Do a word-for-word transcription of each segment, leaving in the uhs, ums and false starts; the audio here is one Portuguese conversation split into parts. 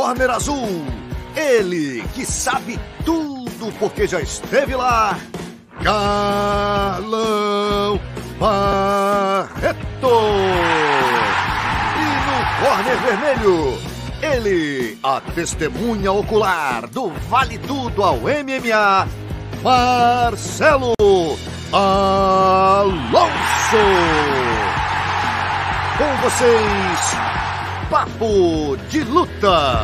corner azul, ele que sabe tudo porque já esteve lá, Carlão Barreto. E no corner vermelho, ele, a testemunha ocular do Vale Tudo ao M M A, Marcelo Alonso. Com vocês, Papo de Luta.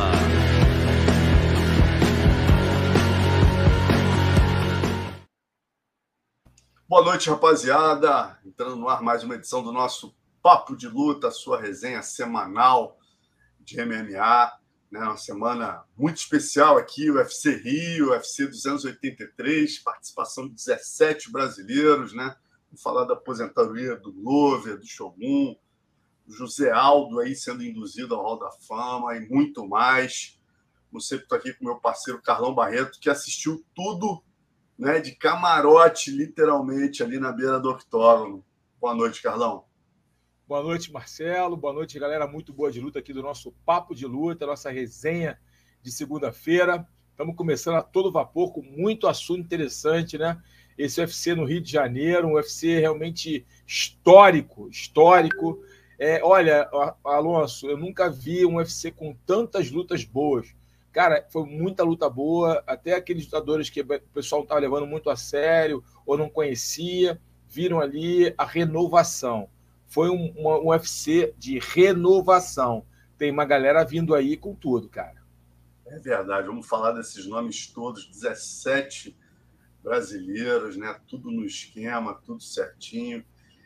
Boa noite, rapaziada. Entrando no ar mais uma edição do nosso Papo de Luta, sua resenha semanal de M M A. Né? Uma semana muito especial aqui, o U F C Rio, U F C duzentos e oitenta e três, participação de dezessete brasileiros, né? Vamos falar da aposentadoria do Glover, do Shogun, do José Aldo aí sendo induzido ao Hall da Fama e muito mais. Como sempre, estou aqui com meu parceiro Carlão Barreto, que assistiu tudo, né, de camarote, literalmente, ali na beira do octógono. Boa noite, Carlão. Boa noite, Marcelo. Boa noite, galera. Muito boa de luta aqui do nosso Papo de Luta, nossa resenha de segunda-feira. Estamos começando a todo vapor com muito assunto interessante, né? Esse U F C no Rio de Janeiro, um U F C realmente histórico, histórico. É, olha, Alonso, eu nunca vi um U F C com tantas lutas boas. Cara, foi muita luta boa, até aqueles lutadores que o pessoal estava levando muito a sério ou não conhecia, viram ali a renovação. Foi um, uma, um U F C de renovação. Tem uma galera vindo aí com tudo, cara. É verdade, vamos falar desses nomes todos, dezessete brasileiros, né? Tudo no esquema, tudo certinho.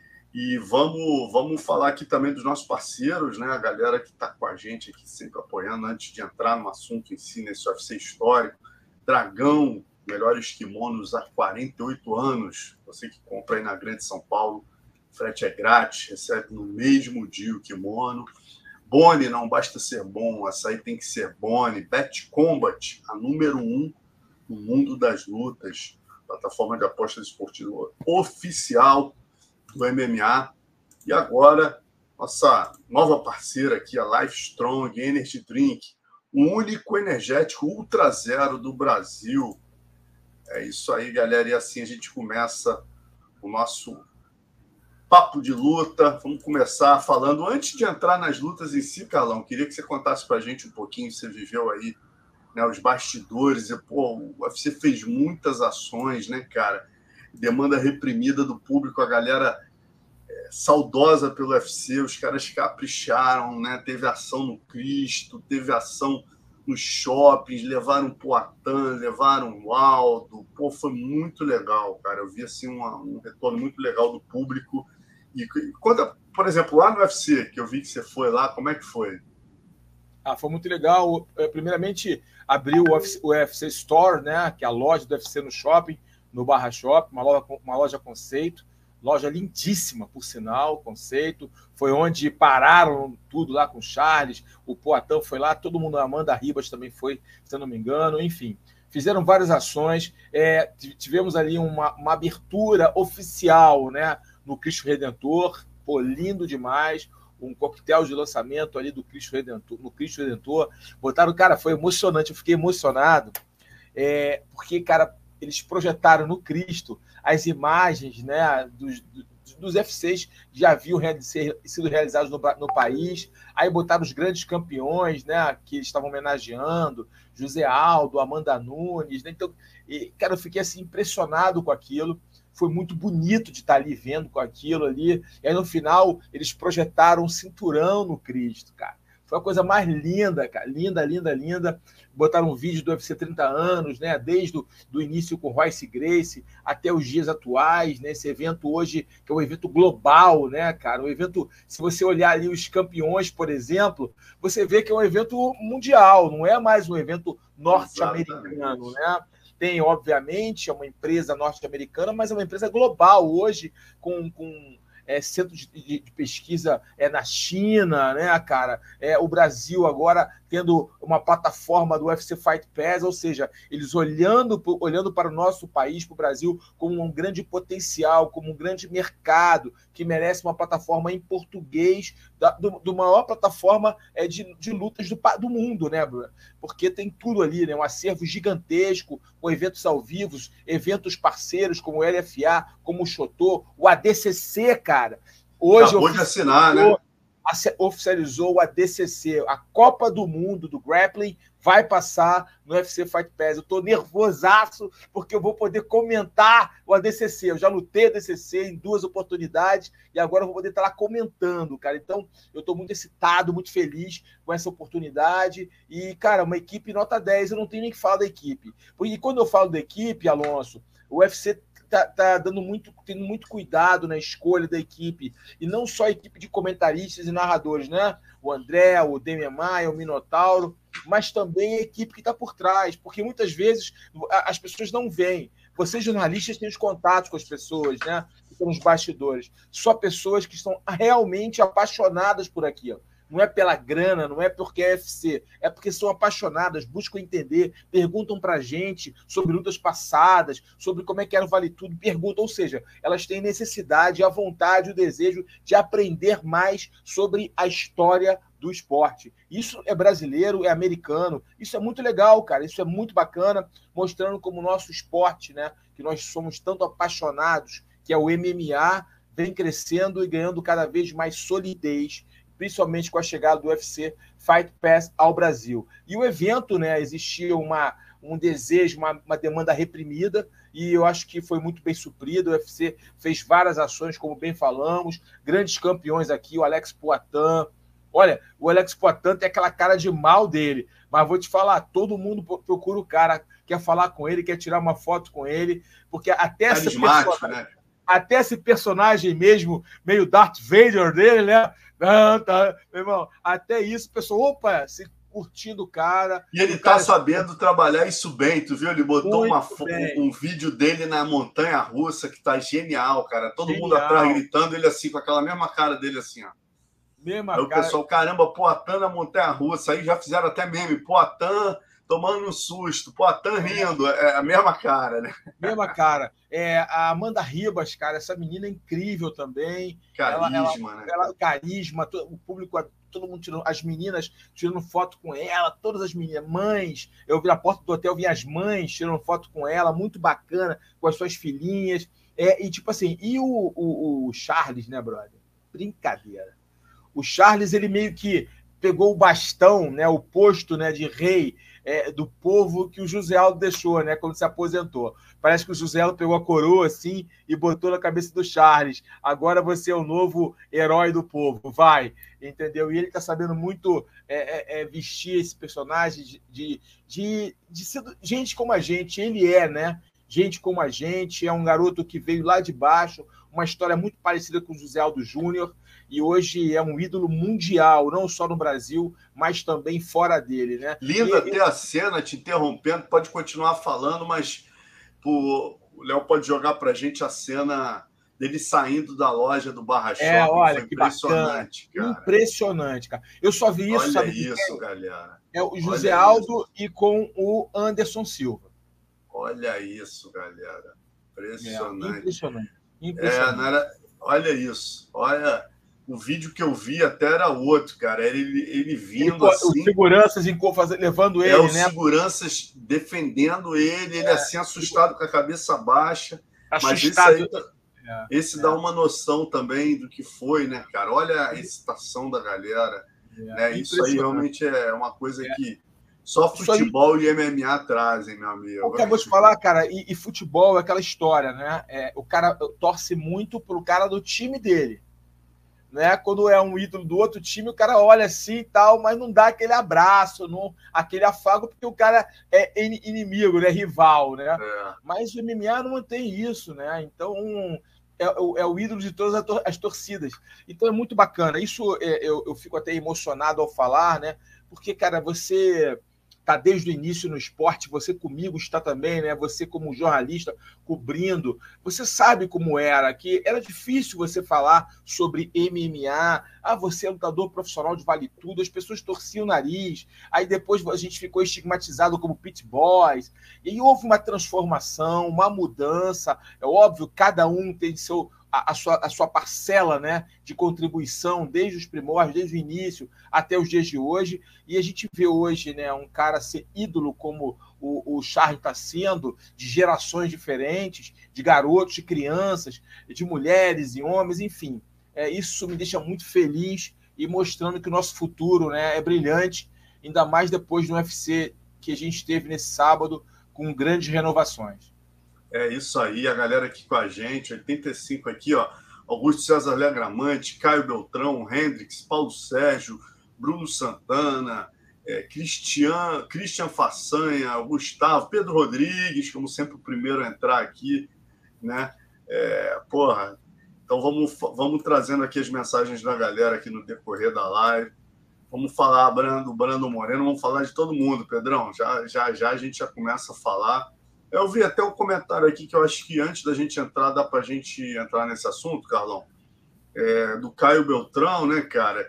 E vamos, vamos falar aqui também dos nossos parceiros, né? A galera que está com a gente aqui, sempre apoiando, antes de entrar no assunto em si, nesse U F C histórico. Dragão, melhores kimonos há quarenta e oito anos. Você que compra aí na Grande São Paulo, frete é grátis, recebe no mesmo dia o kimono. Boni, não basta ser bom, açaí tem que ser Boni. Bet Combat, a número um no mundo das lutas. Plataforma de apostas esportivas oficial do M M A. E agora, nossa nova parceira aqui, a Life Strong Energy Drink, o único energético ultra zero do Brasil. É isso aí, galera. E assim a gente começa o nosso Papo de Luta. Vamos começar falando, antes de entrar nas lutas em si, Carlão, queria que você contasse pra gente um pouquinho, você viveu aí, né, os bastidores. E, pô, o U F C fez muitas ações, né, cara? Demanda reprimida do público, a galera é, saudosa pelo U F C, os caras capricharam, né? Teve ação no Cristo, teve ação nos shoppings, levaram o Poatan, levaram o Aldo. Pô, foi muito legal, cara. Eu vi assim uma, um retorno muito legal do público. E quando, por exemplo, lá no U F C, que eu vi que você foi lá, como é que foi? Ah, foi muito legal. Primeiramente, abriu o U F C, o U F C Store, né? Que é a loja do U F C no shopping, no Barra Shopping, uma loja, uma loja conceito, loja lindíssima, por sinal, conceito. Foi onde pararam tudo lá com o Charles, o Poatan foi lá, todo mundo, a Amanda Ribas também foi, se eu não me engano, enfim. Fizeram várias ações, é, tivemos ali uma, uma abertura oficial, né, no Cristo Redentor, pô, lindo demais, um coquetel de lançamento ali do Cristo Redentor, no Cristo Redentor. Botaram, cara, foi emocionante, eu fiquei emocionado, é, porque, cara, eles projetaram no Cristo as imagens, né, dos, dos U F Cs que já haviam sido realizados no, no país. Aí botaram os grandes campeões, né, que eles estavam homenageando, José Aldo, Amanda Nunes. Né? Então, e, cara, eu fiquei assim, impressionado com aquilo. Foi muito bonito de estar ali vendo com aquilo ali. E aí, no final, eles projetaram um cinturão no Cristo, cara. Foi a coisa mais linda, cara. Linda, linda, linda. Botaram um vídeo do U F C trinta anos, né? Desde o do início com Royce Gracie até os dias atuais, né? Esse evento hoje, que é um evento global, né, cara? Um evento, se você olhar ali os campeões, por exemplo, você vê que é um evento mundial, não é mais um evento norte-americano, né? Tem, obviamente, é uma empresa norte-americana, mas é uma empresa global hoje, com... com é, centro de, de, de pesquisa é, na China, né, cara? É, o Brasil agora tendo uma plataforma do U F C Fight Pass, ou seja, eles olhando, olhando para o nosso país, para o Brasil, como um grande potencial, como um grande mercado, que merece uma plataforma em português, da do, do maior plataforma é, de, de lutas do, do mundo, né, Bruno? Porque tem tudo ali, né? Um acervo gigantesco, com eventos ao vivo, eventos parceiros como o L F A, como o Chotô, o A D C C, cara. Hoje acabou de assinar, né? Oficializou o A D C C, a Copa do Mundo do Grappling vai passar no U F C Fight Pass. Eu tô nervosaço porque eu vou poder comentar o A D C C. Eu já lutei A D C C em duas oportunidades e agora eu vou poder estar lá comentando, cara. Então, eu tô muito excitado, muito feliz com essa oportunidade. E, cara, uma equipe nota dez, eu não tenho nem que falar da equipe. E quando eu falo da equipe, Alonso, o U F C tá, tá dando muito, tendo muito cuidado na escolha da equipe. E não só a equipe de comentaristas e narradores, né? O André, o Demian Maia, o Minotauro, mas também a equipe que está por trás, porque muitas vezes as pessoas não veem. Vocês, jornalistas, têm os contatos com as pessoas, né? Que estão nos bastidores. Só pessoas que estão realmente apaixonadas por aquilo. Não é pela grana, não é porque é U F C, é porque são apaixonadas, buscam entender, perguntam para a gente sobre lutas passadas, sobre como é que era o Vale Tudo, perguntam, ou seja, elas têm necessidade, a vontade, o desejo de aprender mais sobre a história do esporte. Isso é brasileiro, é americano, isso é muito legal, cara, isso é muito bacana, mostrando como o nosso esporte, né, que nós somos tanto apaixonados, que é o M M A, vem crescendo e ganhando cada vez mais solidez, principalmente com a chegada do U F C Fight Pass ao Brasil. E o evento, né, existia uma, um desejo, uma, uma demanda reprimida, e eu acho que foi muito bem suprido. O U F C fez várias ações, como bem falamos, grandes campeões aqui, o Alex Poatan. Olha, o Alex Poatan tem aquela cara de mal dele, mas vou te falar, todo mundo procura o cara, quer falar com ele, quer tirar uma foto com ele, porque até essa pessoa, né? Até esse personagem mesmo, meio Darth Vader dele, né? Não, tá, meu irmão, até isso, o pessoal, opa, se curtindo o cara. E ele o tá cara sabendo trabalhar isso bem, tu viu? Ele botou uma, bem. um, um vídeo dele na montanha-russa que tá genial, cara. Todo Genial. mundo atrás gritando, ele assim, com aquela mesma cara dele assim, ó. Mesma Aí o cara. pessoal, caramba, Poatan na montanha-russa. Aí já fizeram até meme, Poatan tomando um susto, Poatan rindo, é a mesma cara, né? Mesma cara. É, a Amanda Ribas, cara, essa menina é incrível também. Carisma, ela, ela, né? Ela, carisma, o público, todo mundo tirando, as meninas tirando foto com ela, todas as meninas, mães. Eu vi na porta do hotel, vi as mães tirando foto com ela, muito bacana, com as suas filhinhas. É, e tipo assim, e o, o, o Charles, né, brother? Brincadeira. O Charles, ele meio que pegou o bastão, né, o posto, né, de rei é, do povo que o José Aldo deixou, né, quando se aposentou. Parece que o José Aldo pegou a coroa assim e botou na cabeça do Charles. Agora você é o novo herói do povo, vai, entendeu? E ele está sabendo muito é, é, é, vestir esse personagem de, de, de, de ser gente como a gente. Ele é, né? Gente como a gente, é um garoto que veio lá de baixo, uma história muito parecida com o José Aldo Júnior, e hoje é um ídolo mundial, não só no Brasil, mas também fora dele, né? Linda e, até a cena, te interrompendo, pode continuar falando, mas pô, o Léo pode jogar pra gente a cena dele saindo da loja do Barra Shopping. É, olha, foi que impressionante, bacana. cara. Impressionante, cara. Eu só vi isso, olha sabe? isso, galera. É o José olha Aldo isso. E com o Anderson Silva. Olha isso, galera. Impressionante. É, impressionante. impressionante. É, não era... Olha isso. Olha, o vídeo que eu vi até era outro, cara. Ele, ele vindo ele, assim. Os seguranças levando ele, é, os né? seguranças defendendo ele, ele é, assim, assustado com a cabeça baixa. Assustado. Mas esse aí, é, esse é. dá uma noção também do que foi, né, cara? Olha a excitação da galera. É, né? Isso aí realmente é uma coisa é. que só futebol aí... e M M A trazem, meu amigo. Eu acabou de falar, cara, e, e futebol é aquela história, né? É, o cara torce muito pro cara do time dele. Né? Quando é um ídolo do outro time, o cara olha assim e tal, mas não dá aquele abraço, não, aquele afago, porque o cara é inimigo, né? Rival, né? É. Mas o M M A não tem isso, né? Então é, é o ídolo de todas as torcidas. Então é muito bacana. Isso é, eu, eu fico até emocionado ao falar, né? Porque, cara, você está desde o início no esporte, você comigo está também, né? Você como jornalista cobrindo, você sabe como era, que era difícil você falar sobre M M A, ah, você é lutador profissional de vale tudo, as pessoas torciam o nariz, aí depois a gente ficou estigmatizado como pit boys, e aí houve uma transformação, uma mudança, é óbvio, cada um tem seu... A, a, sua, a sua parcela, né, de contribuição desde os primórdios, desde o início até os dias de hoje, e a gente vê hoje, né, um cara ser ídolo como o, o Charles está sendo, de gerações diferentes, de garotos, de crianças, de mulheres e homens, enfim, é, isso me deixa muito feliz e mostrando que o nosso futuro, né, é brilhante, ainda mais depois do U F C que a gente teve nesse sábado com grandes renovações. É isso aí, a galera aqui com a gente, oitenta e cinco aqui, ó, Augusto César Legramante, Caio Beltrão, Hendrix, Paulo Sérgio, Bruno Santana, é, Cristian, Christian Façanha, Gustavo, Pedro Rodrigues, como sempre o primeiro a entrar aqui, né? É, porra, então vamos, vamos trazendo aqui as mensagens da galera aqui no decorrer da live. Vamos falar do Brando Moreno, vamos falar de todo mundo, Pedrão. Já, já, já a gente já começa a falar. Eu vi até um comentário aqui que eu acho que antes da gente entrar, dá para a gente entrar nesse assunto, Carlão, é, do Caio Beltrão, né, cara?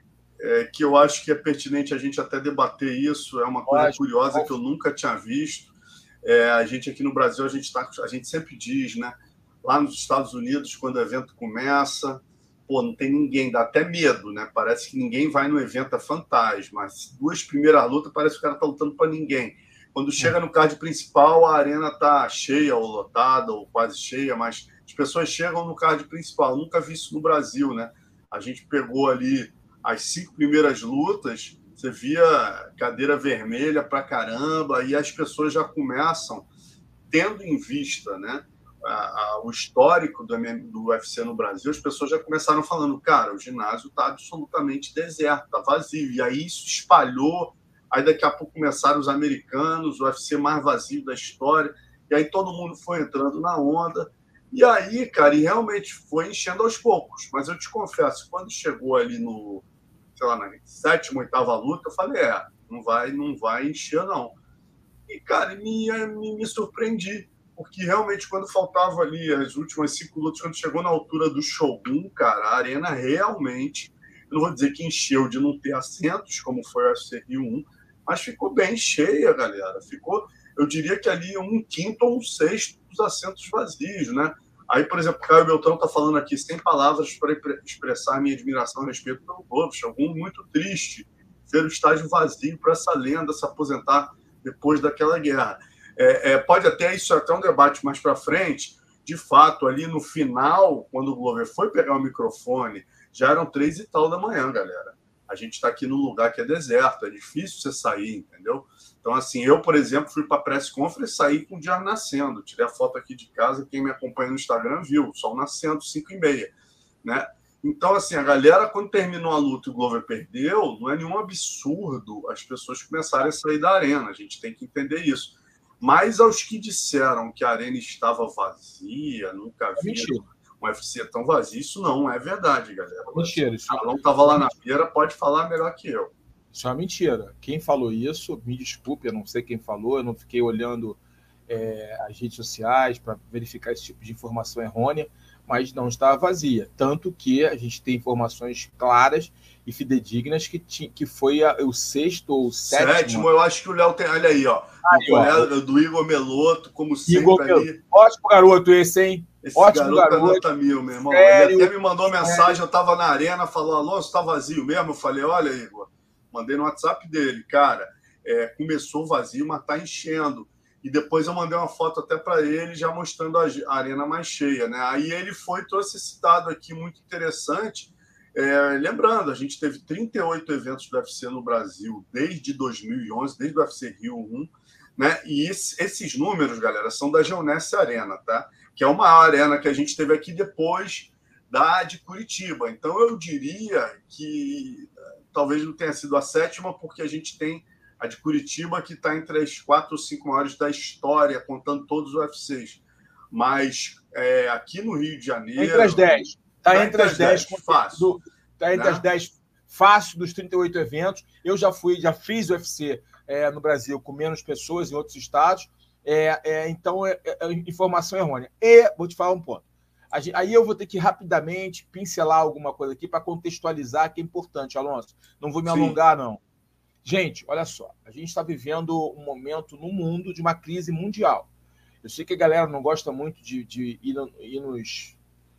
É, que eu acho que é pertinente a gente até debater isso. É uma coisa Pode. curiosa que eu nunca tinha visto. É, a gente aqui no Brasil, a gente, tá, a gente sempre diz, né? Lá nos Estados Unidos, quando o evento começa, pô, não tem ninguém, dá até medo, né? Parece que ninguém vai no evento, é fantasma. As duas primeiras lutas, parece que o cara tá lutando para ninguém. Quando chega no card principal, a arena tá cheia ou lotada ou quase cheia, mas as pessoas chegam no card principal. Eu nunca vi isso no Brasil, né? A gente pegou ali as cinco primeiras lutas, você via cadeira vermelha pra caramba, e as pessoas já começam tendo em vista, né, a, a, o histórico do, do U F C no Brasil. As pessoas já começaram falando, cara, o ginásio tá absolutamente deserto, tá vazio. E aí isso espalhou. Aí daqui a pouco começaram os americanos, o U F C mais vazio da história, e aí todo mundo foi entrando na onda, e aí, cara, e realmente foi enchendo aos poucos. Mas eu te confesso, quando chegou ali no, sei lá, na sétima, oitava luta, eu falei, é, não vai, não vai encher, não. E, cara, me, me, me surpreendi, porque realmente quando faltava ali as últimas cinco lutas, quando chegou na altura do Shogun, cara, a arena realmente, eu não vou dizer que encheu de não ter assentos, como foi a U F C Rio um, mas ficou bem cheia, galera. Ficou, eu diria que ali um quinto ou um sexto dos assentos vazios, né? Aí, por exemplo, o Caio Beltrão está falando aqui sem palavras para expressar minha admiração e respeito pelo povo. Chegou muito triste ver o estádio vazio para essa lenda se aposentar depois daquela guerra. É, é, pode até, isso é até um debate mais para frente, de fato, ali no final, quando o Glover foi pegar o microfone, já eram três e tal da manhã, galera. A gente está aqui num lugar que é deserto, é difícil você sair, entendeu? Então, assim, eu, por exemplo, fui para a press conference e saí com o dia nascendo. Tirei a foto aqui de casa, quem me acompanha no Instagram viu, sol nascendo, cinco e meia, né? Então, assim, a galera, quando terminou a luta e o Glover perdeu, não é nenhum absurdo as pessoas começarem a sair da arena. A gente tem que entender isso. Mas aos que disseram que a arena estava vazia, nunca viram um U F C tão vazio, isso não é verdade, galera. Mentira. Se o Carlão estava lá na feira, pode falar melhor que eu. Isso é uma mentira. Quem falou isso, me desculpe, eu não sei quem falou, eu não fiquei olhando é, as redes sociais para verificar esse tipo de informação errônea, mas não estava vazia. Tanto que a gente tem informações claras e fidedignas que, ti, que foi a, o sexto ou sétimo. Sétimo, eu acho que o Léo tem. Olha aí, ó. Aí, o ó do Igor Meloto, como Igor sempre Mel... ali. Ótimo garoto esse, hein? Esse Ótimo garoto, garoto. Nota mil, meu irmão. Sério? Ele até me mandou mensagem, eu estava na arena, falou, Alonso, tá vazio mesmo? Eu falei, olha, Igor, mandei no WhatsApp dele, cara, é, começou vazio, mas tá enchendo. E depois eu mandei uma foto até para ele, já mostrando a arena mais cheia, né? Aí ele foi, trouxe esse dado aqui muito interessante. É, lembrando, a gente teve trinta e oito eventos do U F C no Brasil desde dois mil e onze, desde o U F C Rio um, né? E esse, esses números, galera, são da Geonesse Arena, tá? Que é uma arena que a gente teve aqui depois da de Curitiba. Então, eu diria que talvez não tenha sido a sétima, porque a gente tem a de Curitiba, que está entre as quatro ou cinco maiores da história, contando todos os U F Cs. Mas é, aqui no Rio de Janeiro... Entre as dez. Está tá entre as dez. Fácil. Está entre né? as dez fácil dos trinta e oito eventos. Eu já fui, já fiz o U F C é, no Brasil com menos pessoas, em outros estados. É, é, então, é, é informação errônea. E, vou te falar um ponto. Aí eu vou ter que rapidamente pincelar alguma coisa aqui para contextualizar, que é importante, Alonso. Não vou me Sim. alongar, não. Gente, olha só. A gente está vivendo um momento no mundo de uma crise mundial. Eu sei que a galera não gosta muito de, de ir, ir nos,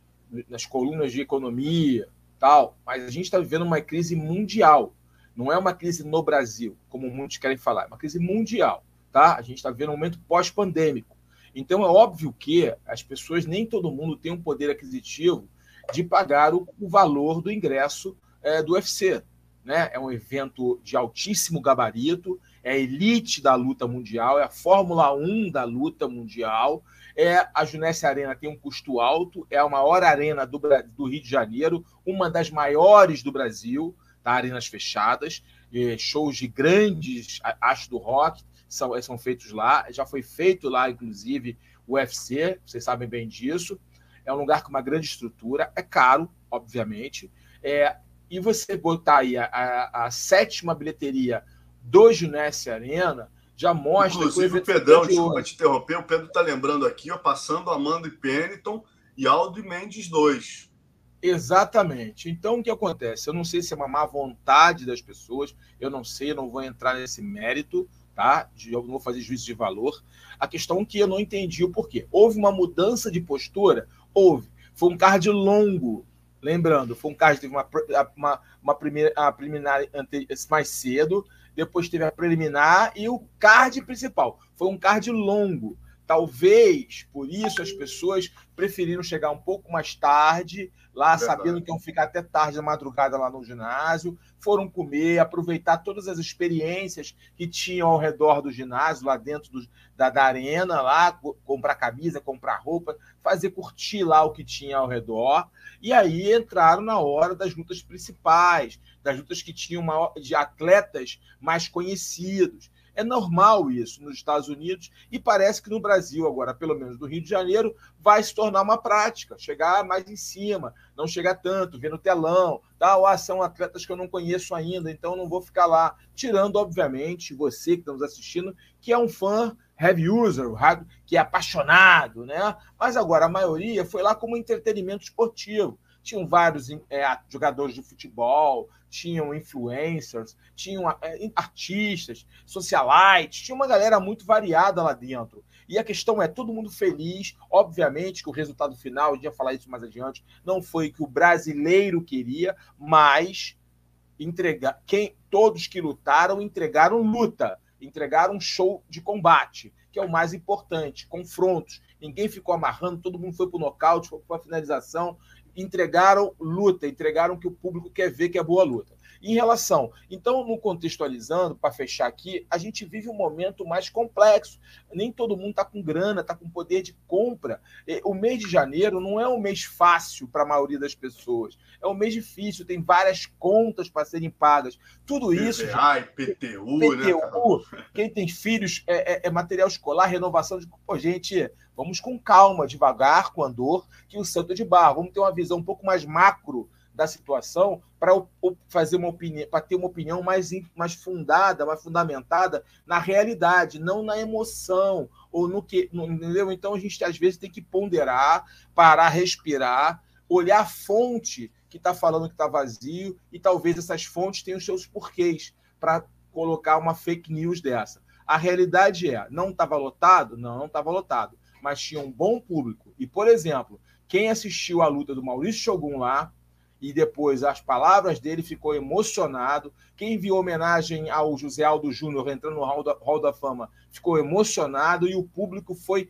nas colunas de economia, tal, mas a gente está vivendo uma crise mundial. Não é uma crise no Brasil, como muitos querem falar. É uma crise mundial. Tá? A gente está vivendo um momento pós-pandêmico. Então, é óbvio que as pessoas, nem todo mundo tem um poder aquisitivo de pagar o, o valor do ingresso é, do U F C. Né? É um evento de altíssimo gabarito, é a elite da luta mundial, é a Fórmula um da luta mundial, é, a Junesse Arena tem um custo alto, é a maior arena do, do Rio de Janeiro, uma das maiores do Brasil, tá? Arenas fechadas, é, shows de grandes astros do rock, São, são feitos lá, já foi feito lá, inclusive, o U F C, vocês sabem bem disso. É um lugar com uma grande estrutura, é caro, obviamente, é, e você botar aí a, a, a sétima bilheteria do Junesse Arena já mostra... Inclusive, o Pedrão, desculpa te interromper, o Pedro está lembrando aqui, ó, passando Amanda e Pennington e Aldo e Mendes dois. Exatamente. Então, o que acontece? Eu não sei se é uma má vontade das pessoas, eu não sei, eu não vou entrar nesse mérito, tá? Eu não vou fazer juízo de valor. A questão é que eu não entendi o porquê. Houve uma mudança de postura? Houve. Foi um card longo. Lembrando, foi um card que teve uma, uma, uma primeira, a preliminar mais cedo, depois teve a preliminar e o card principal. Foi um card longo. Talvez, por isso, as pessoas preferiram chegar um pouco mais tarde, lá, Verdade. sabendo que iam ficar até tarde da madrugada lá no ginásio, foram comer, aproveitar todas as experiências que tinham ao redor do ginásio, lá dentro do, da, da arena, lá, comprar camisa, comprar roupa, fazer curtir lá o que tinha ao redor, e aí entraram na hora das lutas principais, das lutas que tinham uma, de atletas mais conhecidos. É normal isso nos Estados Unidos e parece que no Brasil agora, pelo menos no Rio de Janeiro, vai se tornar uma prática, chegar mais em cima, não chegar tanto, ver no telão, tal, ah, são atletas que eu não conheço ainda, então não vou ficar lá, tirando, obviamente, você que está nos assistindo, que é um fã heavy user, que é apaixonado, né? Mas agora a maioria foi lá como entretenimento esportivo. Tinham vários é, jogadores de futebol, tinham influencers, tinham é, artistas, socialites, tinha uma galera muito variada lá dentro. E a questão é, todo mundo feliz, obviamente que o resultado final, a gente vai falar isso mais adiante, não foi o que o brasileiro queria, mas entregar, quem, todos que lutaram entregaram luta, entregaram um show de combate, que é o mais importante, confrontos. Ninguém ficou amarrando, todo mundo foi para o nocaute, foi para a finalização, entregaram luta, entregaram o que o público quer ver, que é boa luta. Em relação, então, no contextualizando, para fechar aqui, a gente vive um momento mais complexo. Nem todo mundo está com grana, está com poder de compra. O mês de janeiro não é um mês fácil para a maioria das pessoas. É um mês difícil, tem várias contas para serem pagas. Tudo isso... Ah, I P T U, P T U, né? Quem tem filhos, é, é, é material escolar, renovação de... Pô, gente, vamos com calma, devagar, com andor, que o santo é de barro. Vamos ter uma visão um pouco mais macro da situação para fazer uma opinião, para ter uma opinião mais, mais fundada, mais fundamentada na realidade, não na emoção ou no que, entendeu? Então a gente às vezes tem que ponderar, parar, respirar, olhar a fonte que está falando que está vazio e talvez essas fontes tenham os seus porquês para colocar uma fake news dessa. A realidade é, não estava lotado? Não, não estava lotado, mas tinha um bom público. E, por exemplo, quem assistiu a luta do Maurício Shogun lá, e depois as palavras dele ficou emocionado. Quem viu homenagem ao José Aldo Júnior entrando no Hall da, Hall da Fama ficou emocionado e o público foi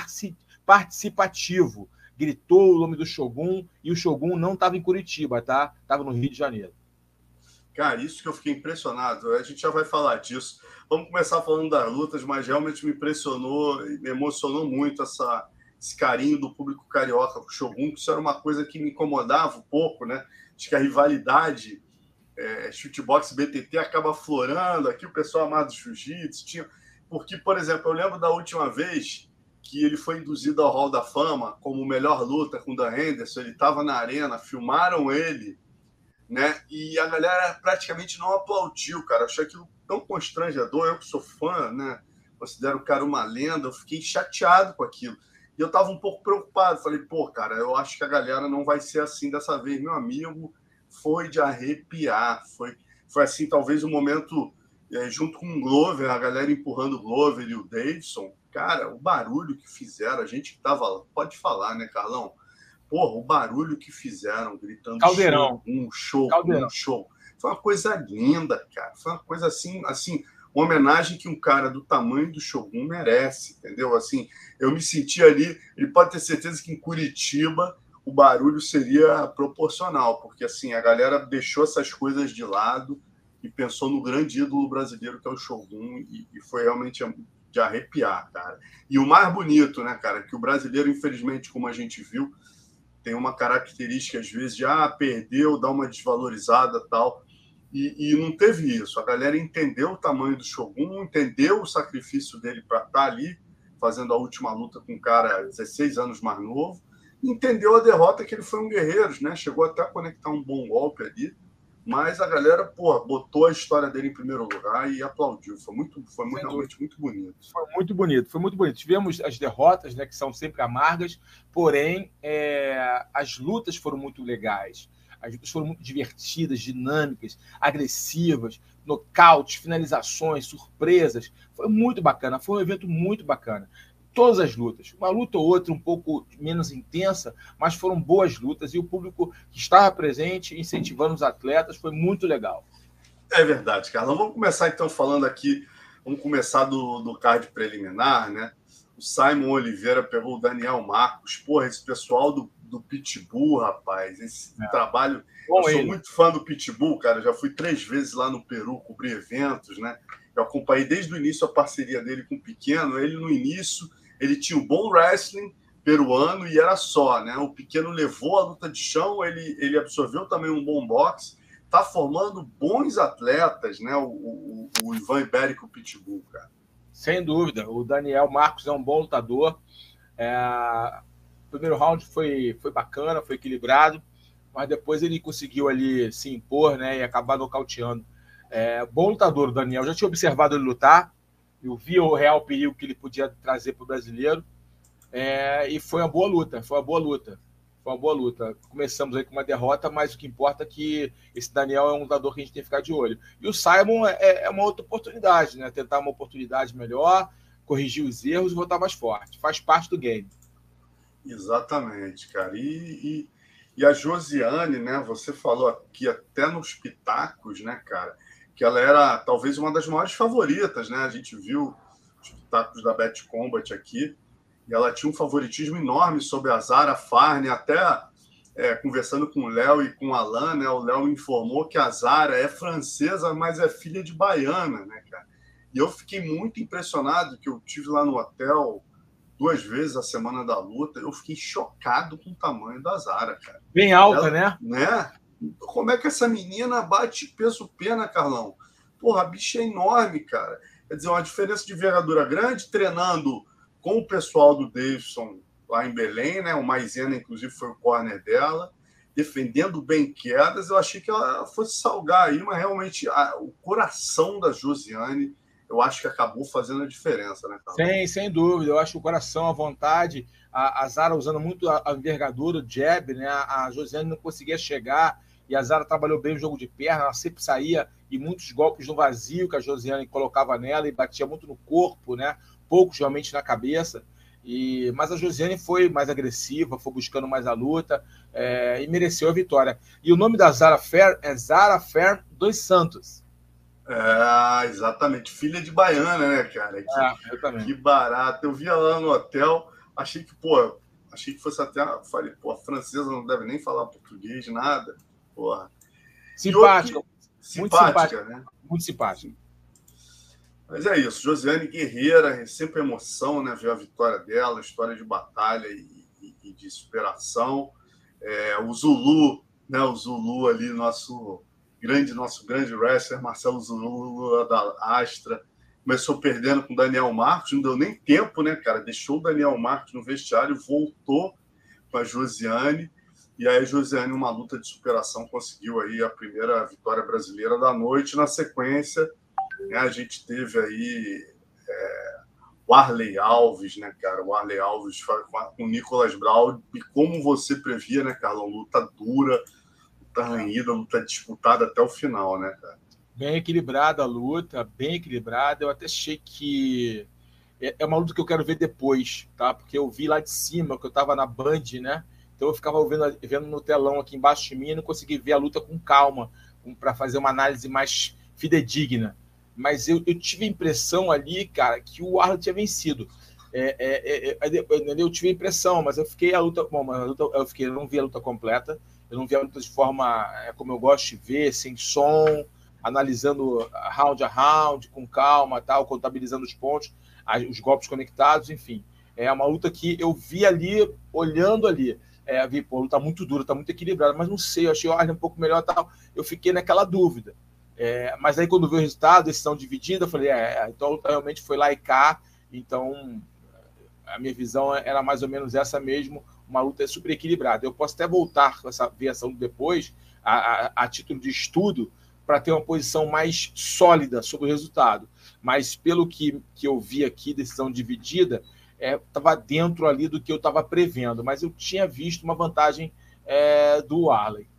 participativo. Gritou o nome do Shogun e o Shogun não estava em Curitiba, tá? Estava no Rio de Janeiro. Cara, isso que eu fiquei impressionado. A gente já vai falar disso. Vamos começar falando das lutas, mas realmente me impressionou e me emocionou muito essa... esse carinho do público carioca com o Shogun, que isso era uma coisa que me incomodava um pouco, né? Acho que a rivalidade é, chutebox B T T acaba florando, aqui o pessoal amado do jiu-jitsu, tinha... porque, por exemplo, eu lembro da última vez que ele foi induzido ao Hall da Fama como melhor luta com o Dan Henderson, ele estava na arena, filmaram ele né? E a galera praticamente não aplaudiu, cara. Achei aquilo tão constrangedor. Eu que sou fã, né? Considero o cara uma lenda. Eu fiquei chateado com aquilo. E eu tava um pouco preocupado. Falei, pô, cara, eu acho que a galera não vai ser assim dessa vez. Meu amigo, foi de arrepiar. Foi, foi assim, talvez o um momento, é, junto com o Glover, a galera empurrando o Glover e o Davidson. Cara, o barulho que fizeram, a gente que tava lá, pode falar, né, Carlão? Porra, o barulho que fizeram, gritando Caldeirão. show, um show, Caldeirão. um show. Foi uma coisa linda, cara. Foi uma coisa assim, assim, uma homenagem que um cara do tamanho do Shogun merece, entendeu? Assim, eu me senti ali, ele pode ter certeza que em Curitiba o barulho seria proporcional, porque assim, a galera deixou essas coisas de lado e pensou no grande ídolo brasileiro que é o Shogun, e, e foi realmente de arrepiar, cara. E o mais bonito, né, cara, que o brasileiro, infelizmente, como a gente viu, tem uma característica, às vezes, de ah, perdeu, dá uma desvalorizada e tal. E, e não teve isso. A galera entendeu o tamanho do Shogun, entendeu o sacrifício dele para estar ali, fazendo a última luta com um cara dezesseis anos mais novo, e entendeu a derrota, que ele foi um guerreiro, né? Chegou até a conectar um bom golpe ali, mas a galera, pô, botou a história dele em primeiro lugar e aplaudiu. Foi muito, foi muito, realmente muito bonito. Foi muito bonito, foi muito bonito. Tivemos as derrotas, né, que são sempre amargas, porém é, as lutas foram muito legais. As lutas foram muito divertidas, dinâmicas, agressivas, nocautes, finalizações, surpresas. Foi muito bacana, foi um evento muito bacana. Todas as lutas, uma luta ou outra um pouco menos intensa, mas foram boas lutas e o público que estava presente, incentivando os atletas, foi muito legal. É verdade, Carlão. Vamos começar então falando aqui, vamos começar do, do card preliminar, né? O Simon Oliveira pegou o Daniel Marcos. Porra, esse pessoal do, do Pitbull, rapaz, esse é. trabalho... Bom, eu sou ele. muito fã do Pitbull, cara. Já fui três vezes lá no Peru cobrir eventos, né? Eu acompanhei desde o início a parceria dele com o Pequeno. Ele, no início, ele tinha um bom wrestling peruano e era só, né? O Pequeno levou a luta de chão, ele, ele absorveu também um bom boxe. Tá formando bons atletas, né? O, o, o Ivan Ibérico, o Pitbull, cara. Sem dúvida. O Daniel Marcos é um bom lutador. É... O primeiro round foi, foi bacana, foi equilibrado, mas depois ele conseguiu ali se impor, né? E acabar nocauteando. É... Bom lutador, o Daniel. Eu já tinha observado ele lutar. Eu vi o real perigo que ele podia trazer para o brasileiro. É... E foi uma boa luta. Foi uma boa luta. Foi uma boa luta. Começamos aí com uma derrota, mas o que importa é que esse Daniel é um lutador que a gente tem que ficar de olho. E o Simon é, é uma outra oportunidade, né? Tentar uma oportunidade melhor, corrigir os erros e voltar mais forte. Faz parte do game. Exatamente, cara. E, e, e a Josiane, né? Você falou aqui até nos pitacos, né, cara? Que ela era talvez uma das maiores favoritas, né? A gente viu os pitacos da Bet Combat aqui. E ela tinha um favoritismo enorme sobre a Zara Farney, até é, conversando com o Léo e com o Alan, né? O Léo me informou que a Zara é francesa, mas é filha de baiana, né, cara? E eu fiquei muito impressionado, que eu tive lá no hotel duas vezes a semana da luta, eu fiquei chocado com o tamanho da Zara, cara. Bem alta, ela, né? né? Como é que essa menina bate peso-pena, Carlão? Porra, a bicha é enorme, cara. Quer dizer, uma diferença de envergadura grande, treinando com o pessoal do Davidson lá em Belém, né? O Maisena, inclusive, foi o corner dela, defendendo bem quedas. Eu achei que ela fosse salgar aí, mas realmente a, o coração da Josiane, eu acho que acabou fazendo a diferença, né, Carlos? Sem, sem dúvida. Eu acho que o coração, a vontade, a, a Zara usando muito a, a envergadura, o jab, né? A, a Josiane não conseguia chegar e a Zara trabalhou bem o jogo de perna, ela sempre saía e muitos golpes no vazio que a Josiane colocava nela e batia muito no corpo, né? Poucos realmente na cabeça, e, mas a Josiane foi mais agressiva, foi buscando mais a luta é, e mereceu a vitória. E o nome da Zara Fair é Zara Fair dos Santos. É, exatamente, filha de baiana, né, cara? Que, é, que barato. Eu via lá no hotel, achei que, pô, achei que fosse até, falei, pô, a francesa não deve nem falar português, nada, porra. Simpática, outro, muito simpática, simpática, né? Muito simpática. Mas é isso, Josiane guerreira, sempre emoção, né? Ver a vitória dela, história de batalha e, e, e de superação. É, o Zulu, né? O Zulu ali, nosso grande, nosso grande wrestler, Marcelo Zulu da Astra, começou perdendo com o Daniel Marcos, não deu nem tempo, né, cara? Deixou o Daniel Marcos no vestiário, voltou com a Josiane E aí, Josiane, uma luta de superação, conseguiu aí a primeira vitória brasileira da noite. Na sequência, né, a gente teve aí é, o Arley Alves, né, cara? O Arley Alves com o Nicolas Brawl. E como você previa, né, Carlão? Luta dura, luta ranhida, luta disputada até o final, né, cara? Bem equilibrada a luta, bem equilibrada. Eu até achei que é uma luta que eu quero ver depois, tá? Porque eu vi lá de cima, que eu estava na Band, né? Então eu ficava vendo, vendo no telão aqui embaixo de mim e não consegui ver a luta com calma, para fazer uma análise mais fidedigna. Mas eu, eu tive a impressão ali, cara, que o Arley tinha vencido. É, é, é, é, eu tive a impressão, mas eu fiquei a luta. Bom, a luta eu, fiquei, eu não vi a luta completa, eu não vi a luta de forma é, como eu gosto de ver, sem som, analisando round a round, com calma, tal, contabilizando os pontos, os golpes conectados, enfim. É uma luta que eu vi ali, olhando ali. É, vi, pô, luta muito dura, tá muito equilibrada, mas não sei, eu achei o Arley um pouco melhor, tal. Eu fiquei naquela dúvida. É, mas aí quando vi o resultado, decisão dividida, eu falei, é, então a luta realmente foi lá e cá, então a minha visão era mais ou menos essa mesmo, uma luta super equilibrada. Eu posso até voltar com essa versão depois, a, a, a título de estudo, para ter uma posição mais sólida sobre o resultado. Mas pelo que, que eu vi aqui, decisão dividida, estava é, dentro ali do que eu estava prevendo, mas eu tinha visto uma vantagem é, do Arley.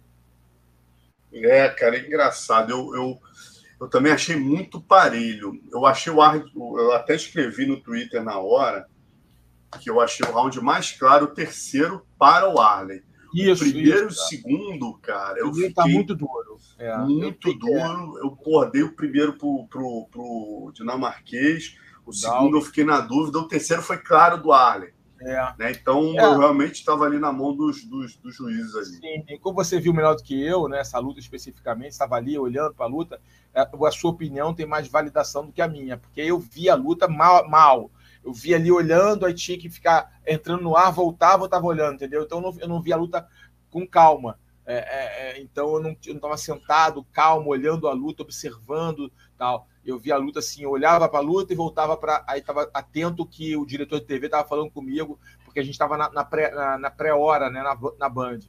É, cara, é engraçado. Eu, eu, eu também achei muito parelho. Eu achei o Arley, eu até escrevi no Twitter na hora que eu achei o round mais claro, o terceiro para o Arley. Isso, o primeiro isso, e o segundo, cara, eu fiquei tá muito duro. É, muito eu duro. É. Eu bordei o primeiro pro, pro, pro dinamarquês, o segundo eu fiquei na dúvida, o terceiro foi claro do Arley. É. Né? Então é. eu realmente estava ali na mão dos, dos, dos juízes ali. Sim, e como você viu melhor do que eu, né, essa luta especificamente, estava ali olhando para a luta, a sua opinião tem mais validação do que a minha, porque eu vi a luta mal. mal. Eu vi ali olhando, aí tinha que ficar entrando no ar, voltava, eu estava olhando, entendeu? Então eu não, eu não vi a luta com calma. É, é, é, então eu não estava sentado, calmo, olhando a luta, observando tal. Eu vi a luta assim, eu olhava para a luta e voltava para. Aí estava atento que o diretor de T V estava falando comigo, porque a gente estava na, na pré-hora, na, na, pré né, na, na Band.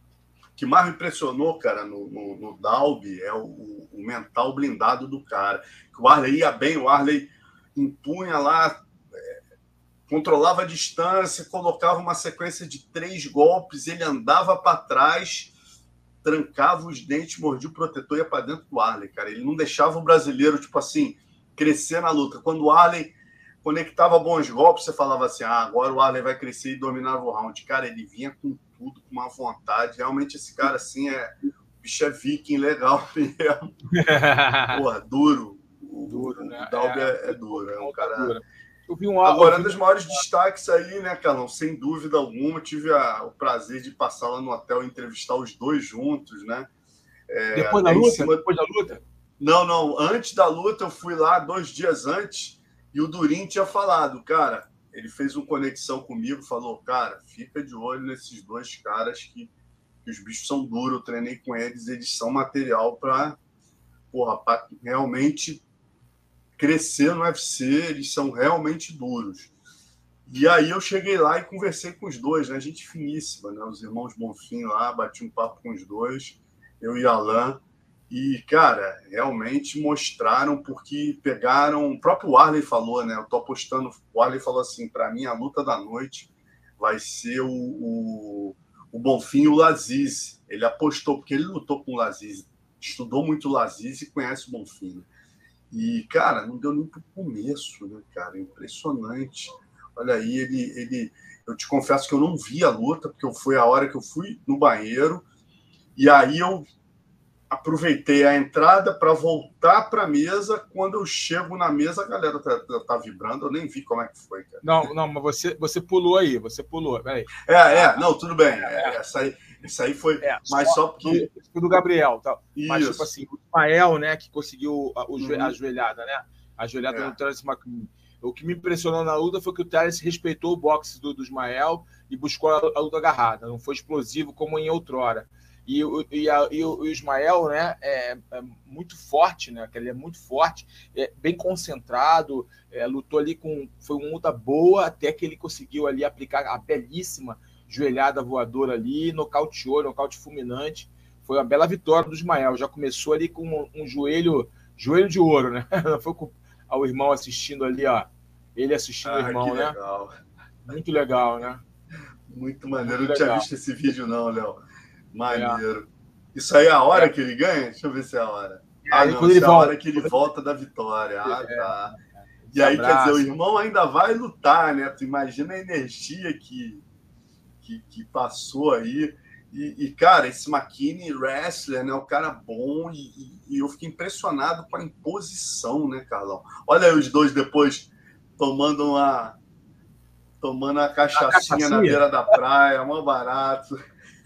O que mais me impressionou, cara, no, no, no Dalby é o, o mental blindado do cara. O Arley ia bem, o Arley impunha lá, é, controlava a distância, colocava uma sequência de três golpes, ele andava para trás, trancava os dentes, mordia o protetor e ia para dentro do Arley, cara. Ele não deixava o brasileiro, tipo assim, crescer na luta. Quando o Arley conectava bons golpes, você falava assim, ah, agora o Arley vai crescer e dominava o round. Cara, ele vinha com tudo, com uma vontade. Realmente esse cara, assim, é... O bicho é viking legal mesmo. Porra, duro. O, duro, né? O Dalby é, é, é duro. É um cara... Dura. Eu vi um, Agora, eu vi... um dos maiores destaques aí, né, Carlão? Sem dúvida alguma, eu tive a, o prazer de passar lá no hotel e entrevistar os dois juntos, né? É, depois da luta? Cima... Depois da luta? Não, não. Antes da luta, eu fui lá dois dias antes e o Durin tinha falado, cara, ele fez uma conexão comigo, falou, cara, fica de olho nesses dois caras que, que os bichos são duros, eu treinei com eles, eles são material para, porra, pra realmente crescer no U F C, eles são realmente duros. E aí eu cheguei lá e conversei com os dois, né? Gente finíssima, né? Os irmãos Bonfim lá, bati um papo com os dois, eu e Alan. E, cara, realmente mostraram, porque pegaram... O próprio Arley falou, né? Eu tô apostando... O Arley falou assim, para mim, a luta da noite vai ser o, o, o Bonfim e o Laziz. Ele apostou, porque ele lutou com o Laziz, estudou muito o Laziz e conhece o Bonfim, né? E, cara, não deu nem pro começo, né, cara? Impressionante. Olha aí, ele, ele... Eu te confesso que eu não vi a luta, porque foi a hora que eu fui no banheiro, e aí eu aproveitei a entrada para voltar para a mesa. Quando eu chego na mesa, a galera tá, tá vibrando, eu nem vi como é que foi, cara. Não, não, mas você, você pulou aí, você pulou, peraí. É, é, não, tudo bem. É, essa, aí, essa aí foi, é, mas só, só porque... Do, do Gabriel, tal. Isso. Mas, tipo assim, o Ismael, né, que conseguiu a, o, uhum. a joelhada, né? A joelhada é. no Terence McCool. O que me impressionou na luta foi que o Terence respeitou o boxe do, do Ismael e buscou a, a luta agarrada. Não foi explosivo como em outrora. E, e, a, e o Ismael, né, é, é muito forte, né? Ele é muito forte, é bem concentrado, é, lutou ali com... Foi uma luta boa até que ele conseguiu ali aplicar a belíssima joelhada voadora ali, nocauteou, nocaute fulminante. Foi uma bela vitória do Ismael. Já começou ali com um, um joelho, joelho de ouro, né? Foi com o irmão assistindo ali, ó. Ele assistindo ah, o irmão, que né? Legal. Muito legal, né? Muito maneiro. Muito eu não tinha visto esse vídeo, não, Léo. Maneiro. É. Isso aí é a hora é. que ele ganha? Deixa eu ver se é a hora. Ah, é, não, quando ele é a volta. hora que ele volta da vitória. Ah, é. tá. E aí, abraço. Quer dizer, o irmão ainda vai lutar, né? Tu imagina a energia que, que, que passou aí. E, e, cara, esse McKinney, wrestler, né? O cara bom. E, e, e eu fiquei impressionado com a imposição, né, Carlão? Olha aí os dois depois tomando uma, tomando uma cachaçinha na beira da praia, mó barato.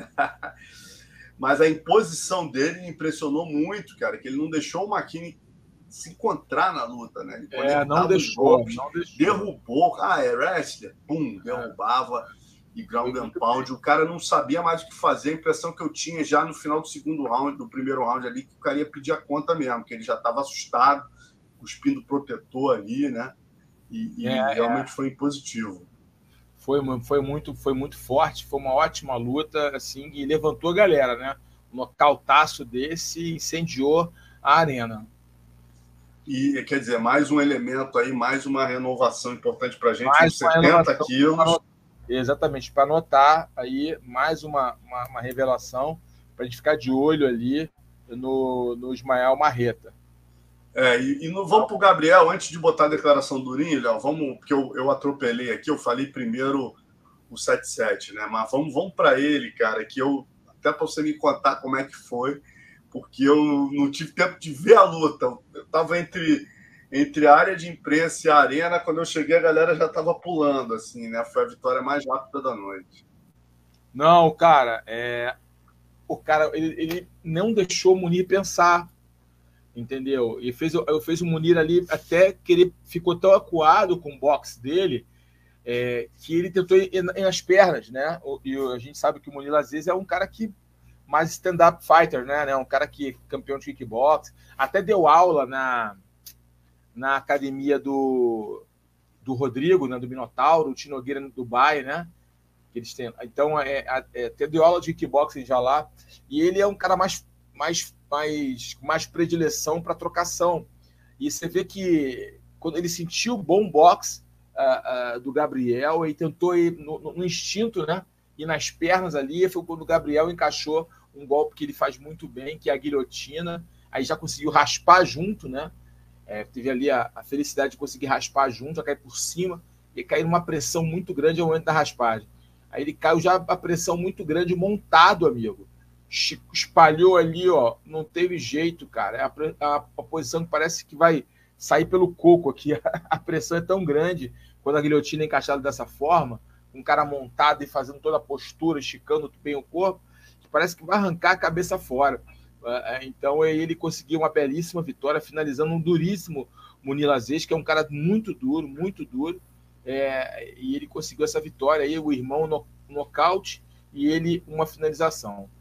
Mas a imposição dele me impressionou muito, cara, que ele não deixou o McKinney se encontrar na luta, né? Ele é, não deixou, golpes, não deixou. Derrubou. Ah, é wrestler? Pum, derrubava é. e ground and pound. O cara não sabia mais o que fazer. A impressão que eu tinha já no final do segundo round, do primeiro round ali, que o cara ia pedir a conta mesmo, que ele já estava assustado, cuspindo protetor ali, né? E, e é, realmente é. foi impositivo. Foi, foi, muito, foi muito forte, foi uma ótima luta, assim, e levantou a galera, né? Um nocautaço desse incendiou a arena. E, quer dizer, mais um elemento aí, mais uma renovação importante para a gente, mais setenta quilos. Pra, exatamente, para notar aí mais uma, uma, uma revelação, para a gente ficar de olho ali no, no Ismael Marreta. É, e, e não vamos para o Gabriel, antes de botar a declaração do Durinho, Léo, vamos, porque eu, eu atropelei aqui, eu falei primeiro o sete sete, né? Mas vamos, vamos para ele, cara, que eu, até para você me contar como é que foi, porque eu não tive tempo de ver a luta. Eu estava entre, entre a área de imprensa e a arena, quando eu cheguei a galera já estava pulando, assim, né? Foi a vitória mais rápida da noite. Não, cara, é... o cara, ele, ele não deixou o Munir pensar, entendeu? E fez, eu fez o Munir ali até que ele ficou tão acuado com o boxe dele, é, que ele tentou ir, ir nas pernas, né? E a gente sabe que o Munir, às vezes, é um cara que mais stand-up fighter, né? Um cara que é campeão de kickbox, até deu aula na, na academia do, do Rodrigo, né? Do Minotauro, o Tinogueira no Dubai, né? Que eles têm. Então, é, é, até deu aula de kickboxing já lá. E ele é um cara mais, mais, mais, mais predileção para trocação. E você vê que quando ele sentiu o bom boxe uh, uh, do Gabriel, ele tentou ir no, no instinto, né? E nas pernas ali, foi quando o Gabriel encaixou um golpe que ele faz muito bem, que é a guilhotina. Aí já conseguiu raspar junto, né? É, teve ali a, a felicidade de conseguir raspar junto, a cair por cima, e cair numa pressão muito grande ao momento da raspagem. Aí ele caiu já a pressão muito grande, montado, amigo. Espalhou ali, ó. Não teve jeito, cara. A, a, a posição que parece que vai sair pelo coco aqui. A pressão é tão grande quando a guilhotina é encaixada dessa forma, um cara montado e fazendo toda a postura, esticando bem o corpo, que parece que vai arrancar a cabeça fora. Então ele conseguiu uma belíssima vitória, finalizando um duríssimo Munir Aziz, que é um cara muito duro, muito duro. É, e ele conseguiu essa vitória aí, o irmão no, nocaute e ele uma finalização.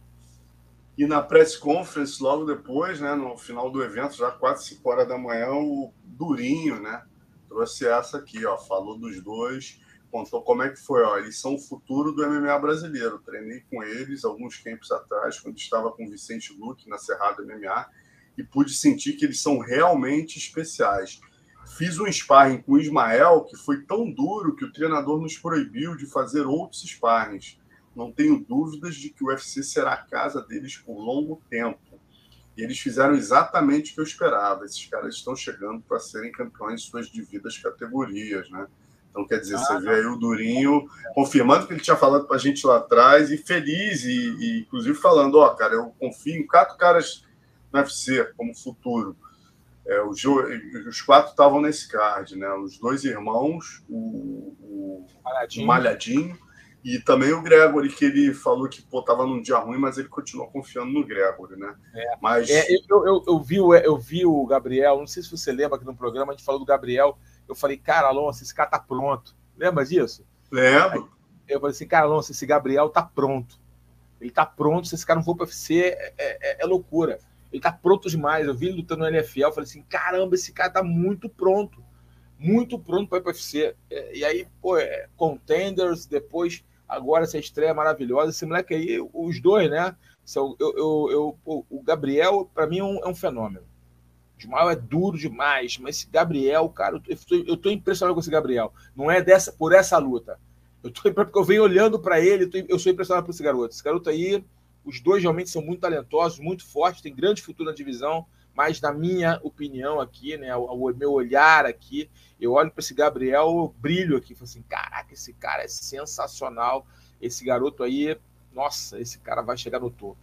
E na press conference, logo depois, né, no final do evento, já quatro, cinco horas da manhã, o Durinho, né, trouxe essa aqui, ó, falou dos dois, contou como é que foi, ó, eles são o futuro do M M A brasileiro. Treinei com eles alguns tempos atrás, quando estava com o Vicente Luque na Cerrado M M A, e pude sentir que eles são realmente especiais. Fiz um sparring com o Ismael, que foi tão duro que o treinador nos proibiu de fazer outros sparrings. Não tenho dúvidas de que o U F C será a casa deles por longo tempo. E eles fizeram exatamente o que eu esperava. Esses caras estão chegando para serem campeões em suas devidas categorias, né? Então, quer dizer, ah, você vê aí o Durinho confirmando o que ele tinha falado para a gente lá atrás e feliz, e, e inclusive falando, ó, cara, eu confio em quatro caras no U F C como futuro. É, os, os quatro estavam nesse card, né? Os dois irmãos, o, o, Malhadinho. o Malhadinho e também o Gregory, que ele falou que pô, tava num dia ruim, mas ele continuou confiando no Gregory, né? É, mas... é, eu, eu, eu, vi o, eu vi o Gabriel, não sei se você lembra aqui no programa, a gente falou do Gabriel, eu falei, cara, Alonso, esse cara tá pronto. Lembra disso? Lembro. Aí, eu falei assim, cara, Alonso, esse Gabriel tá pronto. Ele tá pronto, se esse cara não for para U F C, é, é, é loucura. Ele tá pronto demais. Eu vi ele lutando no L F L, eu falei assim, caramba, esse cara tá muito pronto. Muito pronto para ir para U F C. E aí, pô, é, Contenders, depois agora essa estreia maravilhosa. Esse moleque aí, os dois, né? Eu, eu, eu, o Gabriel, para mim, é um, é um fenômeno. O Ismael é duro demais, mas esse Gabriel, cara, eu tô, eu tô impressionado com esse Gabriel. Não é dessa, por essa luta. Eu tô porque eu venho olhando para ele, eu, tô, eu sou impressionado por esse garoto. Esse garoto aí, os dois realmente são muito talentosos, muito fortes, tem grande futuro na divisão, mas na minha opinião aqui, né, o, o meu olhar aqui, eu olho para esse Gabriel, eu brilho aqui, falo assim, caraca, esse cara é sensacional, esse garoto aí, nossa, esse cara vai chegar no topo.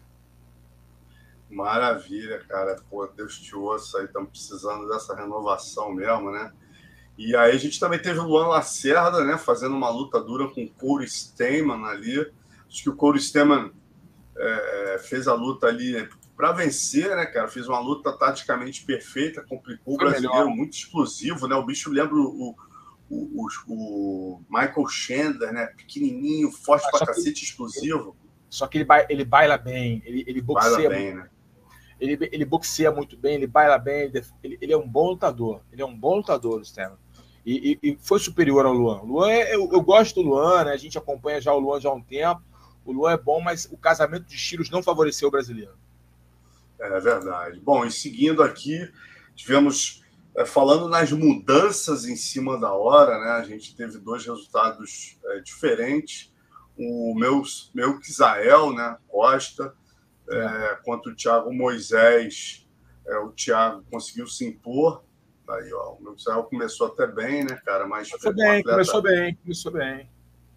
Maravilha, cara. Pô, Deus te ouça aí, estamos precisando dessa renovação mesmo, né? E aí a gente também teve o Luan Lacerda, né, fazendo uma luta dura com o Corey Stemann ali. Acho que o Corey Stemann é, fez a luta ali para vencer, né, cara? Fez uma luta taticamente perfeita, complicou o brasileiro, muito explosivo, né? O bicho lembra o, o, o, o Michael Chandler, né? Pequenininho, forte pra cacete, que, explosivo. Só que ele, ele baila bem, ele, ele boxeia bem, muito. Né? Ele, ele boxeia muito bem, ele baila bem, ele, ele é um bom lutador. Ele é um bom lutador, o Stemann. E, e, e foi superior ao Luan. Luan é, eu, eu gosto do Luan, né? A gente acompanha já o Luan já há um tempo. O Luan é bom, mas o casamento de estilos não favoreceu o brasileiro. É verdade. Bom, e seguindo aqui, tivemos, é, falando nas mudanças em cima da hora, né? A gente teve dois resultados é, diferentes. O meu, meu Kisael, né? Costa, é. É, contra o Thiago Moisés. É, o Thiago conseguiu se impor. Aí, ó, o meu Kisael começou até bem, né, cara? Mas começou bem, um atleta, começou bem, começou bem.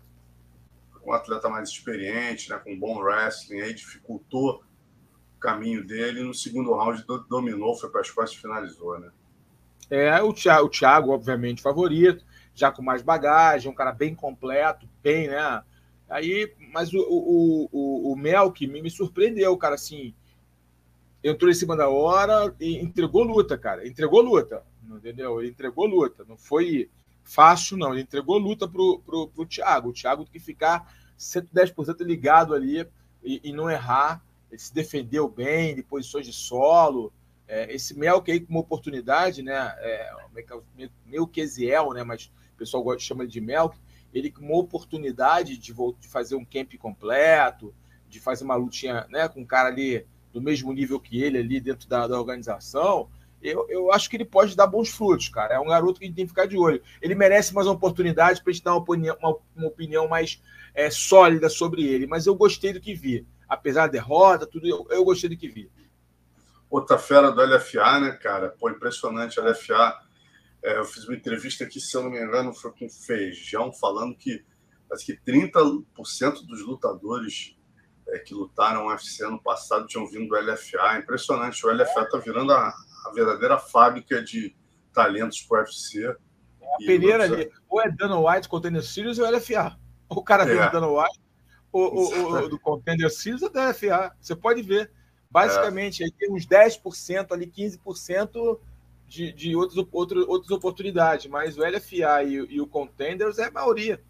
Um atleta mais experiente, né? Com bom wrestling, aí dificultou o caminho dele. No segundo round dominou, foi para as costas e finalizou, né? É, o Thiago, o Thiago, obviamente, favorito, já com mais bagagem, um cara bem completo, bem, né? Aí, mas o, o, o, o Melk me, me surpreendeu, cara, assim, entrou em cima da hora e entregou luta, cara, entregou luta, entendeu? Ele entregou luta, não foi fácil, não, ele entregou luta pro, pro, pro Thiago, o Thiago tem que ficar cento e dez por cento ligado ali e, e não errar, ele se defendeu bem, de posições de solo, é, esse Melk aí com uma oportunidade, né, é, meio Kesiel, né, mas o pessoal chama ele de Melk, ele com uma oportunidade de, de fazer um camp completo, de fazer uma lutinha, né, com um cara ali do mesmo nível que ele ali dentro da, da organização, eu, eu acho que ele pode dar bons frutos, cara. É um garoto que a gente tem que ficar de olho. Ele merece mais uma oportunidade para a gente dar uma opinião, uma, uma opinião mais é, sólida sobre ele, mas eu gostei do que vi. Apesar da derrota, tudo, eu, eu gostei do que vi. Outra fera do L F A, né, cara? Pô, impressionante o L F A. É, eu fiz uma entrevista aqui, se eu não me engano, foi com Feijão, falando que acho que trinta por cento dos lutadores é, que lutaram no U F C ano passado tinham vindo do L F A. Impressionante, o L F A está virando a, a verdadeira fábrica de talentos para o U F C. É a peneira ali, ou é Dana White, Contender Series ou L F A. O cara vem é. do Dana White, o, o, o, do Contender Series ou do L F A. Você pode ver. Basicamente, é. aí tem uns dez por cento ali, quinze por cento de, de outros, outro, outras oportunidades, mas o L F A e, e o Contenders é a maioria.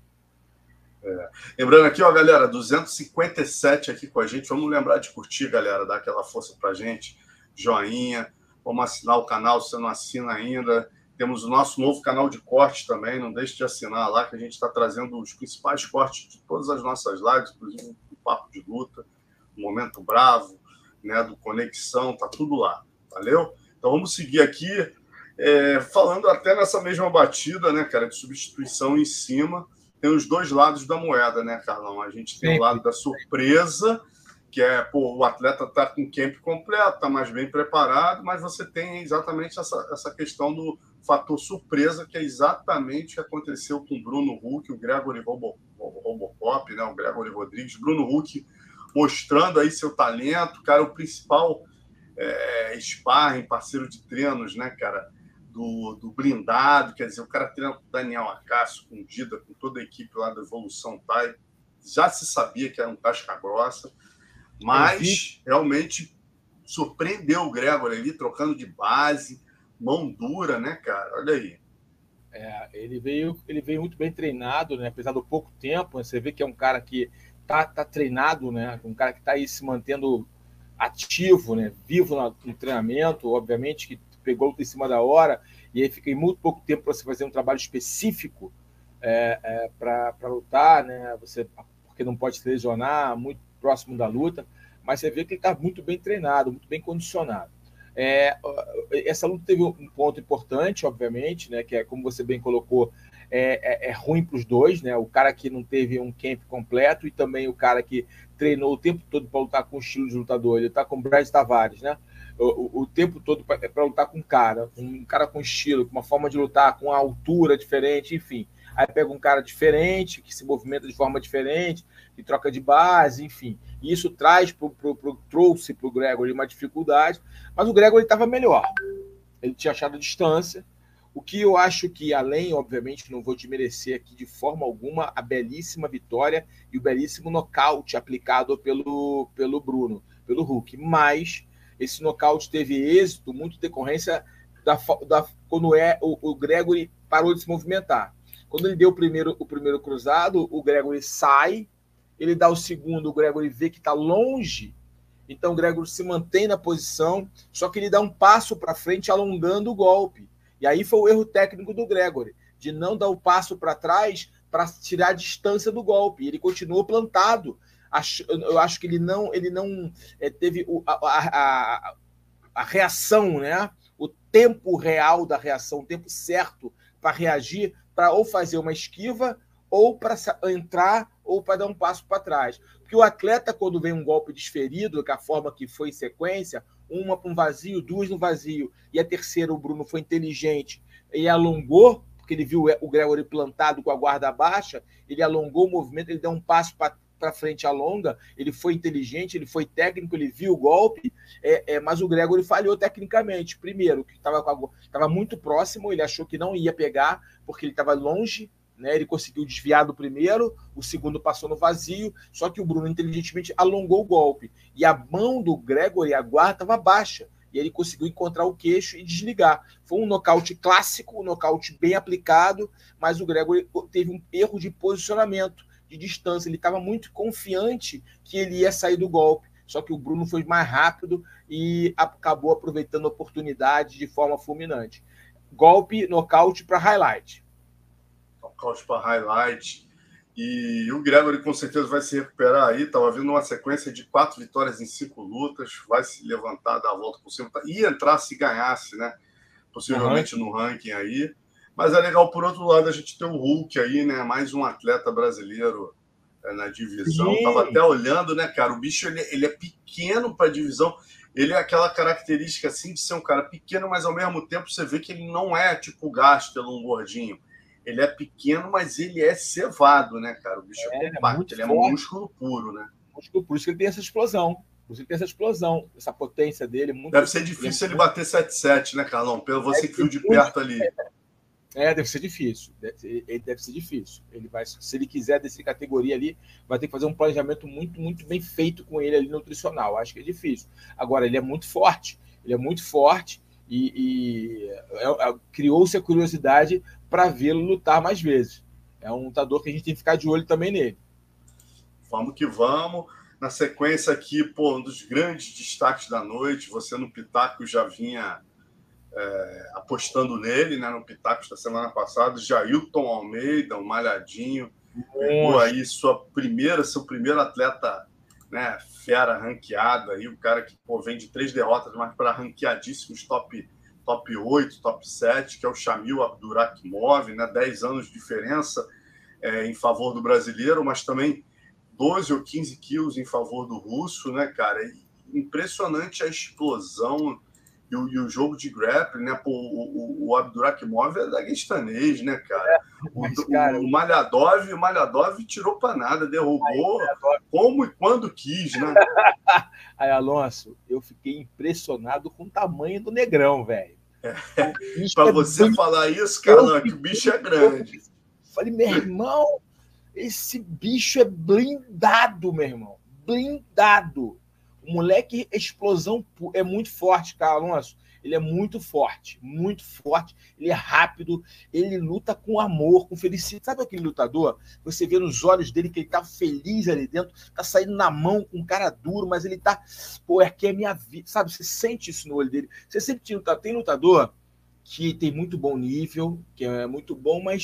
É. Lembrando aqui, ó, galera, duzentos e cinquenta e sete aqui com a gente. Vamos lembrar de curtir, galera, dar aquela força pra gente, joinha, vamos assinar o canal se você não assina ainda. Temos o nosso novo canal de corte também, não deixe de assinar lá, que a gente está trazendo os principais cortes de todas as nossas lives, inclusive o Papo de Luta, o Momento Bravo, né, do Conexão, tá tudo lá, valeu? Então vamos seguir aqui, é, falando até nessa mesma batida, né, cara, de substituição em cima, tem os dois lados da moeda, né, Carlão? A gente tem Sim. o lado da surpresa, que é, pô, o atleta tá com o camp completo, tá mais bem preparado, mas você tem exatamente essa, essa questão do fator surpresa, que é exatamente o que aconteceu com o Bruno Huck, o Gregory Robo, Robocop, né, o Gregory Rodrigues, Bruno Huck mostrando aí seu talento, cara, o principal é, sparring, parceiro de treinos, né, cara, do, do blindado, quer dizer, o cara treina com o Daniel Acácio, com o Dida, com toda a equipe lá da Evolução Thai, já se sabia que era um casca grossa, mas realmente surpreendeu o Gregory ali, trocando de base, mão dura, né, cara, olha aí. É, ele veio, ele veio muito bem treinado, né, apesar do pouco tempo, você vê que é um cara que Tá, tá treinado, né? Um cara que está aí se mantendo ativo, né? Vivo no, no treinamento, obviamente que pegou em cima da hora e aí fica em muito pouco tempo para você fazer um trabalho específico é, é, para lutar, né? Você, porque não pode se lesionar, muito próximo da luta, mas você vê que ele está muito bem treinado, muito bem condicionado. É, essa luta teve um ponto importante, obviamente, né, que é, como você bem colocou, é, é, é ruim para os dois, né? O cara que não teve um camp completo e também o cara que treinou o tempo todo para lutar com o estilo de lutador. Ele está com o Brad Tavares, né? O, o, o tempo todo para lutar com um cara, um cara com estilo, com uma forma de lutar, com a altura diferente, enfim. Aí pega um cara diferente, que se movimenta de forma diferente, que troca de base, enfim. E isso traz pro, pro, pro, trouxe para o Gregory uma dificuldade, mas o Gregory estava melhor. Ele tinha achado a distância. O que eu acho que, além, obviamente, não vou desmerecer aqui de forma alguma a belíssima vitória e o belíssimo nocaute aplicado pelo, pelo Bruno, pelo Hulk. Mas esse nocaute teve êxito muito em decorrência da, da, quando é, o, o Gregory parou de se movimentar. Quando ele deu o primeiro, o primeiro cruzado, o Gregory sai, ele dá o segundo, o Gregory vê que está longe, então o Gregory se mantém na posição, só que ele dá um passo para frente alongando o golpe. E aí foi o erro técnico do Gregory, de não dar o passo para trás para tirar a distância do golpe. Ele continuou plantado. Eu acho que ele não, ele não é, teve a, a, a reação, né? O tempo real da reação, o tempo certo para reagir, para ou fazer uma esquiva, ou para entrar, ou para dar um passo para trás. Porque o atleta, quando vem um golpe desferido, que a forma que foi em sequência, uma para um vazio, duas no vazio, e a terceira, o Bruno foi inteligente e alongou, porque ele viu o Gregory plantado com a guarda baixa, ele alongou o movimento, ele deu um passo para frente alonga, ele foi inteligente, ele foi técnico, ele viu o golpe, é, é, mas o Gregory falhou tecnicamente. Primeiro, que estava muito próximo, ele achou que não ia pegar, porque ele estava longe, né? Ele conseguiu desviar do primeiro, o segundo passou no vazio, só que o Bruno inteligentemente alongou o golpe. E a mão do Gregory, a guarda, estava baixa. E ele conseguiu encontrar o queixo e desligar. Foi um nocaute clássico, um nocaute bem aplicado, mas o Gregory teve um erro de posicionamento, de distância. Ele estava muito confiante que ele ia sair do golpe. Só que o Bruno foi mais rápido e acabou aproveitando a oportunidade de forma fulminante. Golpe, nocaute para highlight. Nocaute para highlight. E o Gregory com certeza vai se recuperar aí. Estava vindo uma sequência de quatro vitórias em cinco lutas. Vai se levantar, dar a volta por cima. E entrar se ganhasse, né? Possivelmente uhum. no ranking aí. Mas é legal, por outro lado, a gente ter o Hulk aí, né? Mais um atleta brasileiro é, na divisão. Sim. Tava até olhando, né, cara? O bicho ele, ele é pequeno para a divisão. Ele é aquela característica assim de ser um cara pequeno, mas ao mesmo tempo você vê que ele não é tipo o Gastelum, um gordinho. Ele é pequeno, mas ele é cevado, né, cara? O bicho é, é compacto, ele é músculo puro, né? Músculo puro, por isso que ele tem essa explosão. Por isso que ele tem essa explosão, essa potência dele. Muito deve ser difícil ele, ele bater sete sete, né, Carlão? Pelo você que viu de perto ali. É, deve ser difícil. Deve, ele deve ser difícil. Ele vai, se ele quiser descer categoria ali, vai ter que fazer um planejamento muito, muito bem feito com ele ali nutricional. Acho que é difícil. Agora, ele é muito forte. Ele é muito forte e, e é, é, criou-se a curiosidade para vê-lo lutar mais vezes. É um lutador que a gente tem que ficar de olho também nele. Vamos que vamos. Na sequência aqui, pô, um dos grandes destaques da noite. Você no Pitaco já vinha é, apostando nele, né? No Pitaco da semana passada. Jailton Almeida, um malhadinho. Pegou aí sua primeira, seu primeiro atleta, né, fera ranqueado aí. O cara que pô, vem de três derrotas, mas para ranqueadíssimos top top oito, top sete, que é o Shamil Abdurakhimov, né? dez anos de diferença é, em favor do brasileiro, mas também doze ou quinze quilos em favor do russo, né, cara? E impressionante a explosão e o, e o jogo de grappling, né? Pô, o, o, o Abdurakhimov é daguestanês, né, cara? É, mas, o, cara? O, o Malhadov, o Malhadov tirou para nada, derrubou aí, como e quando quis, né? Aí, Alonso, eu fiquei impressionado com o tamanho do negrão, velho. É. Para é você bem... falar isso, Carlão, é que o bicho é grande. Falei, meu irmão, esse bicho é blindado, meu irmão. Blindado. O moleque, explosão é muito forte, cara, Alonso. Ele é muito forte, muito forte. Ele é rápido, ele luta com amor, com felicidade. Sabe aquele lutador? Você vê nos olhos dele que ele tá feliz ali dentro, tá saindo na mão com um cara duro, mas ele tá... Pô, aqui é minha vida. Sabe, você sente isso no olho dele. Você sempre tem, tem lutador que tem muito bom nível, que é muito bom, mas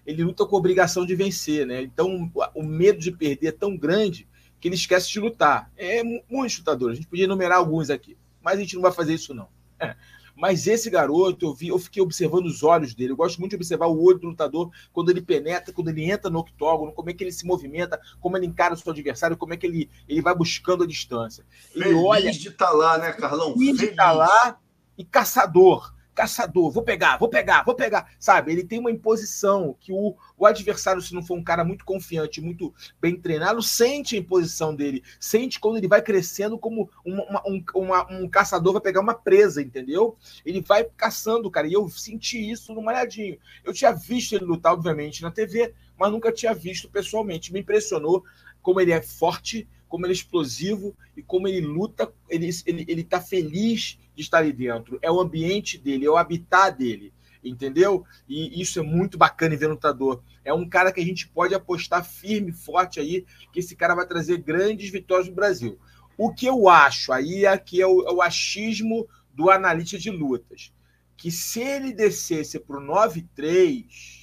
ele luta com a obrigação de vencer, né? Então, o medo de perder é tão grande que ele esquece de lutar. É muitos lutadores, a gente podia enumerar alguns aqui, mas a gente não vai fazer isso, não. É. Mas esse garoto, eu vi, eu fiquei observando os olhos dele. Eu gosto muito de observar o olho do lutador quando ele penetra, quando ele entra no octógono, como é que ele se movimenta, como ele encara o seu adversário, como é que ele, ele vai buscando a distância. Ele feliz olha, de estar lá, né, Carlão? Feliz de estar lá e caçador. Caçador, vou pegar, vou pegar, vou pegar. Sabe, ele tem uma imposição que o, o adversário, se não for um cara muito confiante, muito bem treinado, sente a imposição dele. Sente quando ele vai crescendo como uma, uma, um, uma, um caçador vai pegar uma presa, entendeu? Ele vai caçando, cara. E eu senti isso no Malhadinho. Eu tinha visto ele lutar, obviamente, na T V, mas nunca tinha visto pessoalmente. Me impressionou como ele é forte, como ele é explosivo e como ele luta, ele ele ele está feliz de estar ali dentro. É o ambiente dele, é o habitat dele, entendeu? E isso é muito bacana em ver no lutador. É um cara que a gente pode apostar firme, forte aí, que esse cara vai trazer grandes vitórias no Brasil. O que eu acho aí é que é o, é o achismo do analista de lutas, que se ele descesse para o nove três...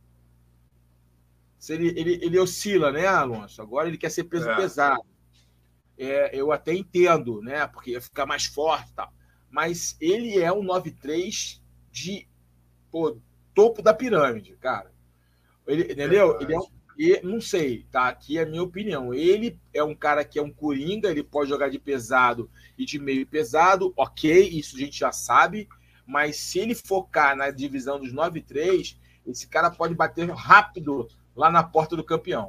Se ele, ele, ele oscila, né, Alonso? Agora ele quer ser peso é. pesado. É, eu até entendo, né? Porque ia ficar mais forte e tal. Mas ele é um nove três de pô, topo da pirâmide, cara. Ele, entendeu? Ele é um, ele, não sei, tá? Aqui é a minha opinião. Ele é um cara que é um coringa, ele pode jogar de pesado e de meio pesado, ok, isso a gente já sabe. Mas se ele focar na divisão dos nove três, esse cara pode bater rápido lá na porta do campeão.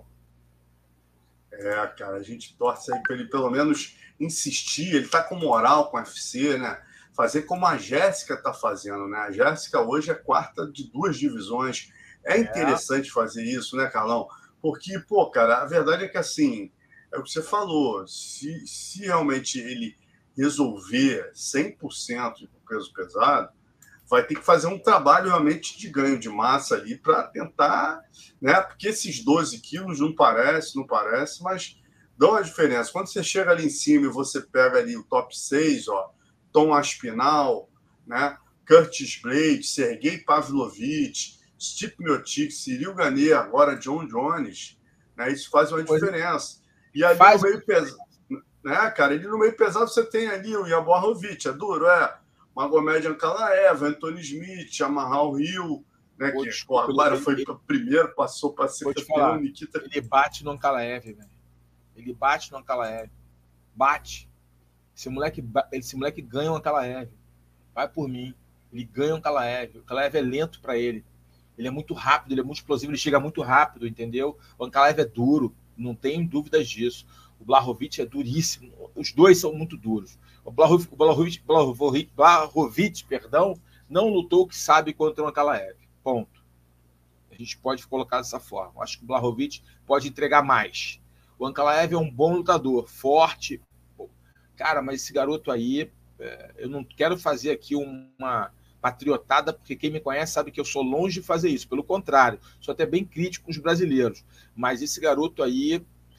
É, cara, a gente torce aí para ele pelo menos insistir. Ele tá com moral com o U F C, né? Fazer como a Jéssica tá fazendo, né? A Jéssica hoje é quarta de duas divisões. É interessante é. fazer isso, né, Carlão? Porque, pô, cara, a verdade é que, assim, é o que você falou. Se, se realmente ele resolver cem por cento de peso pesado, vai ter que fazer um trabalho realmente de ganho de massa ali para tentar, né? Porque esses doze quilos não parece, não parece, mas dão a diferença. Quando você chega ali em cima e você pega ali o top seis, ó, Tom Aspinall, né? Curtis Blade, Sergei Pavlovich, Stipe Miocic, Cyril Gane, agora John Jones, né? Isso faz uma diferença. E ali faz no meio pesado, né, cara? Ali no meio pesado você tem ali o Jabohrovic, é duro, é. Magomed Ankalaev, Anthony Smith, Amahal Hill, né, pô, que desculpa, pô, agora ele, foi para primeiro, passou para ser campeão. Nikita... Ele bate no Ankalaev, velho. Ele bate no Ankalaev. Bate. Esse moleque, esse moleque ganha o Ankalaev. Vai por mim. Ele ganha o Ankalaev. O Ankalaev é lento para ele. Ele é muito rápido, ele é muito explosivo, ele chega muito rápido, entendeu? O Ankalaev é duro, não tenho dúvidas disso. O Blachowicz é duríssimo. Os dois são muito duros. O Blachowicz, Blachowicz, Blachowicz, perdão, não lutou o que sabe contra o Ankalaev. Ponto. A gente pode colocar dessa forma. Acho que o Blachowicz pode entregar mais. O Ankalaev é um bom lutador, forte. Pô, cara, mas esse garoto aí, é, eu não quero fazer aqui uma patriotada, porque quem me conhece sabe que eu sou longe de fazer isso. Pelo contrário, sou até bem crítico com os brasileiros. Mas esse garoto aí,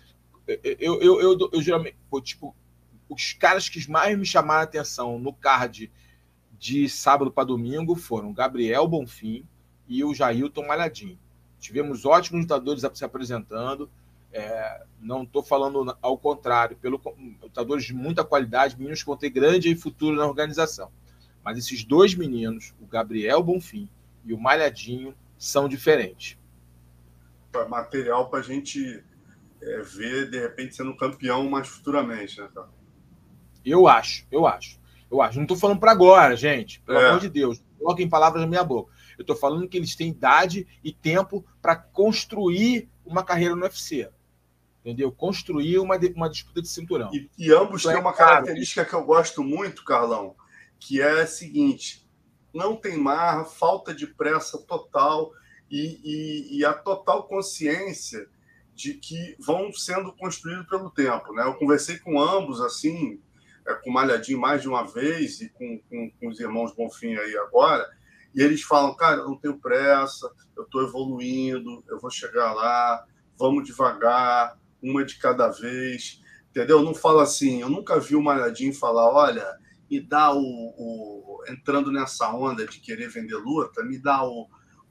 eu, eu, eu, eu, eu geralmente, pô, tipo, os caras que mais me chamaram a atenção no card de sábado para domingo foram o Gabriel Bonfim e o Jailton Malhadinho. Tivemos ótimos lutadores se apresentando. É, não estou falando ao contrário, pelo lutadores de muita qualidade, meninos que vão ter grande futuro na organização. Mas esses dois meninos, o Gabriel Bonfim e o Malhadinho, são diferentes. Material para a gente é, ver, de repente, sendo campeão mais futuramente, né, cara? Eu acho, eu acho. Eu acho. Não estou falando para agora, gente. Pelo é. amor de Deus. Não coloquem palavras na minha boca. Eu estou falando que eles têm idade e tempo para construir uma carreira no U F C. Entendeu? Construir uma, uma disputa de cinturão. E, e ambos têm é uma claro. característica que eu gosto muito, Carlão, que é a seguinte: não tem marra, falta de pressa total e, e, e a total consciência de que vão sendo construídos pelo tempo, né? Eu conversei com ambos, assim, é, com o Malhadinho mais de uma vez e com, com, com os irmãos Bonfim aí agora, e eles falam, cara, eu não tenho pressa, eu estou evoluindo, eu vou chegar lá, vamos devagar, uma de cada vez, entendeu? Não fala assim, eu nunca vi o Malhadinho falar, olha, me dá o, o... entrando nessa onda de querer vender luta, me dá o,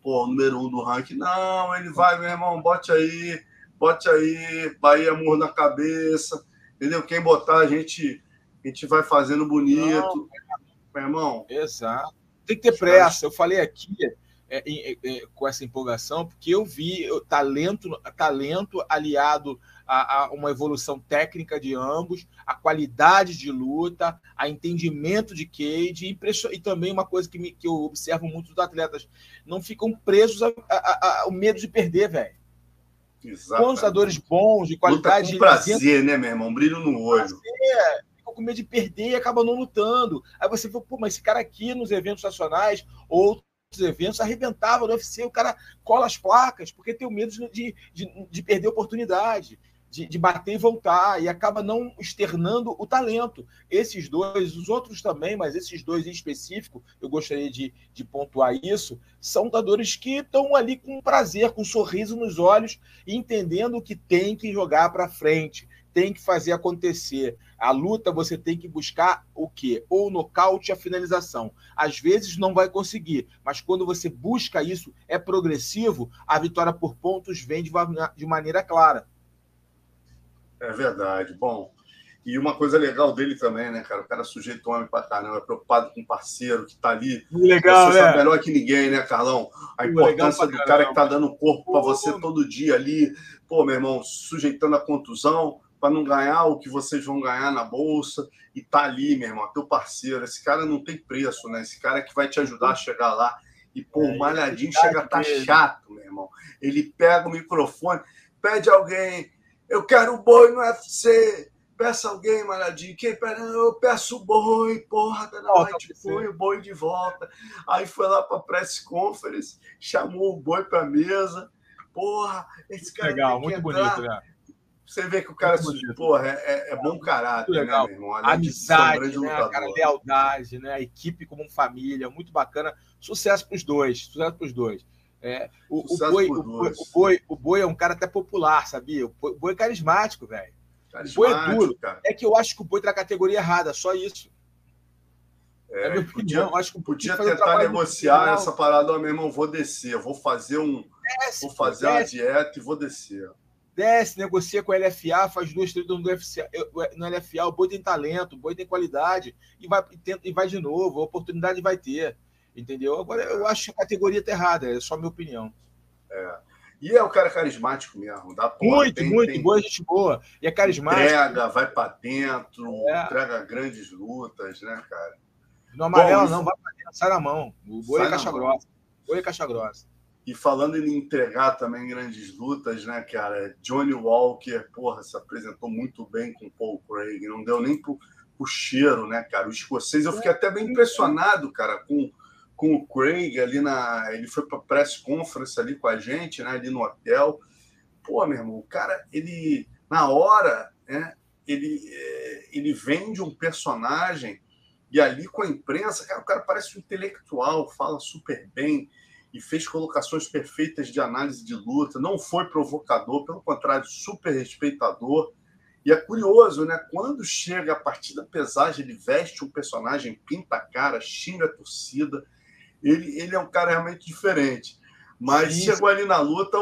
pô, número um do ranking. Não, ele vai, meu irmão, bote aí, bote aí, Bahia murro na cabeça, entendeu? Quem botar, a gente, a gente vai fazendo bonito. Não, meu irmão. Exato. Tem que ter pressa. Eu falei aqui é, é, é, com essa empolgação, porque eu vi o talento, talento aliado a, a uma evolução técnica de ambos, a qualidade de luta, a entendimento de cage, e, e também uma coisa que, me, que eu observo muito dos atletas, não ficam presos ao medo de perder, velho. Quantos lutadores bons, de qualidade... Luta com prazer, dentro... né, meu irmão? Brilho no olho. Prazer. Com medo de perder e acaba não lutando. Aí você fala, pô, mas esse cara aqui nos eventos nacionais, outros eventos, arrebentava no U F C, o cara cola as placas, porque tem o medo de, de, de perder a oportunidade, de, de bater e voltar, e acaba não externando o talento. Esses dois, os outros também, mas esses dois em específico, eu gostaria de, de pontuar isso, são lutadores que estão ali com prazer, com um sorriso nos olhos, entendendo que tem que jogar para frente, tem que fazer acontecer. A luta você tem que buscar o quê? Ou o nocaute, a finalização. Às vezes não vai conseguir, mas quando você busca isso, é progressivo, a vitória por pontos vem de, de maneira clara. É verdade. Bom, e uma coisa legal dele também, né, cara? O cara sujeito homem pra caramba, é preocupado com o parceiro que tá ali. Legal, você né? sabe melhor que ninguém, né, Carlão? A importância do cara que tá dando corpo pra você todo dia ali. Pô, meu irmão, sujeitando a contusão, para não ganhar o que vocês vão ganhar na bolsa, e tá ali, meu irmão, teu parceiro. Esse cara não tem preço, né? Esse cara que vai te ajudar a chegar lá. E, pô, o Malhadinho chega a tá chato, meu irmão. Ele pega o microfone, pede alguém, eu quero o boi no U F C, peça alguém, Malhadinho. Quem pede? Eu peço o boi, porra, da noite, põe o boi de volta. Aí foi lá pra press conference, chamou o boi pra mesa. Porra, esse cara legal, tem que muito entrar. bonito, né? Você vê que o cara, porra, é, é bom caráter, né, meu irmão? Além amizade, de um né, cara, lealdade, né? A equipe como família, muito bacana. Sucesso para os dois, sucesso para os dois. É, o, o, boi, o, boi, o, boi, o Boi é um cara até popular, sabia? O Boi é carismático, velho. O Boi é duro. Cara. É que eu acho que o Boi tá na categoria errada, só isso. É, é minha podia, opinião. Acho que podia tentar negociar essa parada, ó, meu irmão, vou descer, eu vou fazer um, desce, vou fazer desce. uma dieta e vou descer. Desce, negocia com a L F A, faz duas, três no U F C. No L F A, o Boi tem talento, o Boi tem qualidade, e vai, e vai de novo, a oportunidade vai ter. Entendeu? Agora, eu acho que a categoria tá errada, é só minha opinião. É. E é o cara carismático mesmo. Dá porra, muito, tem, muito, tem... boa, gente boa. E é carismático. Entrega, vai pra dentro, é. entrega grandes lutas, né, cara? No amarelo, Bom, não, vai pra dentro, sai na mão. O Boi é caixa grossa. O Boi é caixa grossa. E falando em entregar também grandes lutas, né, cara? Johnny Walker, porra, se apresentou muito bem com o Paul Craig. Não deu nem pro, pro cheiro, né, cara? O escocês, eu fiquei até bem impressionado, cara, com, com o Craig ali na... Ele foi pra press conference ali com a gente, né, ali no hotel. Pô, meu irmão, o cara, ele... Na hora, né, ele, ele vende um personagem e ali com a imprensa, cara, o cara parece um intelectual, fala super bem, e fez colocações perfeitas de análise de luta, não foi provocador, pelo contrário, super respeitador. E é curioso, né? Quando chega a partir da pesagem, ele veste um personagem, pinta a cara, xinga a torcida. Ele, ele é um cara realmente diferente. Mas Sim. chegou ali na luta,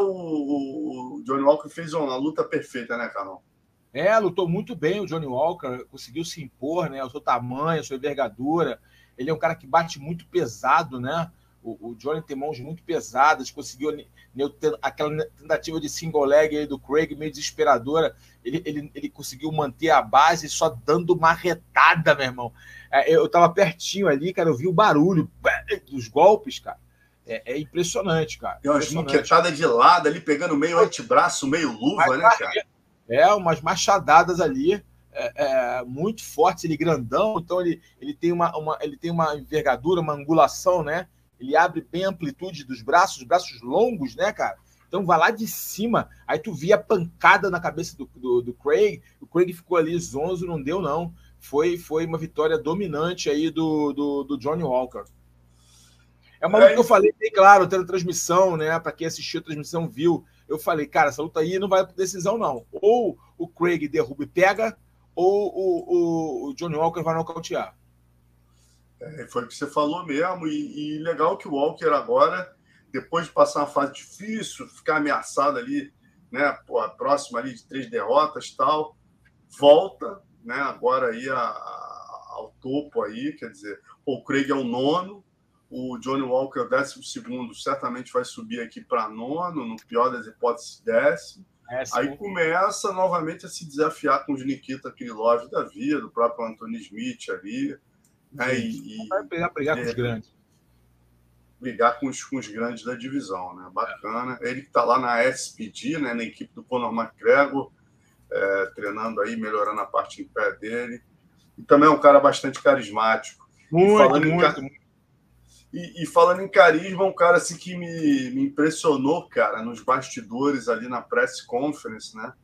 o, o Johnny Walker fez uma luta perfeita, né, Carol? É, lutou muito bem o Johnny Walker, conseguiu se impor, né? O seu tamanho, a sua envergadura. Ele é um cara que bate muito pesado, né? O, o Johnny tem mãos muito pesadas, conseguiu aquela tentativa de single leg aí do Craig, meio desesperadora. Ele, ele, ele conseguiu manter a base só dando uma retada, meu irmão. Eu tava pertinho ali, cara, eu vi o barulho dos golpes, cara. É, é impressionante, cara. Tem umas muquetadas de lado ali, pegando meio antebraço, meio luva, Mas, né, cara? É, umas machadadas ali. É, é, muito fortes, ele grandão, então ele, ele, tem uma, uma, ele tem uma envergadura, uma angulação, né? Ele abre bem a amplitude dos braços, os braços longos, né, cara? Então vai lá de cima, aí tu via a pancada na cabeça do, do, do Craig, o Craig ficou ali zonzo, não deu não. Foi, foi uma vitória dominante aí do, do, do Johnny Walker. É uma luta é que eu falei bem claro, tendo transmissão, né? Para quem assistiu a transmissão viu, eu falei, cara, essa luta aí não vai para decisão não. Ou o Craig derruba e pega, ou o, o, o Johnny Walker vai nocautear. É, foi o que você falou mesmo, e, e legal que o Walker agora depois de passar uma fase difícil, ficar ameaçado ali, né, pô, próximo ali de três derrotas e tal, volta, né, agora aí a, a, ao topo aí, quer dizer, o Craig é o nono, o Johnny Walker é o décimo segundo, certamente vai subir aqui para nono, no pior das hipóteses, décimo. É, aí começa novamente a se desafiar com os Nikita Krylov da vida, o próprio Anthony Smith ali. Né, e, vai brigar, brigar com os grandes. Brigar com os, com os grandes da divisão, né? Bacana. É. Ele que está lá na S P D, né, na equipe do Conor McGregor, é, treinando aí, melhorando a parte em pé dele. E também é um cara bastante carismático. Muito, e falando muito, em, muito. E, e falando em carisma, um cara assim que me, me impressionou, cara, nos bastidores ali na press conference, né?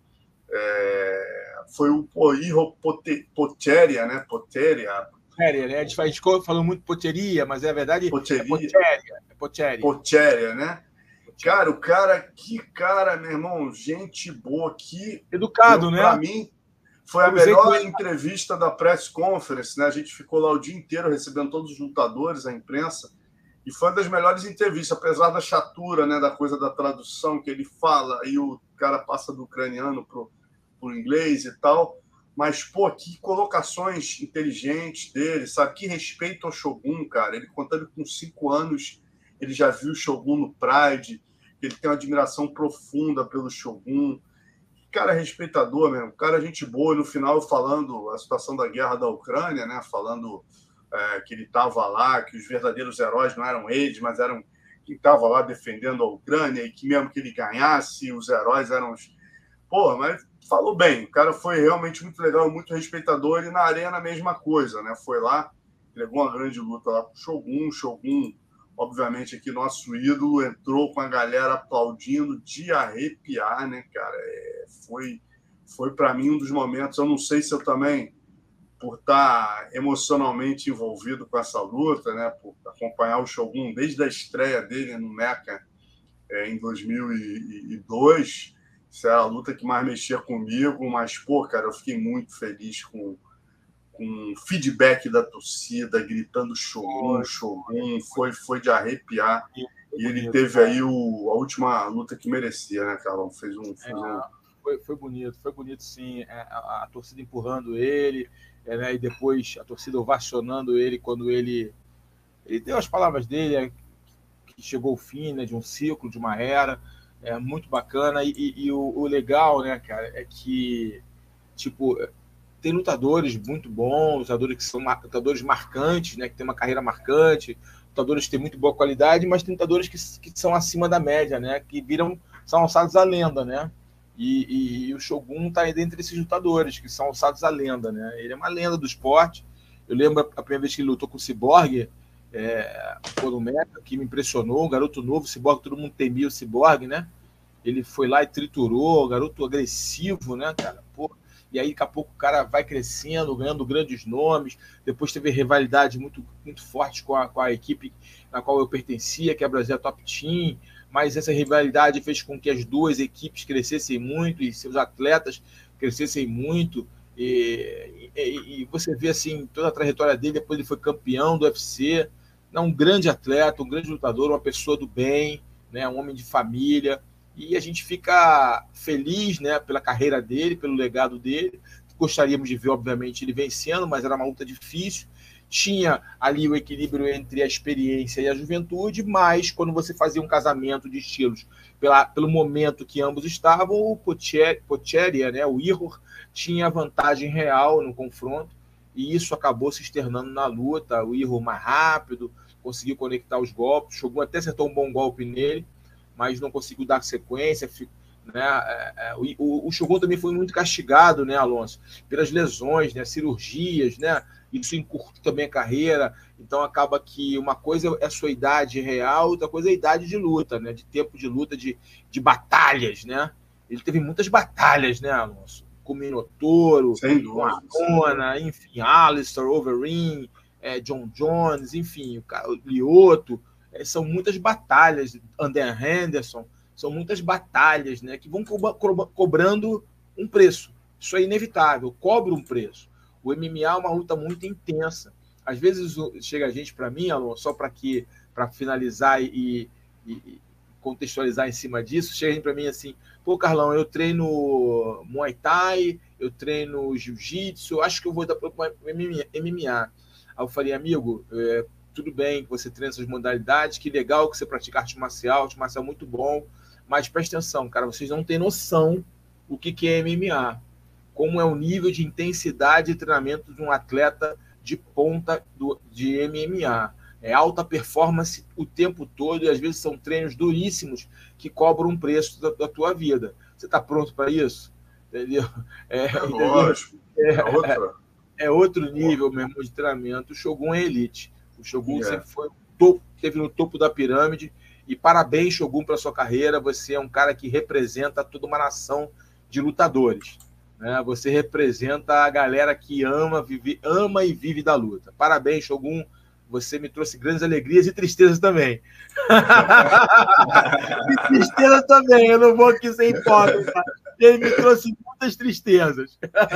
É, foi o Iho Potieria, né? Potieria. Potieria, né? A gente, a gente falou muito poteria, mas é verdade. Potieria. É Potieria. É Potieria. Potieria, né? Cara, o cara, que cara, meu irmão, gente boa, que educado, eu, né? Para mim, foi a melhor entrevista da press conference, né? A gente ficou lá o dia inteiro recebendo todos os lutadores, a imprensa, e foi uma das melhores entrevistas, apesar da chatura, né? Da coisa da tradução que ele fala, e o cara passa do ucraniano pro, pro inglês e tal. Mas, pô, que colocações inteligentes dele, sabe? Que respeito ao Shogun, cara. Ele contando que com cinco anos ele já viu o Shogun no Pride, ele tem uma admiração profunda pelo Shogun. Cara respeitador mesmo, cara gente boa. No final, falando a situação da guerra da Ucrânia, né? Falando é, que ele estava lá, que os verdadeiros heróis não eram eles, mas eram quem estava lá defendendo a Ucrânia, e que mesmo que ele ganhasse, os heróis eram os... Pô, mas falou bem. O cara foi realmente muito legal, muito respeitador. E na arena a mesma coisa, né? Foi lá, entregou uma grande luta lá com o Shogun. O Shogun, obviamente, aqui nosso ídolo, entrou com a galera aplaudindo de arrepiar, né, cara? É, foi, foi para mim um dos momentos. Eu não sei se eu também, por estar emocionalmente envolvido com essa luta, né, por acompanhar o Shogun desde a estreia dele no Mecha é, em dois mil e dois, isso era a luta que mais mexia comigo, mas, pô, cara, eu fiquei muito feliz com com feedback da torcida, gritando Shogun, Shogun, foi, foi de arrepiar. E ele teve aí o, a última luta que merecia, né, Carlão? Fez um... Fez um... É, foi, foi bonito, foi bonito, sim. A, a, a torcida empurrando ele, é, né, e depois a torcida ovacionando ele quando ele... Ele deu as palavras dele, é, que chegou o fim, né, de um ciclo, de uma era. É muito bacana. E, e, e o, o legal, né, cara, é que, tipo... Tem lutadores muito bons, lutadores que são lutadores marcantes, né, que tem uma carreira marcante, lutadores que têm muito boa qualidade, mas tem lutadores que, que são acima da média, né, que viram, são alçados à lenda, né? E, e, e o Shogun está aí dentre esses lutadores que são alçados à lenda, né? Ele é uma lenda do esporte. Eu lembro a primeira vez que ele lutou com o Cyborg, é, por um Mecha, que me impressionou, um garoto novo, o Cyborg, todo mundo temia o Cyborg, né? Ele foi lá e triturou, garoto agressivo, né, cara? Pô. E aí, daqui a pouco, o cara vai crescendo, ganhando grandes nomes. Depois teve rivalidade muito, muito forte com a, com a equipe na qual eu pertencia, que é a Brasil Top Team. Mas essa rivalidade fez com que as duas equipes crescessem muito e seus atletas crescessem muito. E, e, e você vê assim, toda a trajetória dele. Depois ele foi campeão do U F C. Um grande atleta, um grande lutador, uma pessoa do bem, né, um homem de família. E a gente fica feliz, né, pela carreira dele, pelo legado dele. Gostaríamos de ver, obviamente, ele vencendo, mas era uma luta difícil. Tinha ali o equilíbrio entre a experiência e a juventude, mas quando você fazia um casamento de estilos pela, pelo momento que ambos estavam, o Potieria, né, o Ihor, tinha vantagem real no confronto, e isso acabou se externando na luta. O Ihor mais rápido, conseguiu conectar os golpes, o Shogun até acertou um bom golpe nele, mas não conseguiu dar sequência, né? O, o Shogun também foi muito castigado, né, Alonso, pelas lesões, né, cirurgias, né? Isso encurta também a carreira. Então acaba que uma coisa é a sua idade real, outra coisa é a idade de luta, né? De tempo de luta, de, de batalhas, né? Ele teve muitas batalhas, né, Alonso? Com o Minotauro, com a Arona, enfim, Alistair, Overeem, é, John Jones, enfim, o, o Lyoto. É, são muitas batalhas, Anderson Henderson, são muitas batalhas, né, que vão co- co- cobrando um preço. Isso é inevitável, cobra um preço. O M M A é uma luta muito intensa. Às vezes chega a gente para mim, Alô, só para que para finalizar e, e contextualizar em cima disso, chega para mim assim, pô, Carlão, eu treino Muay Thai, eu treino Jiu-Jitsu, acho que eu vou dar para M M A. Aí eu falei, amigo, é, tudo bem que você treina essas modalidades, que legal que você pratica arte marcial, arte marcial muito bom, mas presta atenção, cara, vocês não têm noção o que, que é M M A, como é o nível de intensidade de treinamento de um atleta de ponta do, de M M A. É alta performance o tempo todo e às vezes são treinos duríssimos que cobram um preço da, da tua vida. Você está pronto para isso? Entendeu? É, é lógico. É, é, outra... é outro nível mesmo de treinamento. O Shogun é elite. O Shogun yeah. sempre foi topo, esteve no topo da pirâmide. E parabéns, Shogun, pela sua carreira. Você é um cara que representa toda uma nação de lutadores. Né? Você representa a galera que ama, vive, ama e vive da luta. Parabéns, Shogun. Você me trouxe grandes alegrias e tristezas também. E tristeza também, eu não vou aqui ser hipócrita. Ele me trouxe muitas tristezas.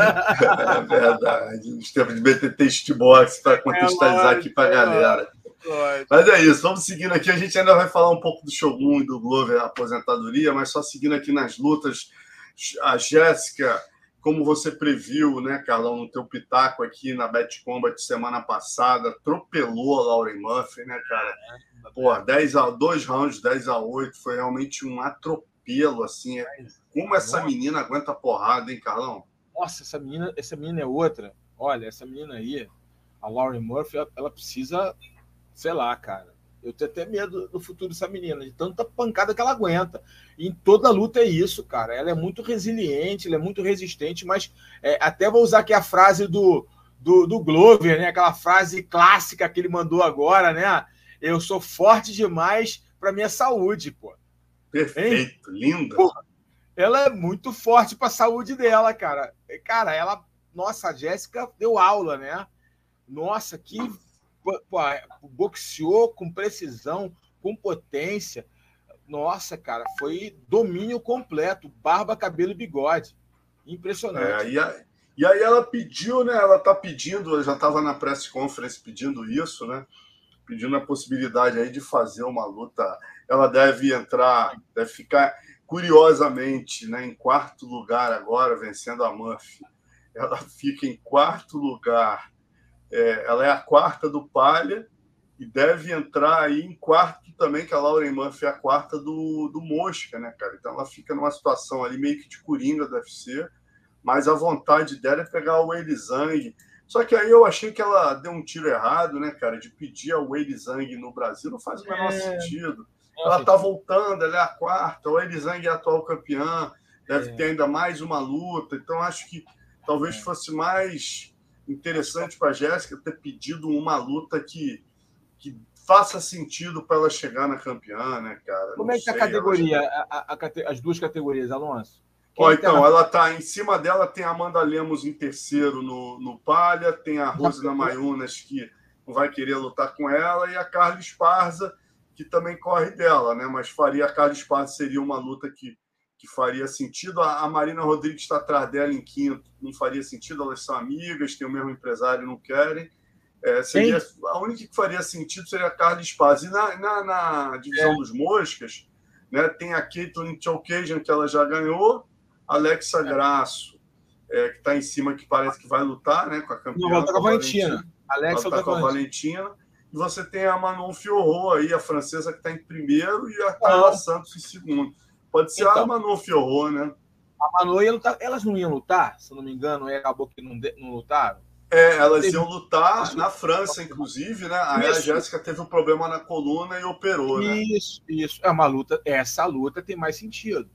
É verdade. Nos tempos de B T T Streetbox para contextualizar é aqui para a galera. Lógico. Mas é isso, vamos seguindo aqui. A gente ainda vai falar um pouco do Shogun e do Glover, a aposentadoria, mas só seguindo aqui nas lutas. A Jéssica, como você previu, né, Carlão, no teu pitaco aqui na Bet Combat semana passada, atropelou a Lauren Murphy, né, cara? Pô, dez a, dois rounds, dez a oito, foi realmente um atropelo, assim. Como essa menina aguenta porrada, hein, Carlão? Nossa, essa menina, essa menina é outra. Olha, essa menina aí, a Lauren Murphy, ela, ela precisa, sei lá, cara. Eu tenho até medo do futuro dessa menina, de tanta pancada que ela aguenta. E em toda luta é isso, cara. Ela é muito resiliente, ela é muito resistente, mas é, até vou usar aqui a frase do, do, do Glover, né? Aquela frase clássica que ele mandou agora, né? Eu sou forte demais para minha saúde, pô. Perfeito, hein? Linda. Porra, ela é muito forte para a saúde dela, cara. Cara, ela... Nossa, a Jéssica deu aula, né? Nossa, que... Pô, boxeou com precisão, com potência. Nossa, cara, foi domínio completo, barba, cabelo e bigode. Impressionante. É, e, a, e aí ela pediu, né? Ela tá pedindo, ela já estava na press conference pedindo isso, né? Pedindo a possibilidade aí de fazer uma luta. Ela deve entrar, deve ficar curiosamente, né, em quarto lugar agora, vencendo a Murphy. Ela fica em quarto lugar. É, ela é a quarta do Palha e deve entrar aí em quarto também, que a Lauren Murphy é a quarta do, do Mosca, né, cara? Então ela fica numa situação ali meio que de coringa do U F C, mas a vontade dela é pegar o Weili Zhang. Só que aí eu achei que ela deu um tiro errado, né, cara? De pedir a Weili Zhang no Brasil não faz o menor é... sentido. Ela tá voltando, ela é a quarta, o Weili Zhang é a atual campeã, deve é. ter ainda mais uma luta, então acho que talvez é. fosse mais interessante para a Jéssica ter pedido uma luta que, que faça sentido para ela chegar na campeã, né, cara? Como Não é que sei, a categoria, já... a, a, a, as duas categorias, Alonso? Ó, então, tá... ela tá em cima dela, tem a Amanda Lemos em terceiro no, no Palha, tem a Rosina Mayunas, que não vai querer lutar com ela, e a Carla Esparza, que também corre dela, né? Mas faria a Carla Esparza seria uma luta que que faria sentido. A Marina Rodrigues está atrás dela em quinto, não faria sentido, elas são amigas, têm o mesmo empresário, não querem. É, seria, a única que faria sentido seria a Carla Esparza. E na, na, na divisão é. dos Moscas, né, tem a Caitlin Chookagian, que ela já ganhou, a Alexa é. Grasso, é, que está em cima, que parece que vai lutar, né, com a campeã. Não, ela está com a Valentina. Alexa está com a Valentina. E você tem a Manon Fiorot aí, a francesa, que está em primeiro, e a Carla ah. Santos em segundo. Pode ser então, a Manu Fiorot, né? A Manu ia lutar. Elas não iam lutar, se não me engano, e acabou que não, de... não lutaram? É, elas iam lutar na França, inclusive, né? Aí isso. a Jéssica teve um problema na coluna e operou, isso, né? Isso, isso. É uma luta. Essa luta tem mais sentido.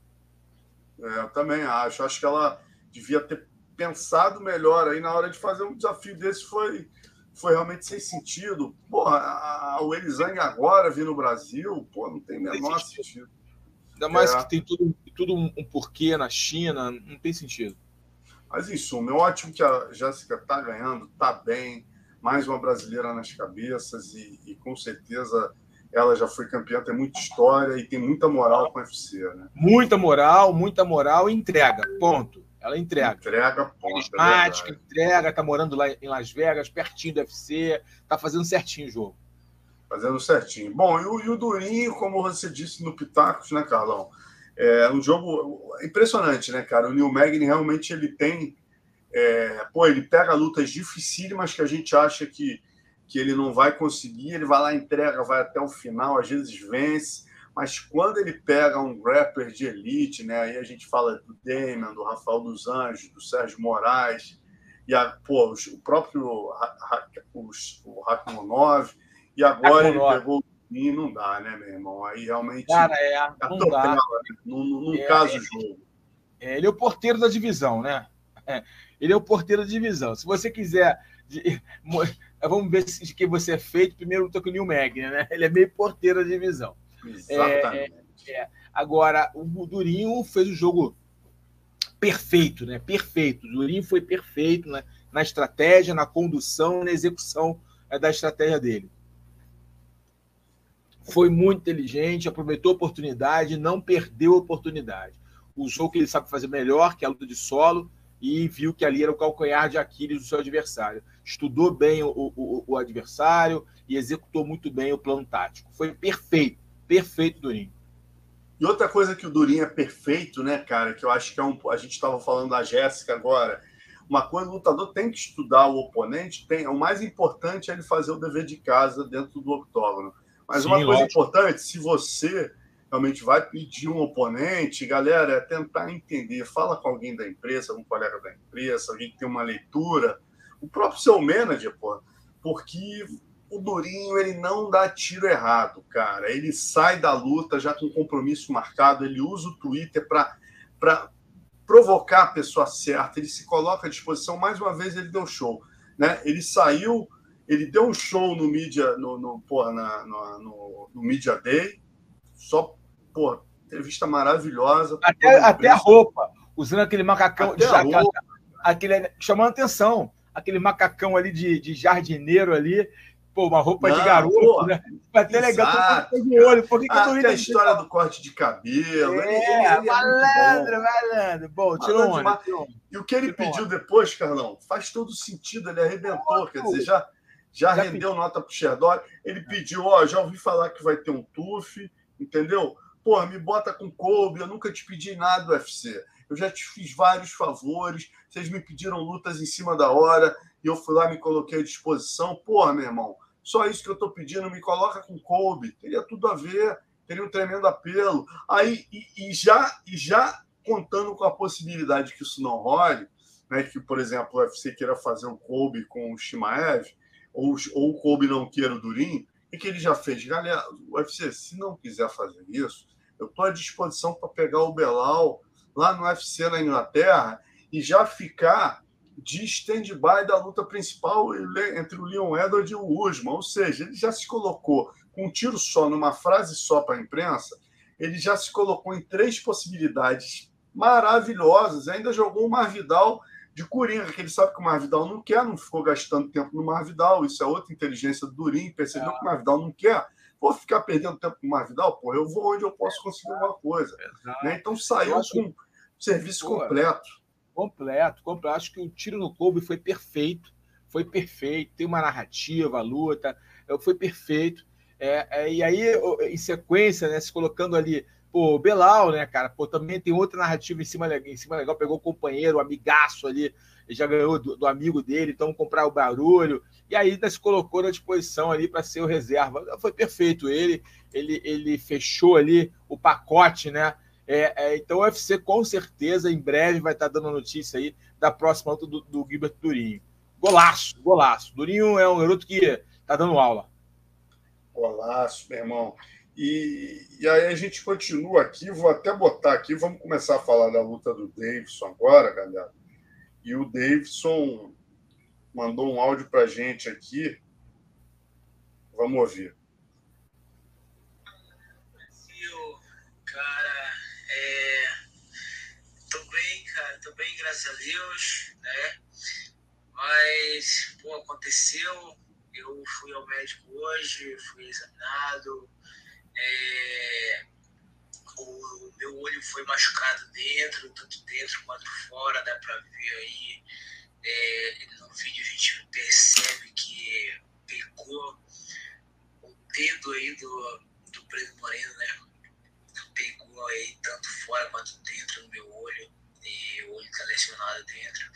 É, eu também acho. Acho que ela devia ter pensado melhor aí na hora de fazer um desafio desse. Foi, foi realmente sem sentido. Porra, a Weili Zhang agora vir no Brasil, pô, não tem o menor tem sentido. sentido. Ainda mais é. que tem tudo, tudo um porquê na China, não tem sentido. Mas, em suma, é ótimo que a Jéssica está ganhando, está bem, mais uma brasileira nas cabeças e, e, com certeza, ela já foi campeã, tem muita história e tem muita moral com o U F C, né? Muita moral, muita moral e entrega, ponto. Ela entrega. Entrega, ponto. Carismática, é entrega, está morando lá em Las Vegas, pertinho do U F C, está fazendo certinho o jogo. Fazendo certinho. Bom, e o, e o Durinho, como você disse no Pitacos, né, Carlão? É um jogo impressionante, né, cara? O Neil Magny realmente ele tem... É, pô, ele pega lutas dificílimas que a gente acha que, que ele não vai conseguir, ele vai lá, entrega, vai até o final, às vezes vence, mas quando ele pega um grappler de elite, né, aí a gente fala do Damian, do Rafael dos Anjos, do Sérgio Moraes, e a, pô, o próprio o, o Rakhmonov, e agora ele pegou o Durinho, não dá, né, meu irmão? Aí realmente Cara, é, não dá. Né? Não, não é, casa é, o jogo. É, ele é o porteiro da divisão, né? É, ele é o porteiro da divisão. Se você quiser... De, vamos ver de que você é feito. Primeiro luta com o Neil Magny, né? Ele é meio porteiro da divisão. Exatamente. É, é, agora, o Durinho fez o jogo perfeito, né? Perfeito. O Durinho foi perfeito na, na estratégia, na condução, na execução é, da estratégia dele. Foi muito inteligente, aproveitou a oportunidade, não perdeu a oportunidade. Usou o que ele sabe fazer melhor, que é a luta de solo, e viu que ali era o calcanhar de Aquiles do seu adversário. Estudou bem o, o, o adversário e executou muito bem o plano tático. Foi perfeito, perfeito, Durinho. E outra coisa que o Durinho é perfeito, né, cara, que eu acho que é um... A gente estava falando da Jéssica agora. Uma coisa, o lutador tem que estudar o oponente, tem... o mais importante é ele fazer o dever de casa dentro do octógono. Mas Sim, uma coisa lógico. importante, se você realmente vai pedir um oponente, galera, é tentar entender, fala com alguém da empresa, um colega da empresa, alguém que tem uma leitura, o próprio seu manager, pô, porque o Durinho, ele não dá tiro errado, cara. Ele sai da luta já com compromisso marcado, ele usa o Twitter para provocar a pessoa certa, ele se coloca à disposição. Mais uma vez, ele deu show, né? Ele saiu, ele deu um show no Media, no, no, porra, na, no, no, no Media Day, só, porra, entrevista maravilhosa. Até, até a roupa, usando aquele macacão, de jaca, aquele, chamando atenção, aquele macacão ali de, de jardineiro ali, pô, uma roupa não, de garoto, pô, né? Vai ter legal, todo mundo de olho. Por que que ah, eu tem a história do corte de cabelo. É, ele, ele, ele malandro, é muito bom. malandro. Bom, tirou onda. E o que ele pediu depois, Carlão, faz todo sentido, ele arrebentou, quer dizer, já, já, já rendeu pedi. nota pro Sherdog. Ele pediu, ó, já ouvi falar que vai ter um T U F, entendeu? Pô, me bota com Kobe, eu nunca te pedi nada do U F C. Eu já te fiz vários favores, vocês me pediram lutas em cima da hora, e eu fui lá e me coloquei à disposição. Porra, meu irmão, só isso que eu tô pedindo, me coloca com Kobe. Teria tudo a ver, teria um tremendo apelo. Aí, e, e, já, e já contando com a possibilidade que isso não role, né, que, por exemplo, o U F C queira fazer um Kobe com o Shimaev, ou, ou o Kobe não queira o Durinho, e que ele já fez. Galera, o U F C, se não quiser fazer isso, eu estou à disposição para pegar o Belal lá no U F C na Inglaterra e já ficar de stand-by da luta principal entre o Leon Edwards e o Usman. Ou seja, ele já se colocou com um tiro só, numa frase só para a imprensa, ele já se colocou em três possibilidades maravilhosas. Ainda jogou o Masvidal de Coringa, que ele sabe que o Masvidal não quer, não ficou gastando tempo no Masvidal. Isso é outra inteligência do Durinho, percebeu é. que o Masvidal não quer. Vou ficar perdendo tempo com o Masvidal? Pô, eu vou onde eu posso conseguir alguma coisa. Né? Então saiu acho... com serviço Pô, completo. Completo, completo. Acho que o tiro no Kobe foi perfeito. Foi perfeito. Tem uma narrativa, a luta. Foi perfeito. É, é, e aí, em sequência, né, se colocando ali, pô, o Belal, né, cara? Pô, também tem outra narrativa em cima, em cima legal. Pegou o companheiro, o amigaço ali, já ganhou do, do amigo dele, então comprar o barulho. E aí ainda se colocou na disposição ali para ser o reserva. Foi perfeito ele. Ele, ele fechou ali o pacote, né? É, é, então o U F C, com certeza, em breve vai estar dando notícia aí da próxima luta do, do Gilbert Durinho. Golaço, golaço. Durinho é um garoto que está dando aula. Golaço, meu irmão. E, e aí a gente continua aqui, vou até botar aqui, vamos começar a falar da luta do Davidson agora, galera. E o Davidson mandou um áudio para a gente aqui. Vamos ouvir. Cara, é... tô bem, cara, tô bem, graças a Deus, né? Mas, pô, aconteceu, eu fui ao médico hoje, fui examinado, é... o meu olho foi machucado dentro, tanto dentro quanto fora, dá pra ver aí, é... no vídeo a gente percebe que pegou o do, do Breno Moreno, né? Pegou aí tanto fora quanto dentro do meu olho, e o olho tá lesionado dentro,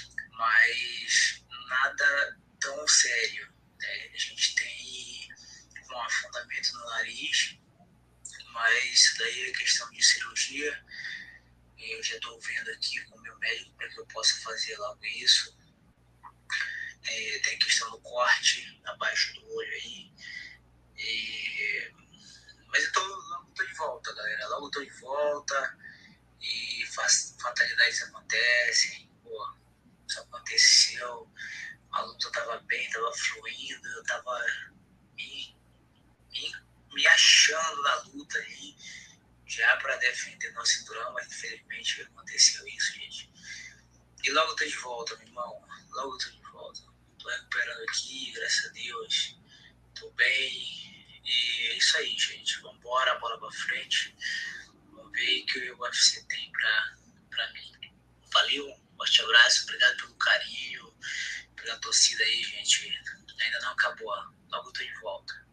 mas nada tão sério, né? A gente tem um afundamento no nariz, mas isso daí é questão de cirurgia. Eu já estou vendo aqui com o meu médico para que eu possa fazer logo isso. É, tem questão do corte abaixo do olho aí. E... Mas eu tô, logo estou de volta, galera. Logo estou de volta. E fatalidades acontecem. Pô, isso aconteceu. A luta estava bem, estava fluindo. Eu estava me, me, me achando na luta ali, já para defender nosso cinturão, mas infelizmente aconteceu isso, gente. E logo estou de volta, meu irmão. Logo estou de volta. Estou recuperando aqui, graças a Deus. Estou bem. E é isso aí, gente. Vamos embora, bola para frente. Vamos ver o que o U F C tem para mim. Valeu, um forte abraço. Obrigado pelo carinho, pela torcida aí, gente. Ainda não acabou. Logo estou de volta.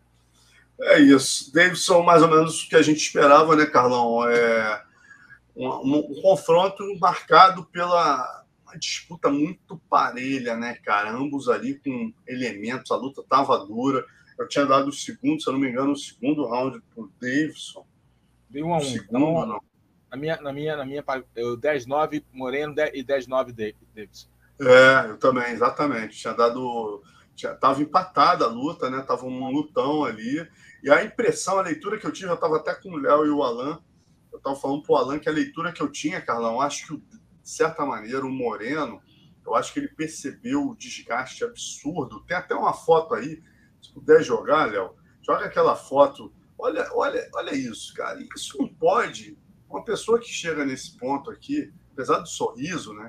É isso. Davidson, mais ou menos o que a gente esperava, né, Carlão? É um, um, um confronto marcado pela uma disputa muito parelha, né, cara? Ambos ali com elementos, a luta estava dura. Eu tinha dado o segundo, se eu não me engano, o segundo round pro Davidson. Deu um a um. Segundo, então, não. Na minha, na minha, na minha, eu dez nove Moreno e dez nove Davidson. É, eu também, exatamente. Tinha dado... Estava empatada a luta, né? Tava um lutão ali. E a impressão, a leitura que eu tive, eu estava até com o Léo e o Alan. Eu estava falando para o Alan que a leitura que eu tinha, Carlão, acho que, de certa maneira, o Moreno, eu acho que ele percebeu o desgaste absurdo. Tem até uma foto aí, se puder jogar, Léo, joga aquela foto. Olha, olha, olha isso, cara. Isso não pode. Uma pessoa que chega nesse ponto aqui, apesar do sorriso, né?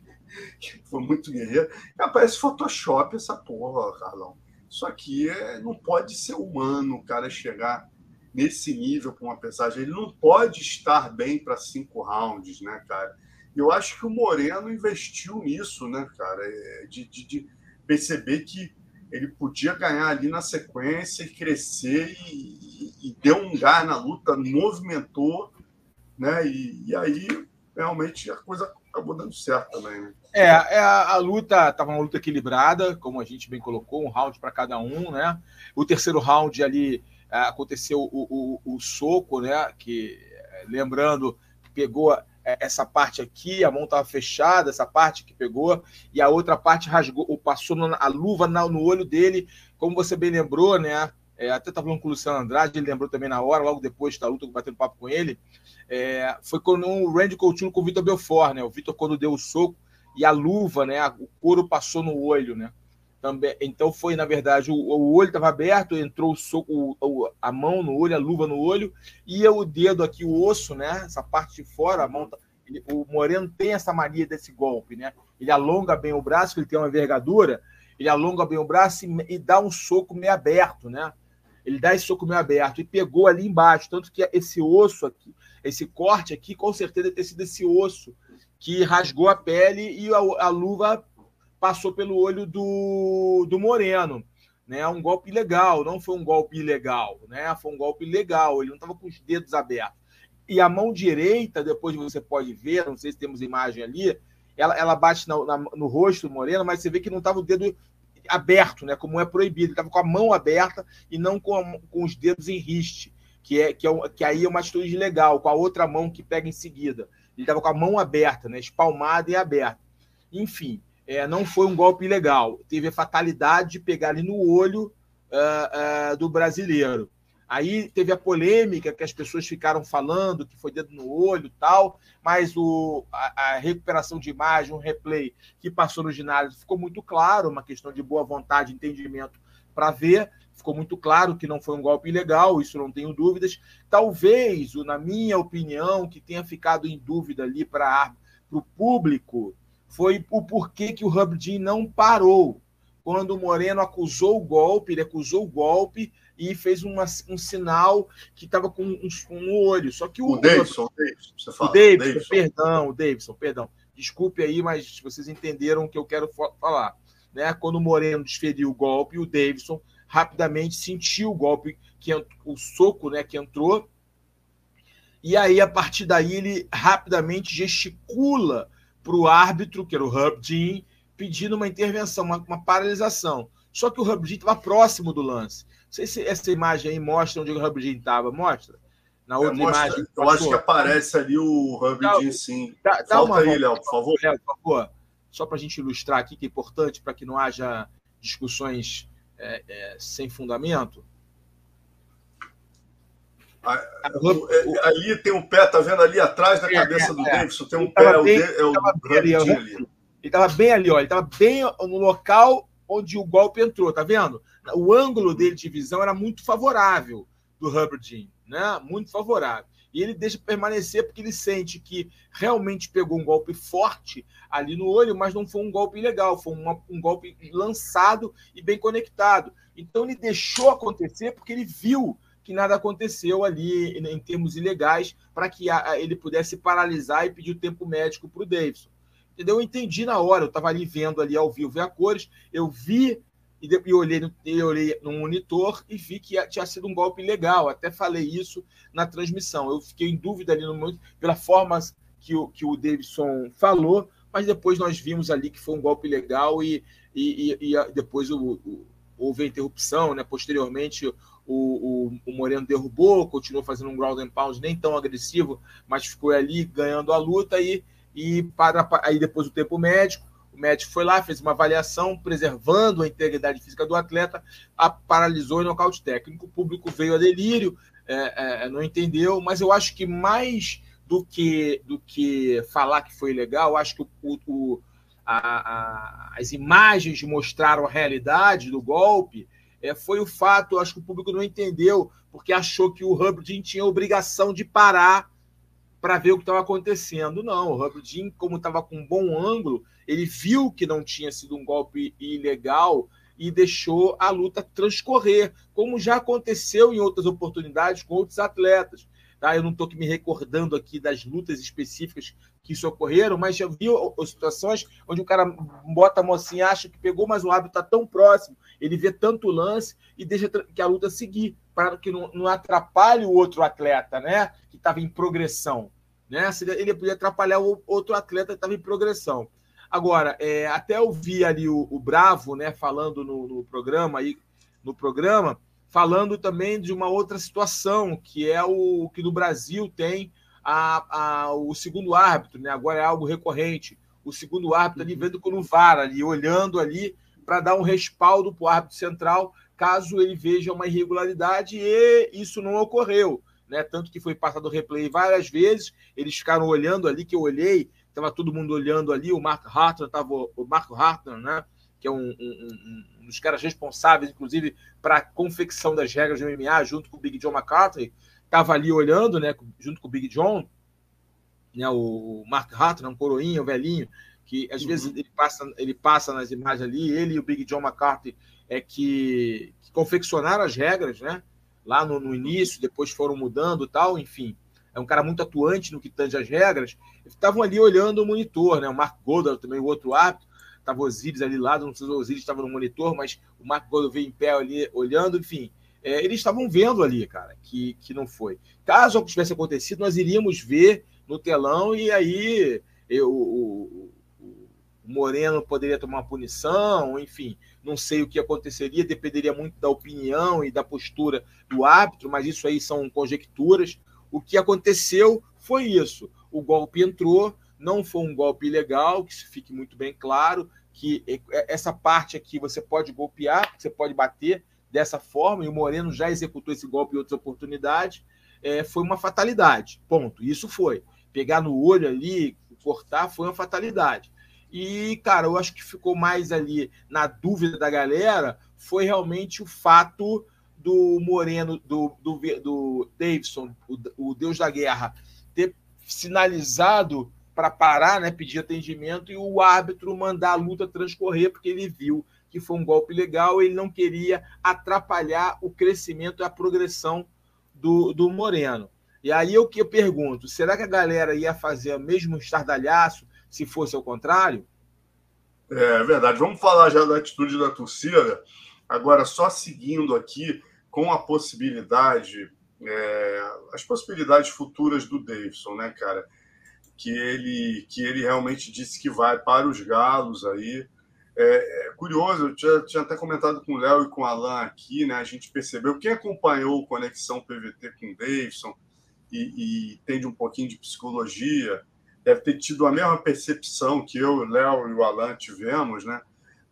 que foi muito guerreiro, parece Photoshop essa porra, Carlão. Isso aqui é, não pode ser humano, o cara chegar nesse nível com uma pesagem. Ele não pode estar bem para cinco rounds, né, cara? Eu acho que o Moreno investiu nisso, né, cara? De, de, de perceber que ele podia ganhar ali na sequência e crescer e, e, e deu um gás na luta, movimentou, né? E, e aí, realmente, a coisa acabou dando certo também, né? É, é a, a luta estava uma luta equilibrada, como a gente bem colocou, um round para cada um, né? O terceiro round ali aconteceu o, o, o soco, né? Que, lembrando, que pegou essa parte aqui, a mão estava fechada, essa parte que pegou, e a outra parte rasgou, passou a luva no olho dele, como você bem lembrou, né? É, até estava falando com o Luciano Andrade, ele lembrou também na hora, logo depois da luta, batendo papo com ele, é, foi quando o Randy Coutinho com o Vitor Belfort, né? O Vitor, quando deu o soco, e a luva, né? O couro passou no olho, né? Também, então foi, na verdade, o, o olho estava aberto, entrou o soco, o, a mão no olho, a luva no olho, e o dedo aqui, o osso, né? Essa parte de fora, a mão, ele, o Moreno tem essa mania desse golpe, né? Ele alonga bem o braço, ele tem uma envergadura, ele alonga bem o braço e, e dá um soco meio aberto, né? Ele dá esse soco meio aberto e pegou ali embaixo, tanto que esse osso aqui, esse corte aqui, com certeza deve ter sido esse osso que rasgou a pele e a, a luva passou pelo olho do, do Moreno, né? Um golpe legal, não foi um golpe ilegal, né? Foi um golpe legal, ele não estava com os dedos abertos. E a mão direita, depois você pode ver, não sei se temos imagem ali, ela, ela bate na, na, no rosto do Moreno, mas você vê que não estava o dedo aberto, né? Como é proibido, ele estava com a mão aberta e não com, a, com os dedos em riste, que, é, que, é, que aí é uma atitude legal, com a outra mão que pega em seguida. Ele estava com a mão aberta, né? Espalmada e aberta. Enfim, é, não foi um golpe ilegal. Teve a fatalidade de pegar ali no olho uh, uh, do brasileiro. Aí teve a polêmica que as pessoas ficaram falando que foi dedo no olho e tal, mas o, a, a recuperação de imagem, um replay que passou no ginásio ficou muito claro, uma questão de boa vontade, entendimento para ver, ficou muito claro que não foi um golpe ilegal, isso não tenho dúvidas. Talvez, na minha opinião, que tenha ficado em dúvida ali para o público, foi o porquê que o Hubbard não parou. Quando o Moreno acusou o golpe, ele acusou o golpe e fez uma, um sinal que estava com um, um olho. Só que o, o Davidson, o Davidson, você fala. O Davidson, Davidson. perdão, o Davidson, perdão. Desculpe aí, mas vocês entenderam o que eu quero falar. Né? Quando o Moreno desferiu o golpe, o Davidson rapidamente sentiu o golpe, que o soco, né, que entrou, e aí, a partir daí, ele rapidamente gesticula para o árbitro, que era o Herb Dean, pedindo uma intervenção, uma, uma paralisação. Só que o Herb Dean estava próximo do lance. Não sei se essa imagem aí mostra onde o Herb Dean estava. Mostra? Na outra é, mostra, imagem. Eu acho que aparece ali o Herb Dean, sim. Dá, dá Falta aí, Léo, por favor. Léo, por favor. Só para a gente ilustrar aqui, que é importante, para que não haja discussões é, é, sem fundamento. Ali tem um pé, tá vendo ali atrás da cabeça é, do é, Davidson? Tem um pé, bem, é o ali, ali. Ele estava bem ali, ó. Ele estava bem no local onde o golpe entrou, tá vendo? O ângulo dele de visão era muito favorável do Herb Dean, né? Muito favorável. E ele deixa permanecer porque ele sente que realmente pegou um golpe forte ali no olho, mas não foi um golpe ilegal, foi uma, um golpe lançado e bem conectado. Então ele deixou acontecer porque ele viu que nada aconteceu ali em termos ilegais para que ele pudesse paralisar e pedir o tempo médico para o Davidson. Entendeu? Eu entendi na hora, eu estava ali vendo ali ao vivo e a cores, eu vi e eu olhei, no, eu olhei no monitor e vi que tinha sido um golpe ilegal. Até falei isso na transmissão. Eu fiquei em dúvida ali no momento, pela forma que o, que o Davidson falou, mas depois nós vimos ali que foi um golpe ilegal e, e, e, e depois o, o, houve a interrupção, né? Posteriormente o, o, o Moreno derrubou, continuou fazendo um ground and pound nem tão agressivo, mas ficou ali ganhando a luta e, e para, aí depois o tempo médico, o médico foi lá, fez uma avaliação, preservando a integridade física do atleta, a paralisou e nocaute técnico. O público veio a delírio, é, é, não entendeu, mas eu acho que mais do que, do que falar que foi ilegal, eu acho que o, o, a, a, as imagens mostraram a realidade do golpe, é, foi o fato, eu acho que o público não entendeu, porque achou que o Herb Dean tinha a obrigação de parar para ver o que estava acontecendo. Não, o Herb Dean, como estava com um bom ângulo, ele viu que não tinha sido um golpe ilegal e deixou a luta transcorrer, como já aconteceu em outras oportunidades com outros atletas. Tá? Eu não estou me recordando aqui das lutas específicas que isso ocorreram, mas já vi situações onde o cara bota a mocinha, acha que pegou, mas o árbitro está tão próximo, ele vê tanto lance e deixa que a luta seguir, para que não, não atrapalhe o outro atleta, né, que estava em progressão. Né? Ele podia atrapalhar o outro atleta que estava em progressão. Agora, é, até eu vi ali o, o Bravo, né, falando no, no programa, aí, no programa, falando também de uma outra situação, que é o que no Brasil tem a, a, o segundo árbitro, né? Agora é algo recorrente. O segundo árbitro ali vendo com o V A R, ali, olhando ali para dar um respaldo para o árbitro central, caso ele veja uma irregularidade, e isso não ocorreu. Né? Tanto que foi passado o replay várias vezes, eles ficaram olhando ali, que eu olhei, estava todo mundo olhando ali, o Mark Hartner, estava o Marco Hartner, né? Que é um, um, um dos caras responsáveis, inclusive, para a confecção das regras do M M A, junto com o Big John McCarthy, estava ali olhando, né, junto com o Big John, né, o Mark Hartner, um coroinha, um velhinho, que às uhum. vezes ele passa, ele passa nas imagens ali, ele e o Big John McCarthy é que, que confeccionaram as regras, né, lá no, no início, depois foram mudando e tal, enfim. É um cara muito atuante no que tange as regras. Estavam ali olhando o monitor, né, o Mark Goddard também, o outro árbitro, estava o Osiris ali lado, não sei se o Osiris estava no monitor, mas o Mark Goddard veio em pé ali olhando, enfim. É, eles estavam vendo ali, cara, que, que não foi. Caso algo tivesse acontecido, nós iríamos ver no telão e aí eu, o, o, o Moreno poderia tomar uma punição, enfim, não sei o que aconteceria, dependeria muito da opinião e da postura do árbitro, mas isso aí são conjecturas. O que aconteceu foi isso. O golpe entrou, não foi um golpe ilegal, que isso fique muito bem claro, que essa parte aqui você pode golpear, você pode bater dessa forma, e o Moreno já executou esse golpe em outras oportunidades, é, foi uma fatalidade, ponto. Isso foi. Pegar no olho ali, cortar, foi uma fatalidade. E, cara, eu acho que ficou mais ali na dúvida da galera, foi realmente o fato do Moreno, do, do, do Davidson, o, o Deus da Guerra, ter sinalizado para parar, né, pedir atendimento, e o árbitro mandar a luta transcorrer, porque ele viu que foi um golpe legal, ele não queria atrapalhar o crescimento e a progressão do, do Moreno. E aí o que eu pergunto, será que a galera ia fazer o mesmo estardalhaço se fosse ao contrário? É verdade. Vamos falar já da atitude da torcida. Agora, só seguindo aqui com a possibilidade, é, as possibilidades futuras do Davidson, né, cara? Que ele, que ele realmente disse que vai para os Galos aí. É, é curioso, eu tinha, tinha até comentado com o Léo e com o Alan aqui, né? A gente percebeu, quem acompanhou o Conexão P V T com o Davidson e, e entende um pouquinho de psicologia, deve ter tido a mesma percepção que eu, o Léo e o Alan tivemos, né?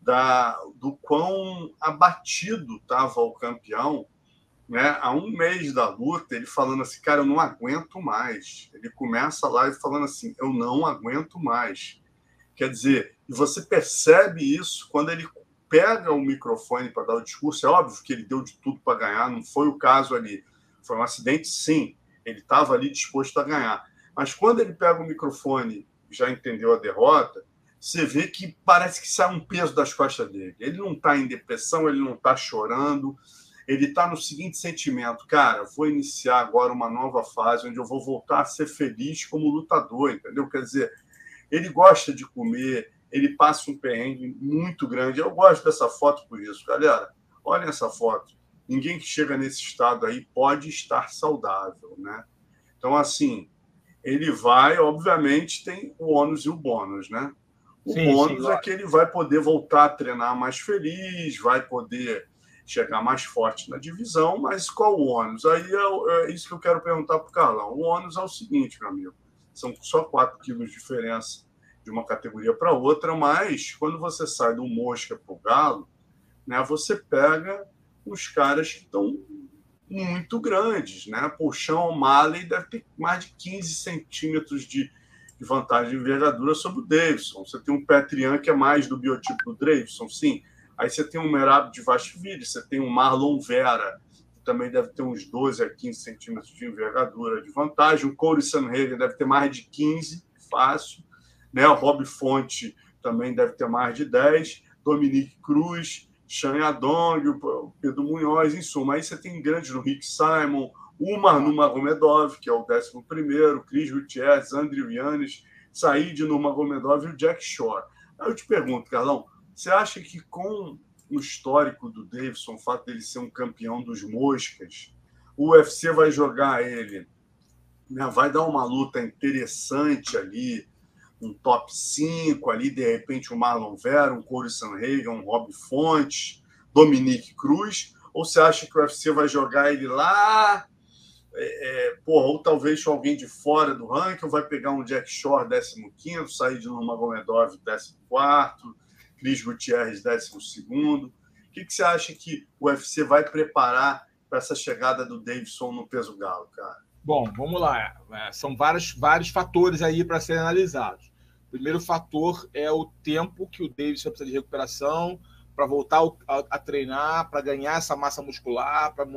Da, do quão abatido estava o campeão, né? Há um mês da luta, ele falando assim, cara, eu não aguento mais. Ele começa lá e falando assim, eu não aguento mais. Quer dizer, e você percebe isso quando ele pega o microfone para dar o discurso. É óbvio que ele deu de tudo para ganhar, não foi o caso ali. Foi um acidente, sim. Ele estava ali disposto a ganhar. Mas quando ele pega o microfone e já entendeu a derrota, você vê que parece que sai um peso das costas dele. Ele não está em depressão, ele não está chorando. Ele está no seguinte sentimento, cara, vou iniciar agora uma nova fase onde eu vou voltar a ser feliz como lutador, entendeu? Quer dizer, ele gosta de comer, ele passa um perrengue muito grande. Eu gosto dessa foto por isso, galera. Olhem essa foto. Ninguém que chega nesse estado aí pode estar saudável, né? Então, assim, ele vai, obviamente, tem o ônus e o bônus, né? O Sim, bônus sim, é que ele vai poder voltar a treinar mais feliz, vai poder chegar mais forte na divisão, mas qual o ônus? Aí é, é isso que eu quero perguntar para o Carlão. O ônus é o seguinte, meu amigo, são só quatro quilos de diferença de uma categoria para outra, mas quando você sai do Mosca para o Galo, né, você pega os caras que estão muito grandes, né? Pô, o Sean O'Malley deve ter mais de quinze centímetros de, de vantagem de envergadura sobre o Davidson. Você tem um Petrian que é mais do biotipo do Davidson, sim. Aí você tem um Merab de Vashvili, você tem um Marlon Vera, que também deve ter uns doze a quinze centímetros de envergadura de vantagem. O Corey Sanhagen deve ter mais de quinze, fácil. Né? O Rob Fonte também deve ter mais de dez. Dominique Cruz, Chan Yadong, o Pedro Munhoz, em suma. Aí você tem grandes no Rick Simon, o Manu Magomedov, que é o décimo primeiro, Cris Gutierrez, Andrew Yannis, Said Nurmagomedov e o Jack Shore. Aí eu te pergunto, Carlão, você acha que com o histórico do Davidson, o fato dele ser um campeão dos Moscas, o U F C vai jogar ele, né, vai dar uma luta interessante ali, um top cinco ali, de repente um Marlon Vera, um Corey Sanhagen, um Rob Fontes, Dominique Cruz, ou você acha que o U F C vai jogar ele lá, é, é, porra, ou talvez com alguém de fora do ranking, ou vai pegar um Jack Shore, décimo quinto, Said Nurmagomedov, décimo quarto, Cris Gutierrez, décimo segundo. O que, que você acha que o U F C vai preparar para essa chegada do Davidson no peso galo, cara? Bom, vamos lá. São vários, vários fatores aí para serem analisados. O primeiro fator é o tempo que o Davidson precisa de recuperação para voltar a, a treinar, para ganhar essa massa muscular, para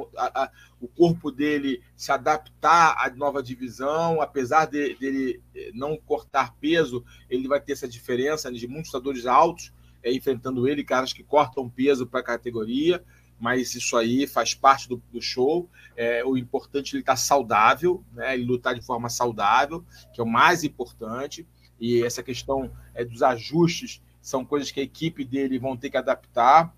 o corpo dele se adaptar à nova divisão. Apesar de, dele não cortar peso, ele vai ter essa diferença de muitos lutadores altos é, enfrentando ele, caras que cortam peso para a categoria. Mas isso aí faz parte do, do show. É, o importante é ele estar saudável, né? Ele lutar de forma saudável, que é o mais importante. E essa questão é, dos ajustes são coisas que a equipe dele vão ter que adaptar.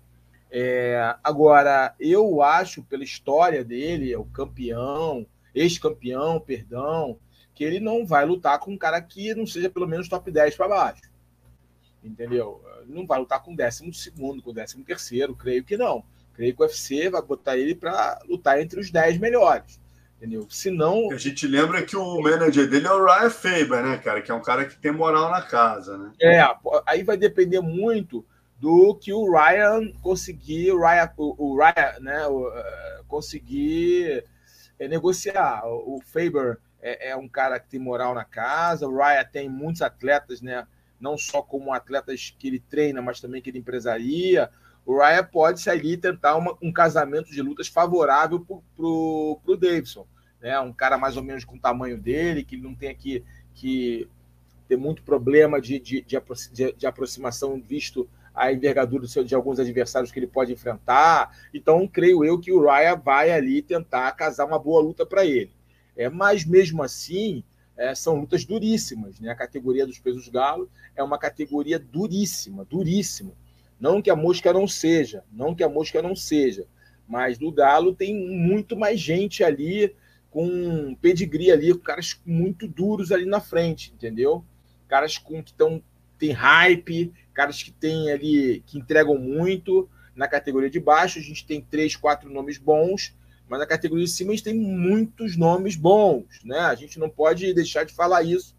É, agora, eu acho, pela história dele, é o campeão, ex-campeão, perdão, que ele não vai lutar com um cara que não seja pelo menos top dez para baixo. Entendeu? Não vai lutar com décimo segundo, com décimo terceiro, creio que não. Creio que o U F C vai botar ele para lutar entre os dez melhores, entendeu? Se não... A gente lembra que o manager dele é o Ryan Faber, né, cara? Que é um cara que tem moral na casa, né? É, aí vai depender muito do que o Ryan conseguir, o Ryan, o, o Ryan, né, o, uh, conseguir é, negociar. O, o Faber é, é um cara que tem moral na casa, o Ryan tem muitos atletas, né? Não só como atletas que ele treina, mas também que ele empresaria. O Ryan pode se ali tentar uma, um casamento de lutas favorável para o Davidson. Né? Um cara mais ou menos com o tamanho dele, que não tenha que, que ter muito problema de, de, de, de, de aproximação visto a envergadura do seu, de alguns adversários que ele pode enfrentar. Então, creio eu que o Ryan vai ali tentar casar uma boa luta para ele. É, mas, mesmo assim, é, são lutas duríssimas. Né? A categoria dos pesos galo é uma categoria duríssima, duríssima. Não que a mosca não seja, não que a mosca não seja, mas no Galo tem muito mais gente ali com pedigree ali, caras muito duros ali na frente, entendeu? Caras com que estão tem hype, caras que tem ali que entregam muito. Na categoria de baixo a gente tem três, quatro nomes bons, mas na categoria de cima a gente tem muitos nomes bons, né? A gente não pode deixar de falar isso.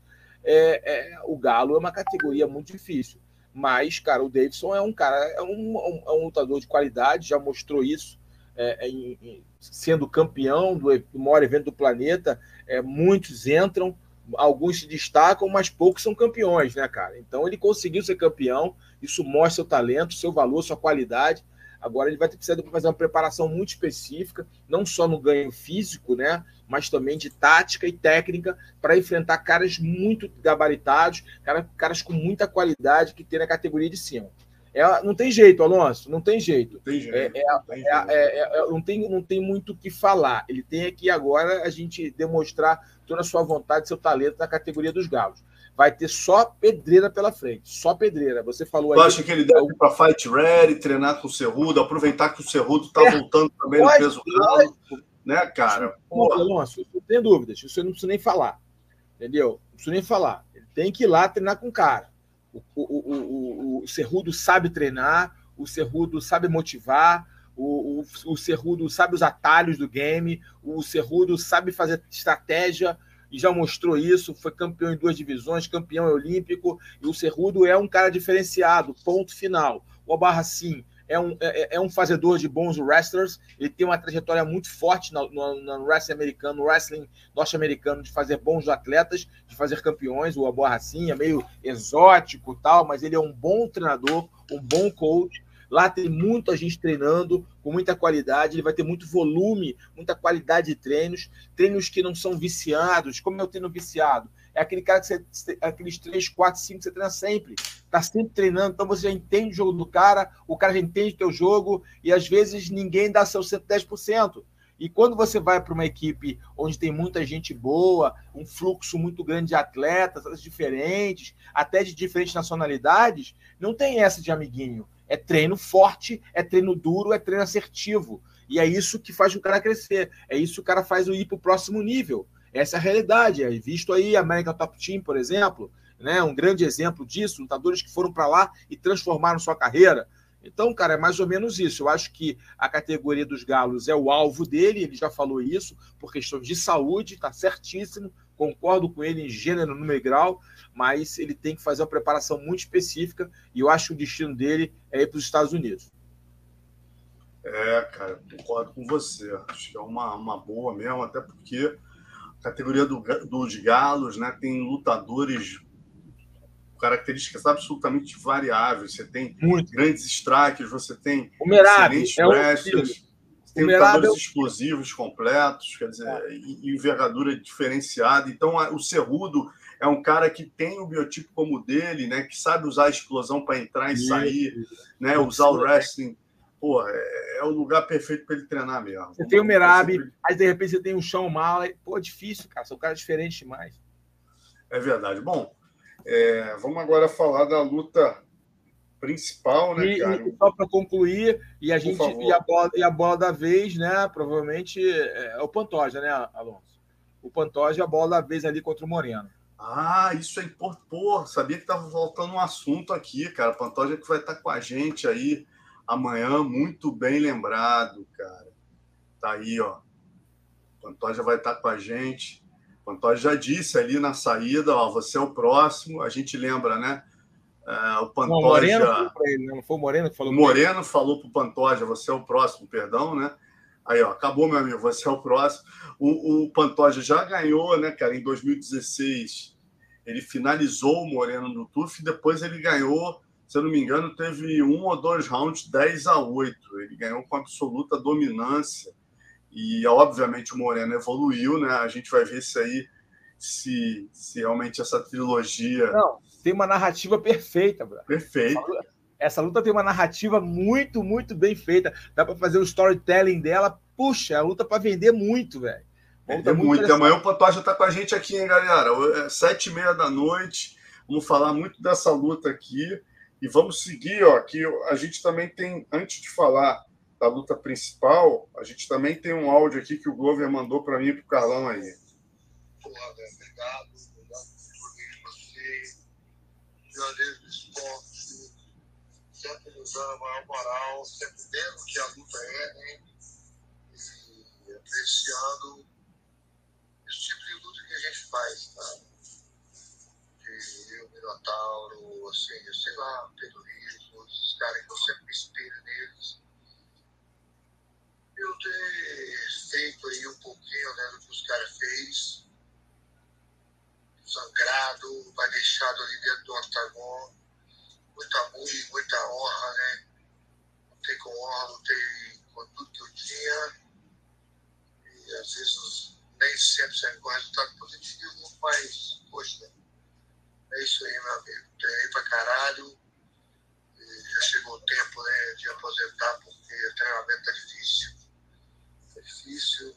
É, é, o Galo é uma categoria muito difícil, mas, cara, o Davidson é um cara, é um, um, é um lutador de qualidade, já mostrou isso, é, em, em, sendo campeão do, do maior evento do planeta. É, muitos entram, alguns se destacam, mas poucos são campeões, né, cara? Então ele conseguiu ser campeão, isso mostra seu talento, seu valor, sua qualidade. Agora ele vai ter precisar fazer uma preparação muito específica, não só no ganho físico, né, mas também de tática e técnica para enfrentar caras muito gabaritados, caras, caras com muita qualidade que tem na categoria de cima. É, não tem jeito, Alonso, não tem jeito. Tem jeito, é, é, não, tem jeito. É, é, é, não, tem, não tem muito o que falar. Ele tem aqui agora a gente demonstrar toda a sua vontade, seu talento na categoria dos galos. Vai ter só pedreira pela frente, só pedreira. Você falou aí. Tu acha que ele deve ir para Fight Ready, treinar com o Cerrudo, aproveitar que o Cerrudo está é, voltando também pode, no peso galo, né, cara? Alonso, eu não tenho dúvidas, isso eu não preciso nem falar, entendeu? Não preciso nem falar. Ele tem que ir lá treinar com o cara. O, o, o, o, o Cerrudo sabe treinar, o Cerrudo sabe motivar, o, o, o Cerrudo sabe os atalhos do game, o Cerrudo sabe fazer estratégia, e já mostrou isso, foi campeão em duas divisões, campeão olímpico, e o Cerrudo é um cara diferenciado, ponto final. O Abarracin é um, é, é um fazedor de bons wrestlers, ele tem uma trajetória muito forte no, no, no wrestling americano, no wrestling norte-americano, de fazer bons atletas, de fazer campeões. O Abarracin é meio exótico, tal, mas ele é um bom treinador, um bom coach. Lá tem muita gente treinando com muita qualidade, ele vai ter muito volume, muita qualidade de treinos, treinos que não são viciados. Como é o treino viciado? É aquele cara que você, aqueles três, quatro, cinco que você treina sempre, está sempre treinando, então você já entende o jogo do cara, o cara já entende o teu jogo, e às vezes ninguém dá seu cento e dez por cento. E quando você vai para uma equipe onde tem muita gente boa, um fluxo muito grande de atletas diferentes, até de diferentes nacionalidades, não tem essa de amiguinho. É treino forte, é treino duro, é treino assertivo. E é isso que faz o cara crescer. É isso que o cara faz o ir para o próximo nível. Essa é a realidade. É visto aí a American Top Team, por exemplo, né? Um grande exemplo disso, lutadores que foram para lá e transformaram sua carreira. Então, cara, é mais ou menos isso. Eu acho que a categoria dos galos é o alvo dele, ele já falou isso, por questões de saúde, está certíssimo, concordo com ele em gênero, número e grau, mas ele tem que fazer uma preparação muito específica e eu acho que o destino dele é ir para os Estados Unidos. É, cara, concordo com você. Acho que é uma, uma boa mesmo, até porque a categoria do, dos galos, né, tem lutadores, características absolutamente variáveis. Você tem muito grandes strikers, você tem o Merab, excelentes é wrestlers, um... tem lutadores é... explosivos completos, quer dizer, é. envergadura diferenciada. Então, o Cerrudo é um cara que tem o biotipo como o dele, né, que sabe usar a explosão para entrar e sair, né, usar o wrestling. Pô, é, é o lugar perfeito para ele treinar mesmo. Você tem o Merab, sempre... aí de repente você tem o Sean O'Malley. Pô, difícil, cara. São caras diferentes demais. É verdade. Bom, é, vamos agora falar da luta principal, né, e, cara? E só para concluir, e a gente e a, bola, e a bola da vez, né? Provavelmente é o Pantoja, né, Alonso? O Pantoja é a bola da vez ali contra o Moreno. Ah, isso é importante. Pô, sabia que estava faltando um assunto aqui, cara. Pantoja que vai estar com a gente aí amanhã, muito bem lembrado, cara. Tá aí, ó. Pantoja vai estar com a gente. Pantoja já disse ali na saída, ó, você é o próximo. A gente lembra, né? É, o Pantoja... Não, o Moreno falou pra ele, não foi o Moreno que falou O Moreno falou para o Pantoja, você é o próximo, perdão, né? Aí, ó, acabou, meu amigo, você é o próximo. O, o Pantoja já ganhou, né, cara, em dois mil e dezesseis. Ele finalizou o Moreno no T U F e depois ele ganhou, se eu não me engano, teve um ou dois rounds dez a oito. Ele ganhou com absoluta dominância. E, obviamente, o Moreno evoluiu, né? A gente vai ver se aí, se, se realmente essa trilogia... Não, tem uma narrativa perfeita, bro. Perfeita. Essa luta, essa luta tem uma narrativa muito, muito bem feita. Dá para fazer o storytelling dela. Puxa, é a luta para vender muito, velho. Vender muito. E amanhã o Pantoja tá com a gente aqui, hein, galera? É sete e meia da noite. Vamos falar muito dessa luta aqui. E vamos seguir, ó, que a gente também tem, antes de falar da luta principal, a gente também tem um áudio aqui que o Glover mandou para mim e para o Carlão aí. Porra, velho, obrigado, obrigado por vir você, jornalismo do esporte, sempre nos dando a maior moral, sempre vendo o que a luta é, né? E apreciando esse tipo de luta que a gente faz, tá? De eu, Minotauro, assim, eu sei lá, Pedro Riso, os caras que eu sempre me inspiro neles. Eu ter feito aí um pouquinho, né, do que os caras fez, sangrado, vai deixado ali dentro do octagon, muita amor e muita honra, né? Lutei com honra, lutei com tudo que eu tinha, e às vezes nem sempre sai com resultado positivo, mas, poxa, é isso aí, meu amigo. Treinei pra caralho, e já chegou o tempo, né, de aposentar, porque o treinamento tá difícil. É difícil,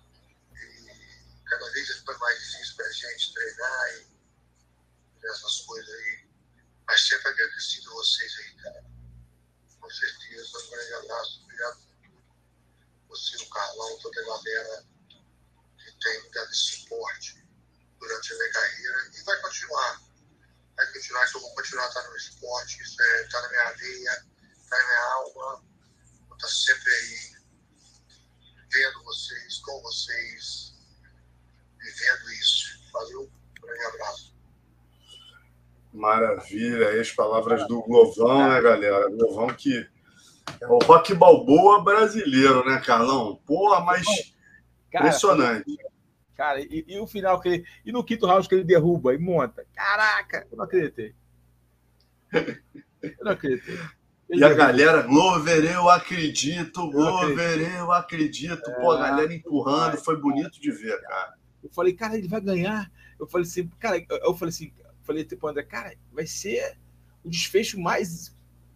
e cada vez fica mais difícil pra gente treinar e essas coisas aí. Mas sempre agradecido a vocês aí, cara. Com certeza, um grande abraço, obrigado por tudo. Você, o Carlão, toda a galera que tem me dado esse suporte durante a minha carreira, e vai continuar. Vai continuar, que eu vou continuar a estar no esporte, isso é, tá na minha veia, tá na minha alma. Vou estar sempre aí, vendo vocês, com vocês, vivendo isso. Valeu, um grande abraço. Maravilha, aí as palavras do Glovão, né, galera? Glovão que é o Rock Balboa brasileiro, né, Carlão? Porra, mas cara, impressionante. Cara, e, e o final que ele. E no quinto round que ele derruba e monta. Caraca, eu não acreditei. Eu não acreditei. Ele E a derruba. galera, Glover, eu acredito, Glover, eu acredito. Pô, a galera empurrando, foi bonito de ver, cara. Eu falei, cara, ele vai ganhar. Eu falei assim, cara, eu falei assim, falei tipo, André, cara, vai ser o desfecho mais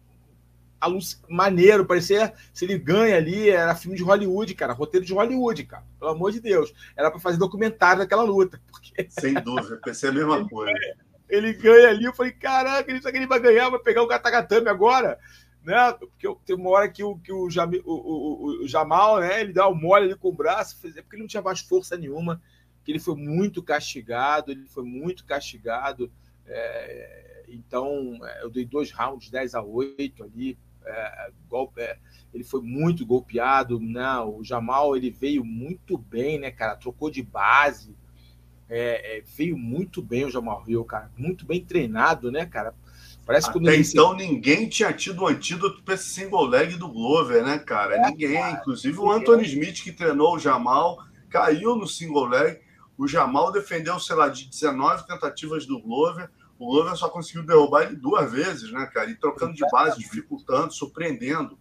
maneiro. Parecia, se ele ganha ali, era filme de Hollywood, cara, roteiro de Hollywood, cara, pelo amor de Deus. Era para fazer documentário daquela luta. Porque... Sem dúvida, pensei a mesma coisa. Ele ganha ali, eu falei, caraca, ele sabe que ele vai ganhar, vai pegar o Gatagatame agora, né? Porque tem uma hora que o, que o, Jam, o, o, o Jamal, né, ele dá o mole ali com o braço, é porque ele não tinha mais força nenhuma, que ele foi muito castigado, ele foi muito castigado, é, então eu dei dois rounds, dez a oito ali, é, golpe, é, ele foi muito golpeado, né? O Jamal, ele veio muito bem, né, cara, trocou de base, é, é, veio muito bem o Jamal Hill, cara, muito bem treinado, né, cara? Parece que Até ele... então ninguém tinha tido o antídoto para esse single leg do Glover, né, cara? É, ninguém, cara, inclusive o Anthony Smith, que treinou o Jamal, caiu no single leg. O Jamal defendeu, sei lá, de dezenove tentativas do Glover. O Glover só conseguiu derrubar ele duas vezes, né, cara? E trocando de base, dificultando, surpreendendo.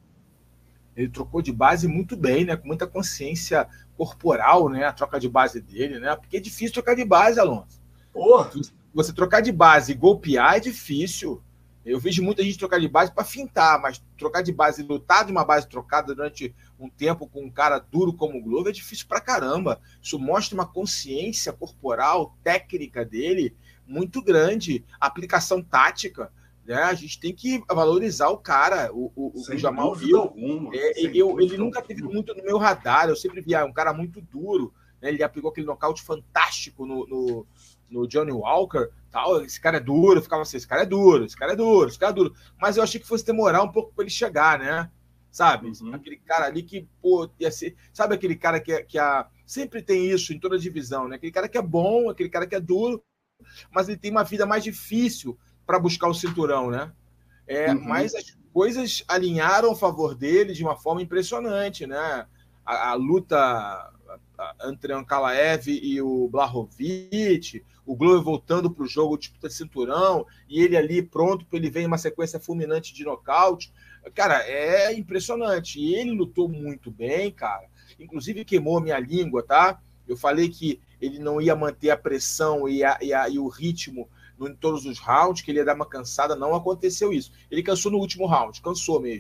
Ele trocou de base muito bem, né? Com muita consciência corporal, né? A troca de base dele, né? Porque é difícil trocar de base, Alonso. Porra! Você trocar de base e golpear é difícil. Eu vejo muita gente trocar de base para fintar, mas trocar de base e lutar de uma base trocada durante um tempo com um cara duro como o Glover é difícil pra caramba. Isso mostra uma consciência corporal, técnica dele muito grande, aplicação tática, né? A gente tem que valorizar o cara, o, o, o Jamal Hill. Alguma, é, eu, ele nunca teve muito no meu radar, eu sempre via um cara muito duro, né? Ele aplicou aquele nocaute fantástico no, no, no Johnny Walker, tal. Esse cara é duro, eu ficava assim, esse cara é duro, esse cara é duro, esse cara é duro. Mas eu achei que fosse demorar um pouco para ele chegar, né? Sabe? Uhum. Aquele cara ali que, pô, ia ser... Sabe aquele cara que, que a... sempre tem isso em toda a divisão, né? Aquele cara que é bom, aquele cara que é duro, mas ele tem uma vida mais difícil para buscar o cinturão, né? É, uhum. Mas as coisas alinharam a favor dele de uma forma impressionante, né? A, a luta entre o Ankalaev e o Blachowicz, o Glover voltando para o jogo, disputa de cinturão, e ele ali pronto, ele vem uma sequência fulminante de nocaute. Cara, é impressionante. E ele lutou muito bem, cara. Inclusive queimou a minha língua, tá? Eu falei que ele não ia manter a pressão e, a, e, a, e o ritmo em todos os rounds, que ele ia dar uma cansada. Não aconteceu isso. Ele cansou no último round, cansou mesmo.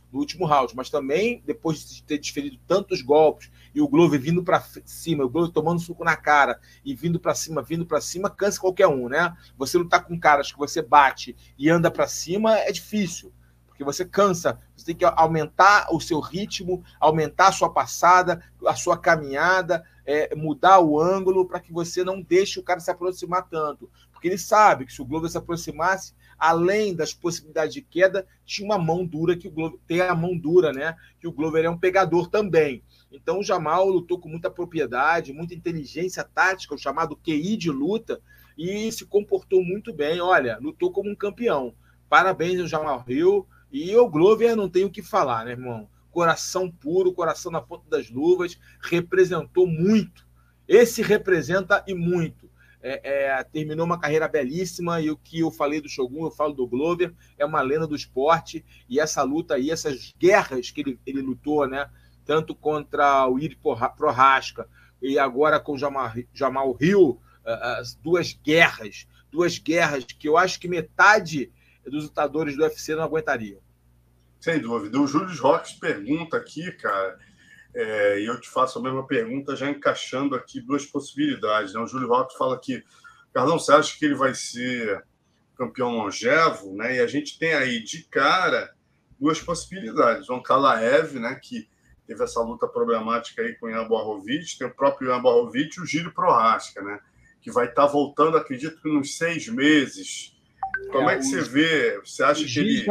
no último round, mas também depois de ter desferido tantos golpes e o Glover vindo para cima, o Glover tomando suco na cara e vindo para cima, vindo para cima, cansa qualquer um, né? Você lutar com caras que você bate e anda para cima é difícil, porque você cansa, você tem que aumentar o seu ritmo, aumentar a sua passada, a sua caminhada, é, mudar o ângulo para que você não deixe o cara se aproximar tanto, porque ele sabe que se o Glover se aproximasse, além das possibilidades de queda, tinha uma mão dura, que o Glover tem a mão dura, né? Que o Glover é um pegador também. Então o Jamal lutou com muita propriedade, muita inteligência tática, o chamado Q I de luta, e se comportou muito bem. Olha, lutou como um campeão. Parabéns ao Jamal Hill. E o Glover não tem o que falar, né, irmão? Coração puro, coração na ponta das luvas, representou muito. Esse representa e muito. É, é, terminou uma carreira belíssima, e o que eu falei do Shogun, eu falo do Glover, é uma lenda do esporte, e essa luta aí, essas guerras que ele, ele lutou, né, tanto contra o Iri Prohaska e agora com o Jamal, Jamal Hill, as duas guerras, duas guerras que eu acho que metade dos lutadores do U F C não aguentaria. Sem dúvida. O Júlio Roques pergunta aqui, cara, É, e eu te faço a mesma pergunta, já encaixando aqui duas possibilidades. Né? O Júlio Roque fala que, Carlão, você acha que ele vai ser campeão longevo? Né? E a gente tem aí, de cara, duas possibilidades. O Ankalaev, né, que teve essa luta problemática aí com o Ian Blachowicz, tem o próprio Ian Blachowicz e o Jiri Prohaska, né, que vai estar voltando, acredito que nos seis meses. Como é, é que o... você vê? Você acha que ele...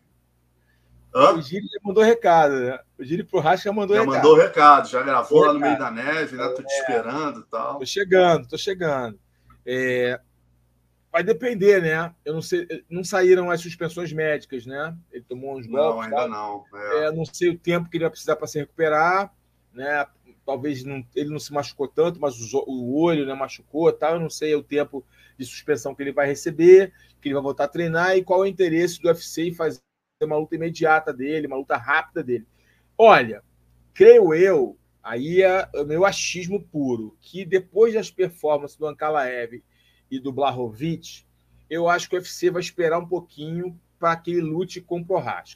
Hã? O Giri já mandou recado, né? O Giri Prohaska já mandou já recado. Já mandou recado, já gravou mandou lá no recado. meio da neve, né? Tô te é. esperando e tal. Tô chegando, tô chegando. É... Vai depender, né? Eu não sei, não saíram as suspensões médicas, né? Ele tomou uns não, golpes. Ainda tá? não, é. É, não sei o tempo que ele vai precisar para se recuperar, né? Talvez não, ele não se machucou tanto, mas o, o olho, né, machucou, tá? Eu não sei o tempo de suspensão que ele vai receber, que ele vai voltar a treinar e qual é o interesse do U F C em fazer uma luta imediata dele, uma luta rápida dele. Olha, creio eu, aí é o meu achismo puro, que depois das performances do Ankalaev e do Blachowicz, eu acho que o U F C vai esperar um pouquinho para que ele lute com o Prohaska.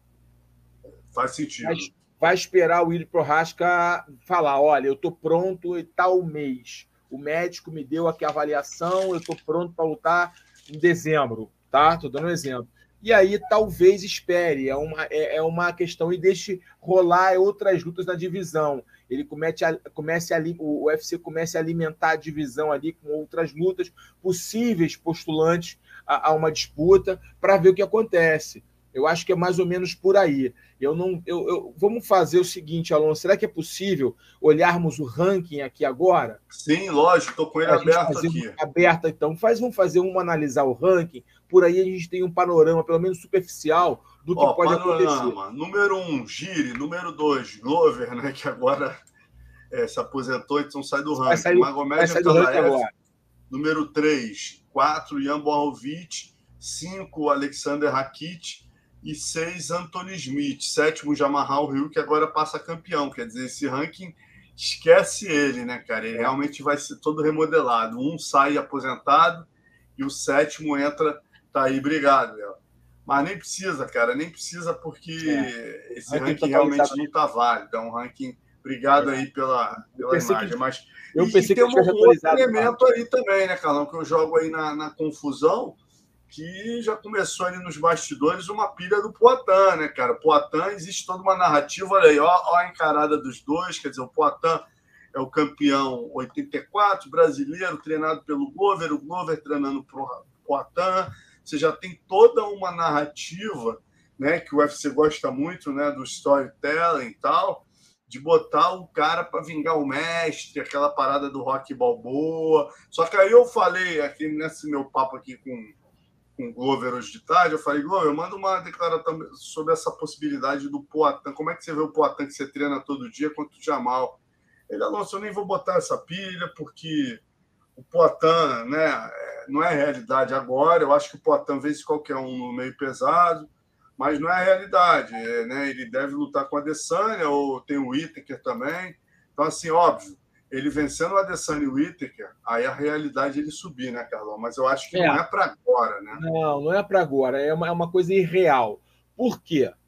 Faz sentido. Vai, vai esperar o Iri Prohaska falar, olha, eu estou pronto e tal mês. O médico me deu aqui a avaliação, eu estou pronto para lutar em dezembro, tá? Estou dando um exemplo. E aí talvez espere, é uma, é, é uma questão, e deixe rolar outras lutas na divisão. Ele comece a, comece a, o U F C comece a alimentar a divisão ali com outras lutas, possíveis postulantes a, a uma disputa, para ver o que acontece. Eu acho que é mais ou menos por aí. Eu não, eu, eu, vamos fazer o seguinte, Alonso, será que é possível olharmos o ranking aqui agora? Sim, lógico, estou com ele aberto aqui. Um, aberto, então. Faz, vamos fazer um analisar o ranking, por aí a gente tem um panorama, pelo menos superficial, do que Ó, pode panorama. acontecer. Número um, Giri. Número dois, Glover, né, que agora é, se aposentou, então sai do ranking. Sair, Magomed Ankalaev. Número três, quatro, Ian Blachowicz. cinco, Alexander Rakit. E seis, Anthony Smith. Sétimo, Jamal Hill, que agora passa campeão. Quer dizer, esse ranking, esquece ele, né, cara? Ele realmente vai ser todo remodelado. Um sai aposentado e o sétimo entra, tá aí, obrigado, Léo. Mas nem precisa, cara, nem precisa, porque é. esse ranking, ranking realmente não tá válido. É um ranking... Obrigado é. aí pela, pela imagem. Que... Mas eu e, pensei e tem que um outro elemento aí também, né, Carlão, que eu jogo aí na, na confusão, que já começou ali nos bastidores uma pilha do Poatan, né, cara? O Poatan, existe toda uma narrativa, olha aí, ó, ó a encarada dos dois, quer dizer, o Poatan é o campeão oitenta e quatro, brasileiro, treinado pelo Glover, o Glover treinando pro Poatan. Você já tem toda uma narrativa, né, que o U F C gosta muito, né, do storytelling e tal, de botar o cara para vingar o mestre, aquela parada do Rocky Balboa. Só que aí eu falei, aqui nesse meu papo aqui com com o Glover hoje de tarde, eu falei, Glover, manda uma declaração sobre essa possibilidade do Poatan. Como é que você vê o Poatan que você treina todo dia contra o Jamal? Ele, Alonso, eu nem vou botar essa pilha, porque o Poatan, né, não é realidade agora. Eu acho que o Poatan vence qualquer um no meio pesado, mas não é realidade. É, né, ele deve lutar com a Adesanya, ou tem o Whittaker também. Então, assim, óbvio, ele vencendo o Adesanya e o Whittaker, aí a realidade ele subir, né, Carlão? Mas eu acho que é. não é para agora, né? Não, não é para agora. É uma, é uma coisa irreal. Por quê?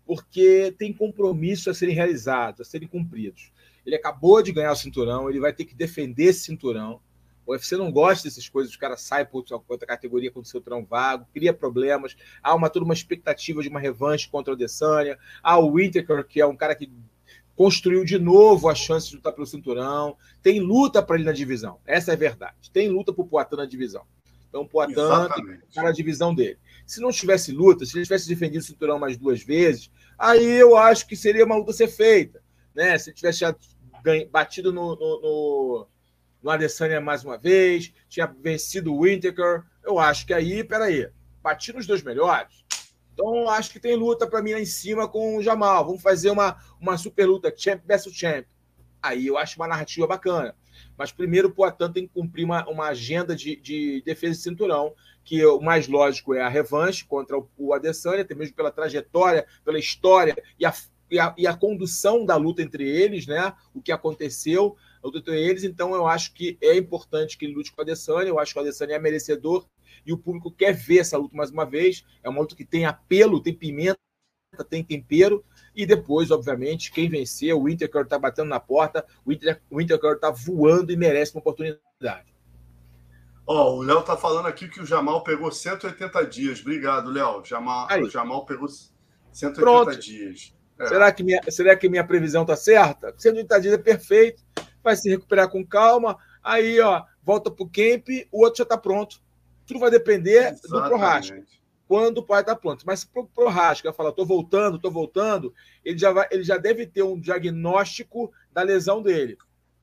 porque tem compromissos a serem realizados, a serem cumpridos. Ele acabou de ganhar o cinturão, ele vai ter que defender esse cinturão. O U F C não gosta dessas coisas, os caras saem por outra categoria com o cinturão vago, cria problemas, há uma, toda uma expectativa de uma revanche contra o Adesanya, há o Whittaker, que é um cara que construiu de novo a chance de lutar pelo cinturão, tem luta para ele na divisão, essa é a verdade, tem luta para o Poatan na divisão. Então o Poatan está na divisão dele. Se não tivesse luta, se ele tivesse defendido o cinturão mais duas vezes, aí eu acho que seria uma luta a ser feita. Né? Se ele tivesse já batido no, no, no, no Adesanya mais uma vez, tinha vencido o Whittaker, eu acho que aí, peraí, bati nos dois melhores. Então acho que tem luta para mim lá em cima com o Jamal. Vamos fazer uma, uma super luta, champ versus champ. Aí eu acho uma narrativa bacana. Mas primeiro o Poatan tem que cumprir uma, uma agenda de, de defesa de cinturão, que o mais lógico é a revanche contra o, o Adesanya, até mesmo pela trajetória, pela história e a, e, a, e a condução da luta entre eles, né? O que aconteceu, a luta entre eles. Então eu acho que é importante que ele lute com o Adesanya, eu acho que o Adesanya é merecedor e o público quer ver essa luta mais uma vez. É uma luta que tem apelo, tem pimenta, tem tempero. E depois, obviamente, quem vencer, o Whittaker está batendo na porta, o Whittaker está voando e merece uma oportunidade. Ó, oh, o Léo está falando aqui que o Jamal pegou cento e oitenta dias. Obrigado, Léo. Jamal, o Jamal pegou cento e oitenta Pronto. dias. É. Será, que minha, será que minha previsão está certa? cento e oitenta dias é perfeito, vai se recuperar com calma, aí ó, volta para o camp, o outro já está pronto. Tudo vai depender Exatamente. do Prochazka. Quando o pai está pronto. Mas para o Prochazka falar, estou voltando, estou voltando, ele já, vai, ele já deve ter um diagnóstico da lesão dele.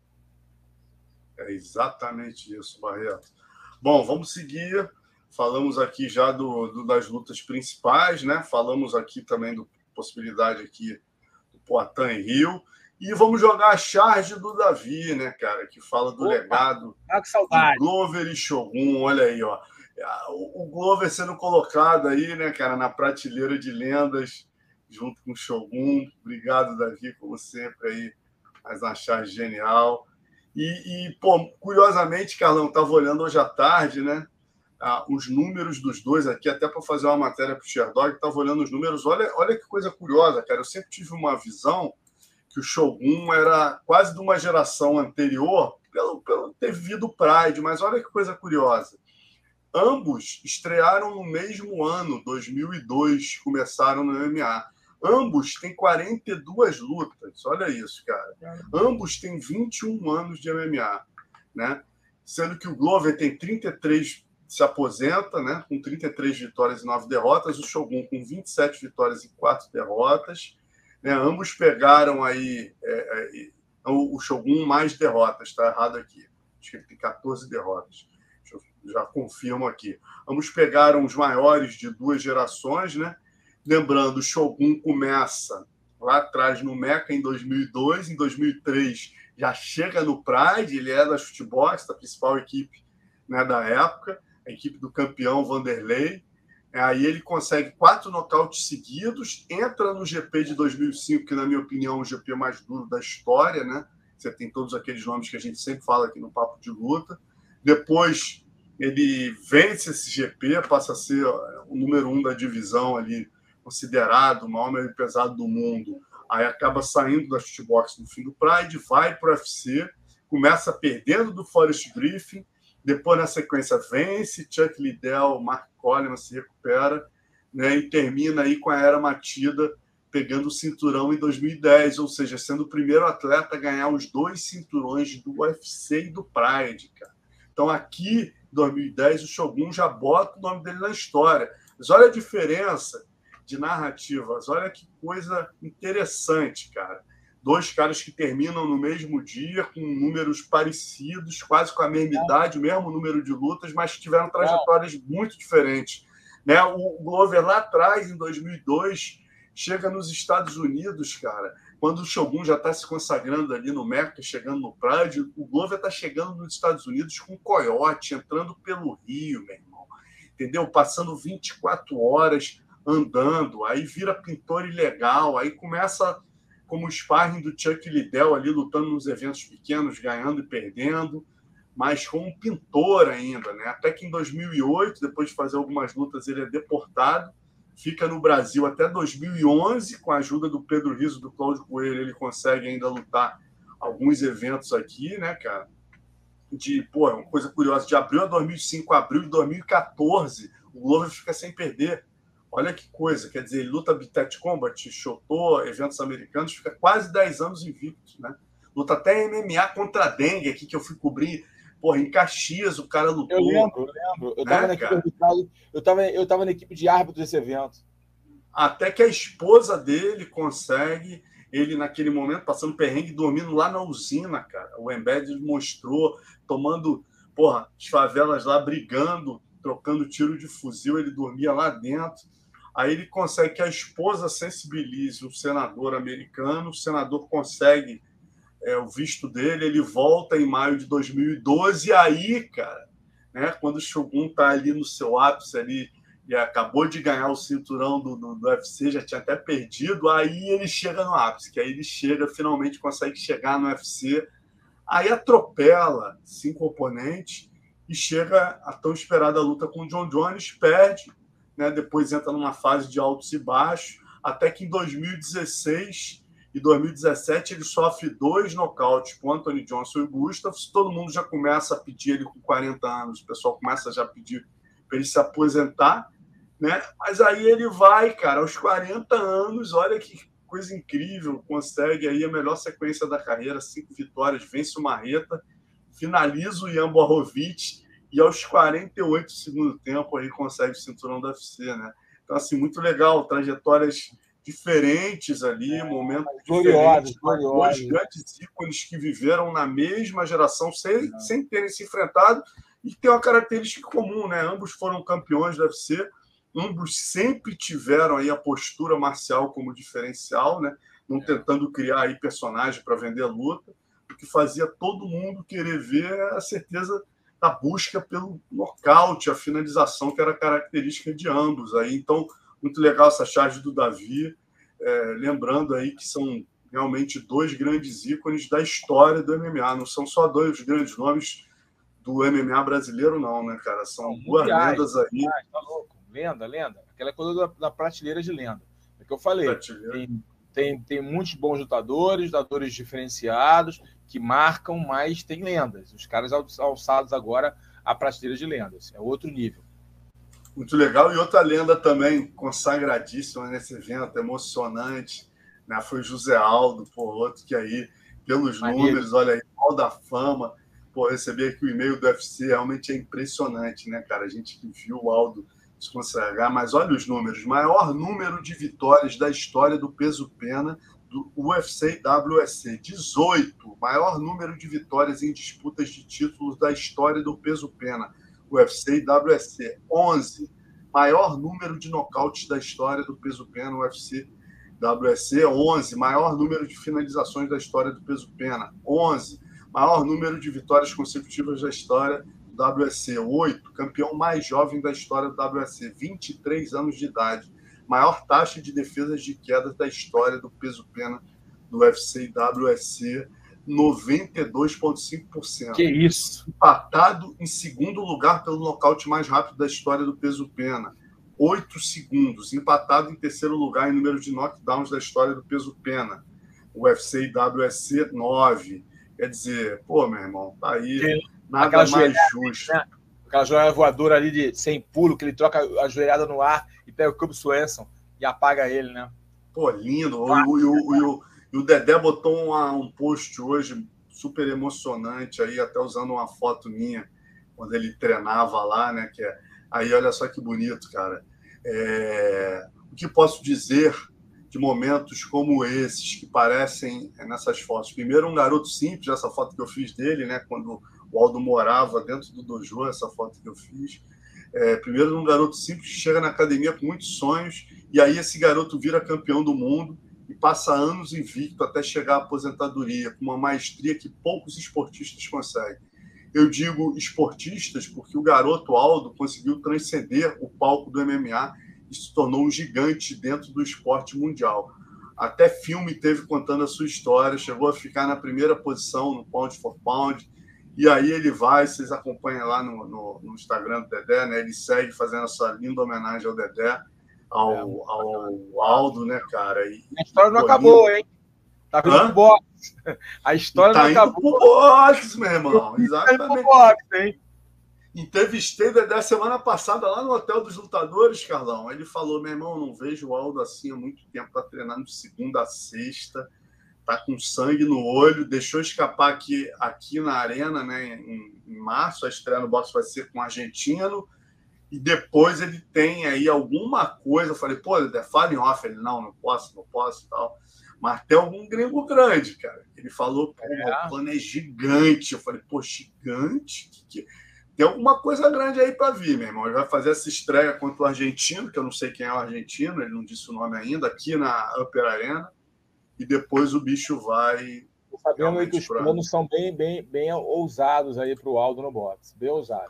É exatamente isso, Barreto. Bom, vamos seguir. Falamos aqui já do, do, das lutas principais, né? Falamos aqui também da possibilidade aqui do Poatan e Rio. E vamos jogar a charge do Davi, né, cara? Que fala do Opa, legado ah, que saudade. do Glover e Shogun. Olha aí, ó. O Glover sendo colocado aí, né, cara, na prateleira de lendas, junto com o Shogun. Obrigado, Davi, como sempre aí, mais uma charge genial. E, e pô, curiosamente, Carlão, estava olhando hoje à tarde, né, ah, os números dos dois aqui, até para fazer uma matéria para o Sherdog, estava olhando os números. Olha, olha que coisa curiosa, cara. Eu sempre tive uma visão que o Shogun era quase de uma geração anterior, pelo, pelo ter vivido o Pride, mas olha que coisa curiosa. Ambos estrearam no mesmo ano, dois mil e dois, começaram no M M A. Ambos têm quarenta e duas lutas, olha isso, cara. Ambos têm vinte e um anos de M M A, né? Sendo que o Glover tem trinta e três, se aposenta, né? Com trinta e três vitórias e nove derrotas, o Shogun com vinte e sete vitórias e quatro derrotas, né? Ambos pegaram aí é, é, o Shogun mais derrotas, tá errado aqui. Acho que ele tem quatorze derrotas. Já confirmo aqui. Ambos pegaram os maiores de duas gerações, né? Lembrando, o Shogun começa lá atrás no Mecha em dois mil e dois, em dois mil e três já chega no Pride, ele é da Shootbox, da principal equipe, né, da época, a equipe do campeão Vanderlei. Aí ele consegue quatro nocautes seguidos, entra no G P de dois mil e cinco, que na minha opinião é o G P mais duro da história, né? Você tem todos aqueles nomes que a gente sempre fala aqui no Papo de Luta. Depois ele vence esse G P, passa a ser o número um da divisão ali, considerado o maior meio pesado do mundo. Aí acaba saindo da Shootbox no fim do Pride, vai para o U F C, começa perdendo do Forrest Griffin, depois na sequência vence, Chuck Liddell, Mark Coleman se recupera, né, e termina aí com a era Matida pegando o cinturão em dois mil e dez, ou seja, sendo o primeiro atleta a ganhar os dois cinturões do U F C e do Pride, cara. Então aqui, em dois mil e dez, o Shogun já bota o nome dele na história. Mas olha a diferença de narrativas, olha que coisa interessante, cara. Dois caras que terminam no mesmo dia, com números parecidos, quase com a mesma idade, o mesmo número de lutas, mas que tiveram trajetórias muito diferentes. Né? O Glover lá atrás, em dois mil e dois, chega nos Estados Unidos, cara, quando o Shogun já está se consagrando ali no Mecha, chegando no Pride, o Glover está chegando nos Estados Unidos com o Coyote, entrando pelo Rio, meu irmão. Entendeu? Passando vinte e quatro horas andando, aí vira pintor ilegal, aí começa como o sparring do Chuck Liddell ali, lutando nos eventos pequenos, ganhando e perdendo, mas como um pintor ainda, né? Até que em dois mil e oito, depois de fazer algumas lutas, ele é deportado, fica no Brasil até dois mil e onze, com a ajuda do Pedro Rizzo, do Cláudio Coelho, ele consegue ainda lutar alguns eventos aqui, né, cara? De, pô, uma coisa curiosa, de abril a dois mil e cinco, abril de dois mil e quatorze, o Glover fica sem perder. Olha que coisa, quer dizer, ele luta Habitat Combat, Shotô, eventos americanos, fica quase dez anos invicto, né? Luta até M M A contra a dengue aqui, que eu fui cobrir, porra, em Caxias o cara lutou. Eu lembro, eu lembro. Eu estava né, na, eu tava, eu tava na equipe de árbitro desse evento. Até que a esposa dele consegue, ele naquele momento passando perrengue, dormindo lá na usina, cara. O Embedded mostrou, tomando, porra, as favelas lá brigando, trocando tiro de fuzil, ele dormia lá dentro. Aí ele consegue que a esposa sensibilize o senador americano, o senador consegue é, o visto dele, ele volta em maio de dois mil e doze, e aí, cara, né, quando o Shogun tá ali no seu ápice ali, e acabou de ganhar o cinturão do, do, do U F C, já tinha até perdido, aí ele chega no ápice, que aí ele chega, finalmente consegue chegar no U F C, aí atropela cinco oponentes e chega a tão esperada luta com o John Jones, perde, né, depois entra numa fase de altos e baixos, até que em dois mil e dezesseis e dois mil e dezessete ele sofre dois nocautes com Anthony Johnson e Gustafsson, todo mundo já começa a pedir ele com quarenta anos, o pessoal começa já a pedir para ele se aposentar, né? Mas aí ele vai, cara, aos quarenta anos, olha que coisa incrível, consegue aí a melhor sequência da carreira, cinco vitórias, vence o Marreta, finaliza o Ian Bohrovic e aos quarenta e oito do segundo tempo aí consegue o cinturão da U F C, né? Então, assim, muito legal, trajetórias diferentes ali, é, momentos gloriosos, diferentes, dois grandes ícones que viveram na mesma geração sem, é. sem terem se enfrentado e tem uma característica comum, né? Ambos foram campeões da U F C, ambos sempre tiveram aí a postura marcial como diferencial, né? Não é. tentando criar aí personagem para vender a luta, o que fazia todo mundo querer ver a certeza da busca pelo nocaute, a finalização, que era característica de ambos. Aí, então, muito legal essa charge do Davi, é, lembrando aí que são realmente dois grandes ícones da história do M M A, não são só dois grandes nomes do M M A brasileiro, não, né, cara? São não, duas mundiais, lendas aí. Mundiais, tá louco. Lenda, lenda. Aquela coisa da, da prateleira de lenda. É que eu falei. Tem, tem, tem muitos bons lutadores, lutadores diferenciados, que marcam, mas tem lendas. Os caras alçados agora à prateleira de lendas. É outro nível. Muito legal. E outra lenda também consagradíssima nesse evento, emocionante, né? Foi José Aldo, por outro que aí, pelos Maneiro. números, olha aí, Hall da Fama. Pô, receber aqui o e-mail do U F C realmente é impressionante, né, cara? A gente que viu o Aldo se consagrar, mas olha os números. Maior número de vitórias da história do peso-pena do U F C e W S C, dezoito. Maior número de vitórias em disputas de títulos da história do peso-pena, U F C e W S C, onze. Maior número de nocautes da história do peso-pena, U F C e W S C, onze. Maior número de finalizações da história do peso-pena, onze. Maior número de vitórias consecutivas da história do W S C, oito. Campeão mais jovem da história do W S C, vinte e três anos de idade. Maior taxa de defesas de quedas da história do peso-pena do U F C e W S C, noventa e dois vírgula cinco por cento. Que isso! Empatado em segundo lugar pelo nocaute mais rápido da história do peso-pena, oito segundos. Empatado em terceiro lugar em número de knockdowns da história do peso-pena, U F C e W S C, nove. Quer dizer, pô, meu irmão, tá aí, que, nada mais justo. Né? Aquela joelhada voadora ali de sem pulo, que ele troca a joelhada no ar e pega o Cub Swanson e apaga ele, né? Pô, lindo. Ah, o, o, o, o, o Dedé botou uma, um post hoje super emocionante aí, até usando uma foto minha, quando ele treinava lá, né? Que é... Aí, olha só que bonito, cara. É... O que posso dizer de momentos como esses, que parecem nessas fotos? Primeiro, um garoto simples, essa foto que eu fiz dele, né? Quando o Aldo morava dentro do dojo, essa foto que eu fiz. É, primeiro, um garoto simples que chega na academia com muitos sonhos, e aí esse garoto vira campeão do mundo e passa anos invicto até chegar à aposentadoria, com uma maestria que poucos esportistas conseguem. Eu digo esportistas porque o garoto Aldo conseguiu transcender o palco do M M A e se tornou um gigante dentro do esporte mundial. Até filme teve contando a sua história, chegou a ficar na primeira posição no Pound for Pound, e aí ele vai, vocês acompanham lá no, no, no Instagram do Dedé, né? Ele segue fazendo essa linda homenagem ao Dedé. ao, É, ao Aldo, né, cara? E, a história não pô, acabou, lindo. hein? Tá vindo Hã? pro boxe. A história Tá não indo acabou. pro boxe, meu irmão. Tá indo pro Exatamente. boxe, hein? Entrevistei da semana passada lá no Hotel dos Lutadores, Carlão. Ele falou, meu irmão, não vejo o Aldo assim há muito tempo para treinar de segunda a sexta. Tá com sangue no olho, deixou escapar aqui, aqui na arena, né? Em, em março, a estreia no boxe vai ser com o argentino. E depois ele tem aí alguma coisa. Eu falei, pô, fala em off. Ele, não, não posso, não posso e tal. Mas tem algum gringo grande, cara. Ele falou, pô, É. o plano é gigante. Eu falei, pô, gigante? Que que... Tem alguma coisa grande aí para vir, meu irmão. Ele vai fazer essa estreia contra o argentino, que eu não sei quem é o argentino, ele não disse o nome ainda, aqui na Upper Arena. E depois o bicho vai... Tô sabendo aí que os pra... planos são bem, bem, bem ousados aí para o Aldo no boxe. Bem ousados.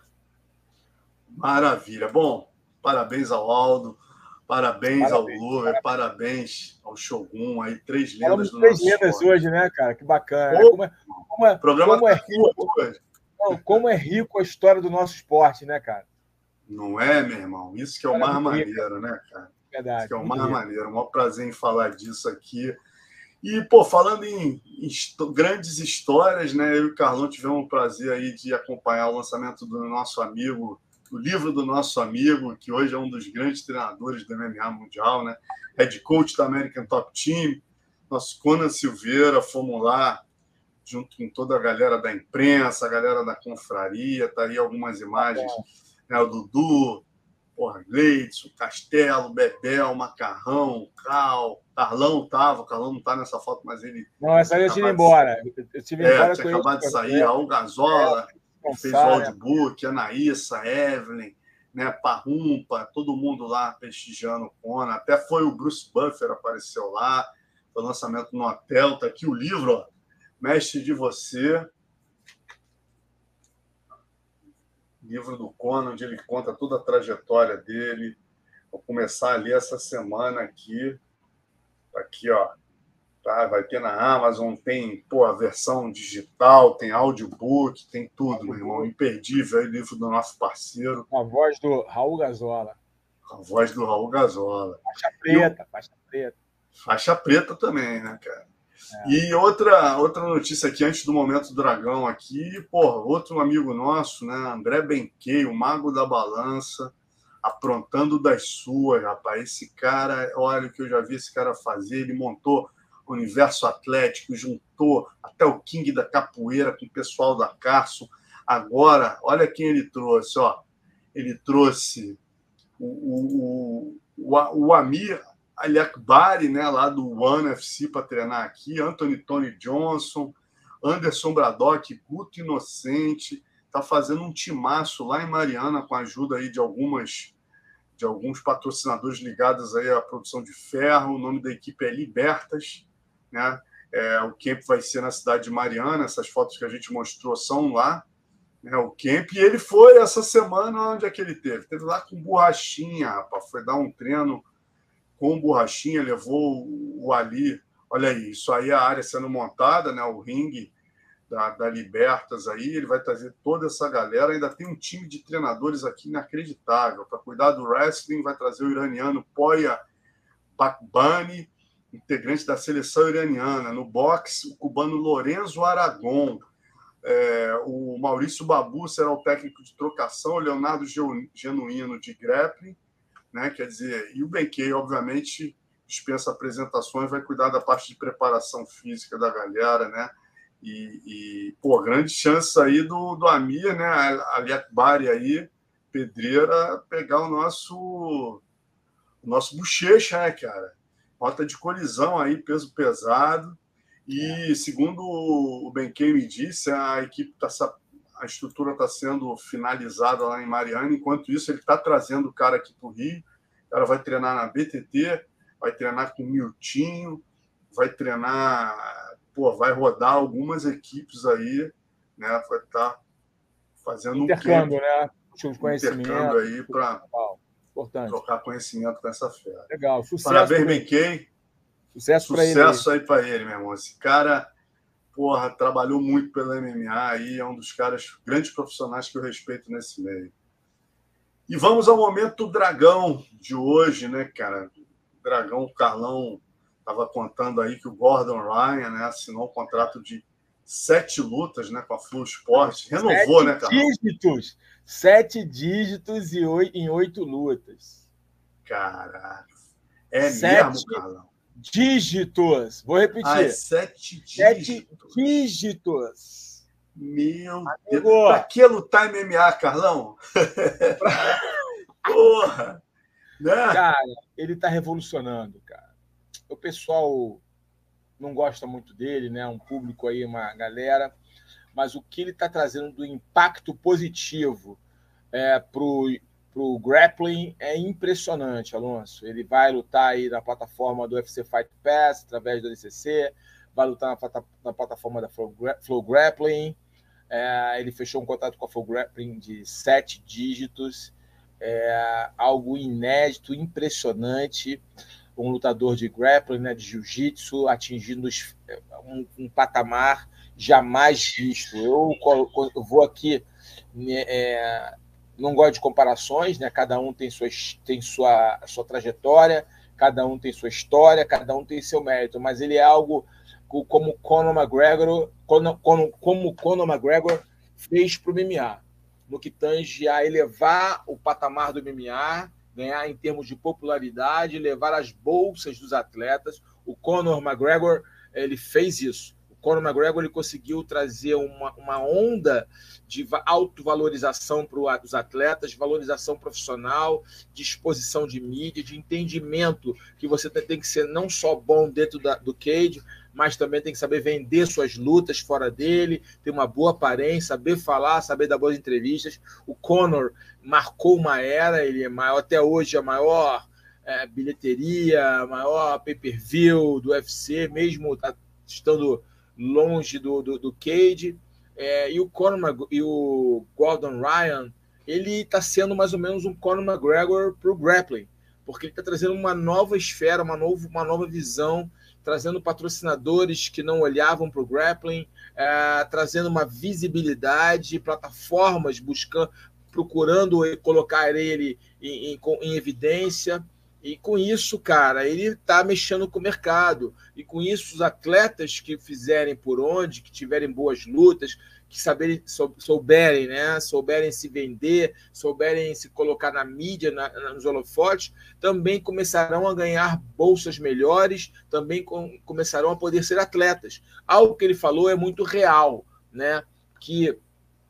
Maravilha. Bom, parabéns ao Aldo, parabéns, parabéns ao Glover, parabéns. parabéns ao Shogun, aí três lendas do três nosso lendas esporte. Hoje, né, cara? Que bacana. Pô, como é, como é, programa como é tá rico, hoje. Não, como é rico a história do nosso esporte, né, cara? Não é, meu irmão? Isso que é o mais maneiro, né, cara? Verdade. Isso que é o muito mais rico. maneiro. É um maior prazer em falar disso aqui. E, pô, falando em, em grandes histórias, né? Eu e o Carlão tivemos o prazer aí de acompanhar o lançamento do nosso amigo, do livro do nosso amigo, que hoje é um dos grandes treinadores do M M A mundial, né? Head coach da American Top Team, nosso Conan Silveira. Fomos lá junto com toda a galera da imprensa, a galera da confraria, tá aí algumas imagens, né? O Dudu, porra, Gleidson, Castelo, Bebel, Macarrão, Cal, Carlão tava, o Carlão não tá nessa foto, mas ele... Não, essa aí eu tive embora. Eu tive é, embora tinha com acabado ele. de sair, Raul Gazola, é, que fez o audiobook, a Anaíssa, Evelyn, né, Parrumpa, todo mundo lá prestigiando o Conan. Até foi o Bruce Buffer, apareceu lá, foi o lançamento no hotel. Tá aqui o livro, ó, Mestre de Você, livro do Conan, onde ele conta toda a trajetória dele. Vou começar a ler essa semana aqui. Aqui, ó. Tá? Vai ter na Amazon, tem pô, a versão digital, tem audiobook, tem tudo, meu irmão. Imperdível, aí, livro do nosso parceiro. A voz do Raul Gazola. A voz do Raul Gazola. Faixa preta, o... faixa preta. Faixa preta também, né, cara? É. E outra, outra notícia aqui, antes do Momento Dragão aqui, porra, outro amigo nosso, né, André Benquei, o Mago da Balança, aprontando das suas, rapaz. Esse cara, olha o que eu já vi esse cara fazer, ele montou o Universo Atlético, juntou até o King da Capoeira com o pessoal da Carson. Agora, olha quem ele trouxe, ó. Ele trouxe o, o, o, o Amir Aliakbari, né, lá do One F C para treinar aqui, Anthony Tony Johnson, Anderson Braddock, Guto Inocente, tá fazendo um timaço lá em Mariana com a ajuda aí de algumas de alguns patrocinadores ligados aí à produção de ferro. O nome da equipe é Libertas, né? É, o camp vai ser na cidade de Mariana, essas fotos que a gente mostrou são lá, né, o camp, e ele foi essa semana, onde é que ele teve? Teve lá com Borrachinha, rapaz, foi dar um treino com Borrachinha, levou o Ali, olha aí, isso aí é a área sendo montada, né, o ringue da, da Libertas aí, ele vai trazer toda essa galera, ainda tem um time de treinadores aqui inacreditável, para cuidar do wrestling, vai trazer o iraniano Poya Bakbani, integrante da seleção iraniana, no boxe, o cubano Lorenzo Aragon, é, o Maurício Babu será o técnico de trocação, o Leonardo Genuíno de grappling, né? Quer dizer, e o Benquei, obviamente, dispensa apresentações, vai cuidar da parte de preparação física da galera, né? E, e pô, grande chance aí do, do Amir, né? Ali Akbari aí, pedreira, pegar o nosso, o nosso bochecha, né, cara? Rota de colisão aí, peso pesado. E, segundo o Benquei me disse, a equipe está... a estrutura está sendo finalizada lá em Mariana, enquanto isso ele está trazendo o cara aqui para o Rio, o cara vai treinar na B T T, vai treinar com o Miltinho, vai treinar, pô, vai rodar algumas equipes aí, né, vai estar tá fazendo intercâmbio, um camp, né? De conhecimento. Intercâmbio aí para importante. trocar conhecimento com essa fera. Legal, sucesso. Parabéns, Benquei. Sucesso, Sucesso para ele. aí para ele, meu irmão. Esse cara... porra, trabalhou muito pelo M M A aí, é um dos caras, grandes profissionais que eu respeito nesse meio. E vamos ao momento Dragão de hoje, né, cara? O Dragão, o Carlão estava contando aí que o Gordon Ryan, né, assinou um contrato de sete lutas, né, com a Flow Sport. Renovou, sete né, Carlão? dígitos. Sete dígitos e oito, em oito lutas. Caralho. É Sete mesmo, Carlão? dígitos. Vou repetir. Ah, é sete Sete dígitos. dígitos. Meu Amigo. Deus. Pra que lutar M M A, Carlão? Porra! Né? Cara, ele tá revolucionando, cara. O pessoal não gosta muito dele, né? Um público aí, uma galera. Mas o que ele tá trazendo do impacto positivo é, pro, pro grappling é impressionante, Alonso. Ele vai lutar aí na plataforma do U F C Fight Pass, através do D C C, vai lutar na, na plataforma da Flow, Flow Grappling. É, ele fechou um contrato com a Flow Grappling de sete dígitos, é, algo inédito, impressionante. Um lutador de grappling, né, de jiu-jitsu, atingindo um, um patamar jamais visto. Eu, eu vou aqui, é, não gosto de comparações, né? Cada um tem, sua, tem sua, sua trajetória, cada um tem sua história, cada um tem seu mérito, mas ele é algo como Conor McGregor, como, como Conor McGregor fez para o M M A, no que tange a elevar o patamar do M M A, ganhar em termos de popularidade, levar as bolsas dos atletas. O Conor McGregor, ele fez isso. O Conor McGregor ele conseguiu trazer uma, uma onda de autovalorização para os atletas, valorização profissional, de exposição de mídia, de entendimento que você tem que ser não só bom dentro da, do cage, mas também tem que saber vender suas lutas fora dele, ter uma boa aparência, saber falar, saber dar boas entrevistas. O Conor marcou uma era, ele é maior, até hoje a maior é, bilheteria, a maior pay-per-view do U F C, mesmo estando longe do, do, do cage. É, e, o Conor, e o Gordon Ryan, ele está sendo mais ou menos um Conor McGregor para o grappling, porque ele está trazendo uma nova esfera, uma, novo, uma nova visão, trazendo patrocinadores que não olhavam para o grappling, é, trazendo uma visibilidade, plataformas buscando, procurando colocar ele em, em, em evidência. E com isso, cara, ele está mexendo com o mercado. E com isso, os atletas que fizerem por onde, que tiverem boas lutas, que saberem, souberem, né? souberem se vender, souberem se colocar na mídia, na, nos holofotes, também começarão a ganhar bolsas melhores, também com, começarão a poder ser atletas. Algo que ele falou é muito real, né? Que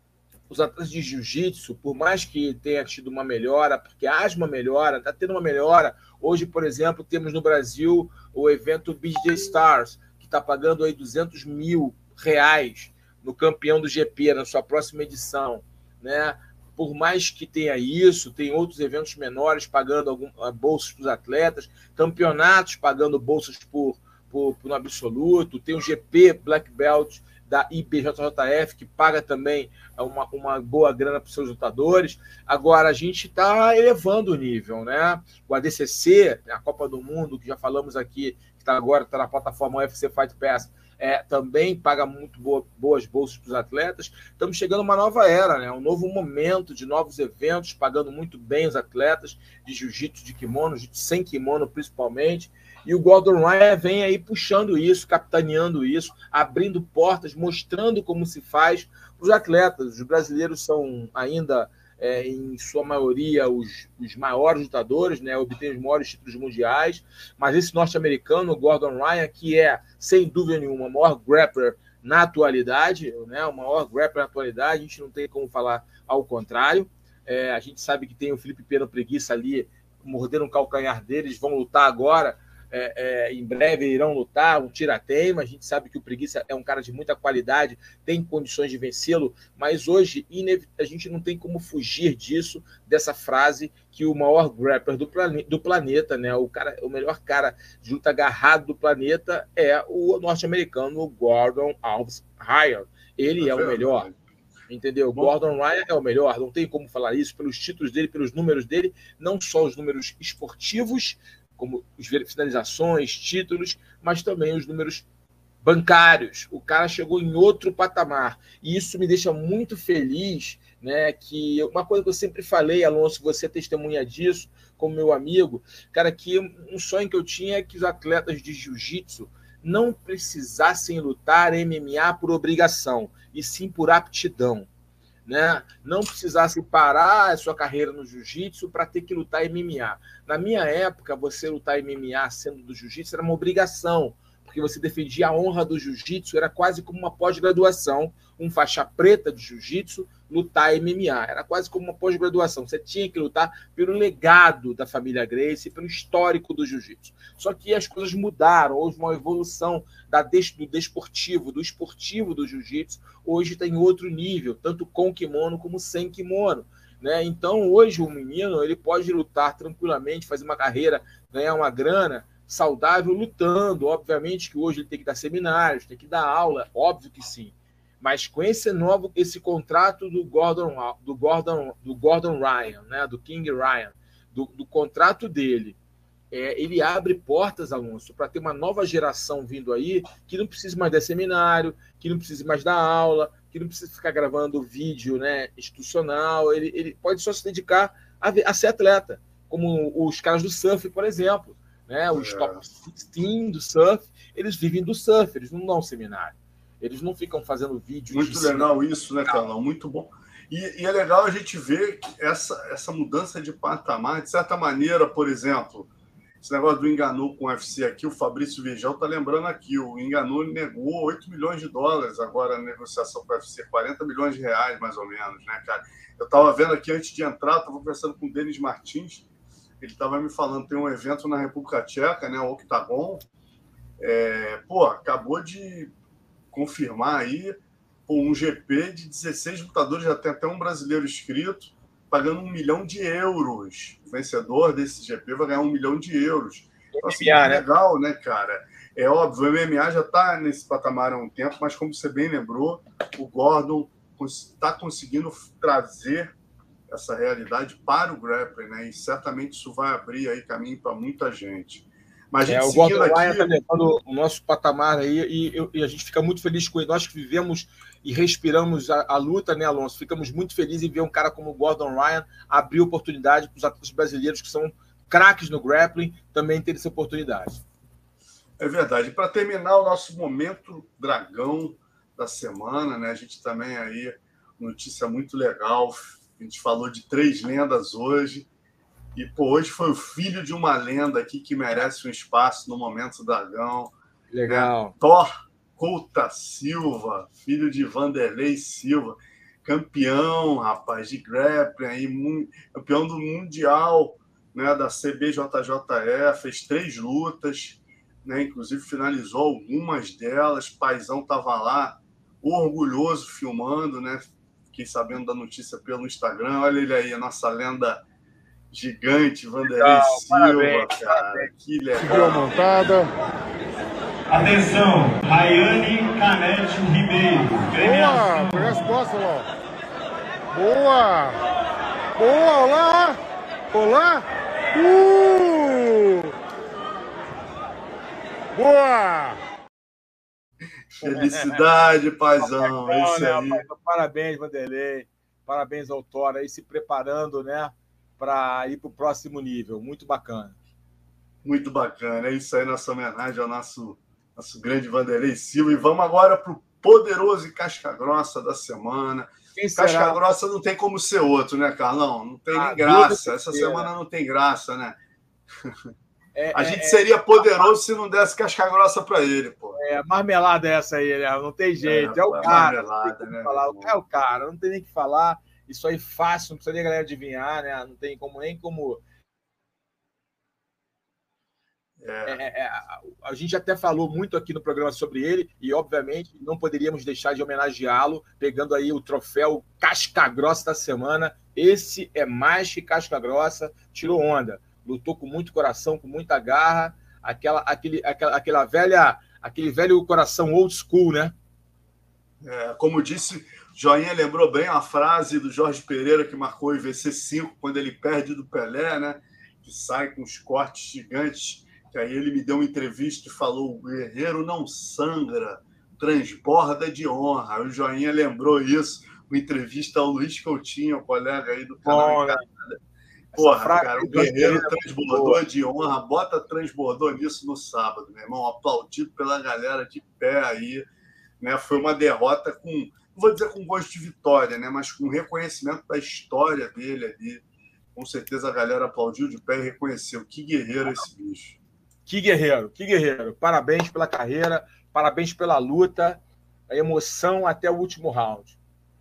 os atletas de jiu-jitsu, por mais que tenha tido uma melhora, porque há uma melhora, está tendo uma melhora. Hoje, por exemplo, temos no Brasil o evento B J Stars, que está pagando aí duzentos mil reais no campeão do G P, na sua próxima edição, né? Por mais que tenha isso, tem outros eventos menores pagando algum, bolsas para os atletas, campeonatos pagando bolsas por, por, por no absoluto, tem o G P Black Belt da I B J J F, que paga também uma, uma boa grana para os seus lutadores. Agora, a gente está elevando o nível, né? O A D C C, a Copa do Mundo, que já falamos aqui, que tá agora está na plataforma U F C Fight Pass, é, também paga muito boa, boas bolsas para os atletas. Estamos chegando a uma nova era, né? Um novo momento de novos eventos, pagando muito bem os atletas de jiu-jitsu de kimono, jiu-jitsu sem kimono principalmente. E o Gordon Ryan vem aí puxando isso, capitaneando isso, abrindo portas, mostrando como se faz para os atletas. Os brasileiros são ainda, é, em sua maioria, os, os maiores lutadores, né? Obtêm os maiores títulos mundiais, mas esse norte-americano, o Gordon Ryan, que é, sem dúvida nenhuma, o maior grappler na atualidade, né? O maior grappler na atualidade, a gente não tem como falar ao contrário. É, a gente sabe que tem o Felipe Pena Preguiça ali, mordendo o calcanhar deles, vão lutar agora. É, é, em breve irão lutar, um tira-teima. A gente sabe que o Preguiça é um cara de muita qualidade, tem condições de vencê-lo, mas hoje a gente não tem como fugir disso, dessa frase que o maior grappler do, plane do planeta, né, o, cara, o melhor cara de luta agarrado do planeta é o norte-americano Gordon Alves Ryan. Ele é, é o melhor. Entendeu? Bom, Gordon Ryan é o melhor, não tem como falar isso, pelos títulos dele, pelos números dele, não só os números esportivos, como as finalizações, títulos, mas também os números bancários. O cara chegou em outro patamar. E isso me deixa muito feliz né? Que uma coisa que eu sempre falei, Alonso, você é testemunha disso, como meu amigo, cara, que um sonho que eu tinha é que os atletas de jiu-jitsu não precisassem lutar M M A por obrigação, e sim por aptidão, né? Não precisassem parar a sua carreira no jiu-jitsu para ter que lutar M M A. Na minha época, você lutar M M A sendo do jiu-jitsu era uma obrigação, porque você defendia a honra do jiu-jitsu, era quase como uma pós-graduação, um faixa preta de jiu-jitsu lutar M M A, era quase como uma pós-graduação, você tinha que lutar pelo legado da família Gracie, pelo histórico do jiu-jitsu. Só que as coisas mudaram, houve uma evolução da des, do desportivo, do esportivo do jiu-jitsu, hoje está em outro nível, tanto com kimono como sem kimono, né? Então hoje o menino ele pode lutar tranquilamente, fazer uma carreira, ganhar uma grana saudável lutando. Obviamente que hoje ele tem que dar seminários, tem que dar aula, óbvio que sim. Mas com esse novo, esse contrato do Gordon, do Gordon, do Gordon Ryan, né, do King Ryan, do, do contrato dele, é, ele abre portas, Alonso, para ter uma nova geração vindo aí que não precisa mais dar seminário, que não precisa mais dar aula, que não precisa ficar gravando vídeo, né, institucional. Ele, ele pode só se dedicar a, a ser atleta, como os caras do surf, por exemplo, né, os é. top dezesseis do surf, eles vivem do surf, eles não dão seminário. Eles não ficam fazendo vídeos. Muito legal isso, né, Carlão? Muito bom. E, e é legal a gente ver que essa, essa mudança de patamar, de certa maneira, por exemplo, esse negócio do Ngannou com o U F C aqui, o Fabrício Virgel está lembrando aqui, o Ngannou negou oito milhões de dólares agora na negociação com o U F C, quarenta milhões de reais, mais ou menos, né, cara? Eu estava vendo aqui antes de entrar, estava conversando com o Denis Martins, ele estava me falando, tem um evento na República Tcheca, né, o Octagon, é, pô, acabou de confirmar aí pô, um G P de dezesseis lutadores, já tem até um brasileiro inscrito, pagando um milhão de euros. O vencedor desse G P vai ganhar um milhão de euros. Então, assim, é legal, né, cara? É óbvio, o M M A já está nesse patamar há um tempo, mas como você bem lembrou, o Gordon está conseguindo trazer essa realidade para o grappling, né? E certamente isso vai abrir aí caminho para muita gente. Mas a gente é, o Gordon aqui... Ryan está levando o nosso patamar aí e, e a gente fica muito feliz com ele. Nós que vivemos e respiramos a, a luta, né, Alonso? Ficamos muito felizes em ver um cara como o Gordon Ryan abrir oportunidade para os atletas brasileiros que são craques no grappling também terem essa oportunidade. É verdade. Para terminar o nosso momento dragão da semana, né? A gente também aí, notícia muito legal. A gente falou de três lendas hoje. E, pô, hoje foi o filho de uma lenda aqui que merece um espaço no Momento Dragão. Legal. Né? Thor Couta Silva, filho de Vanderlei Silva, campeão, rapaz, de grappling, aí, campeão do Mundial, né, da C B J J E, fez três lutas, né, inclusive finalizou algumas delas. Paizão estava lá, orgulhoso, filmando, né? Fiquei sabendo da notícia pelo Instagram. Olha ele aí, a nossa lenda gigante, Vanderlei legal, Silva, parabéns, cara. Parabéns. Que legal. Montada. Atenção, Rayane Canete Ribeiro. Boa, põe as costas lá. Boa. Boa, olá. Olá. Uh. Boa. Felicidade, paizão. É isso aí. Né, parabéns, Vanderlei. Parabéns ao Thor aí se preparando, né, para ir para o próximo nível. Muito bacana. Muito bacana. É isso aí, nossa homenagem ao nosso, nosso grande Vanderlei Silva. E vamos agora para o poderoso e casca-grossa da semana. Casca-grossa não tem como ser outro, né, Carlão? Não tem ah, nem graça. Essa semana não tem graça, né? É, a gente é, seria é, poderoso é, se não desse casca-grossa para ele, pô. É, marmelada essa aí, né? Não tem jeito. É, é o cara. Né, falar. É o cara, não tem nem o que falar. Isso aí fácil, não precisa nem a galera adivinhar, né? Não tem como nem como. É. É, é, a gente até falou muito aqui no programa sobre ele e, obviamente, não poderíamos deixar de homenageá-lo, pegando aí o troféu Casca-Grossa da semana. Esse é mais que casca-grossa, tirou onda, lutou com muito coração, com muita garra, aquela, aquele, aquela, aquela velha, aquele velho coração old school, né? É, como disse, Joinha lembrou bem a frase do Jorge Pereira, que marcou o I V C cinco, quando ele perde do Pelé, né? Que sai com os cortes gigantes. Que aí ele me deu uma entrevista e falou: o guerreiro não sangra, transborda de honra. O Joinha lembrou isso, uma entrevista ao Luiz Coutinho, colega aí do canal. Bom, né? Porra, cara, o guerreiro transbordador de honra, bota transbordou nisso no sábado, meu irmão, aplaudido pela galera de pé aí, né? Foi uma derrota com, não vou dizer com gosto de vitória, né? Mas com reconhecimento da história dele ali. Com certeza a galera aplaudiu de pé e reconheceu. Que guerreiro esse bicho. Que guerreiro, que guerreiro. Parabéns pela carreira, parabéns pela luta, a emoção até o último round.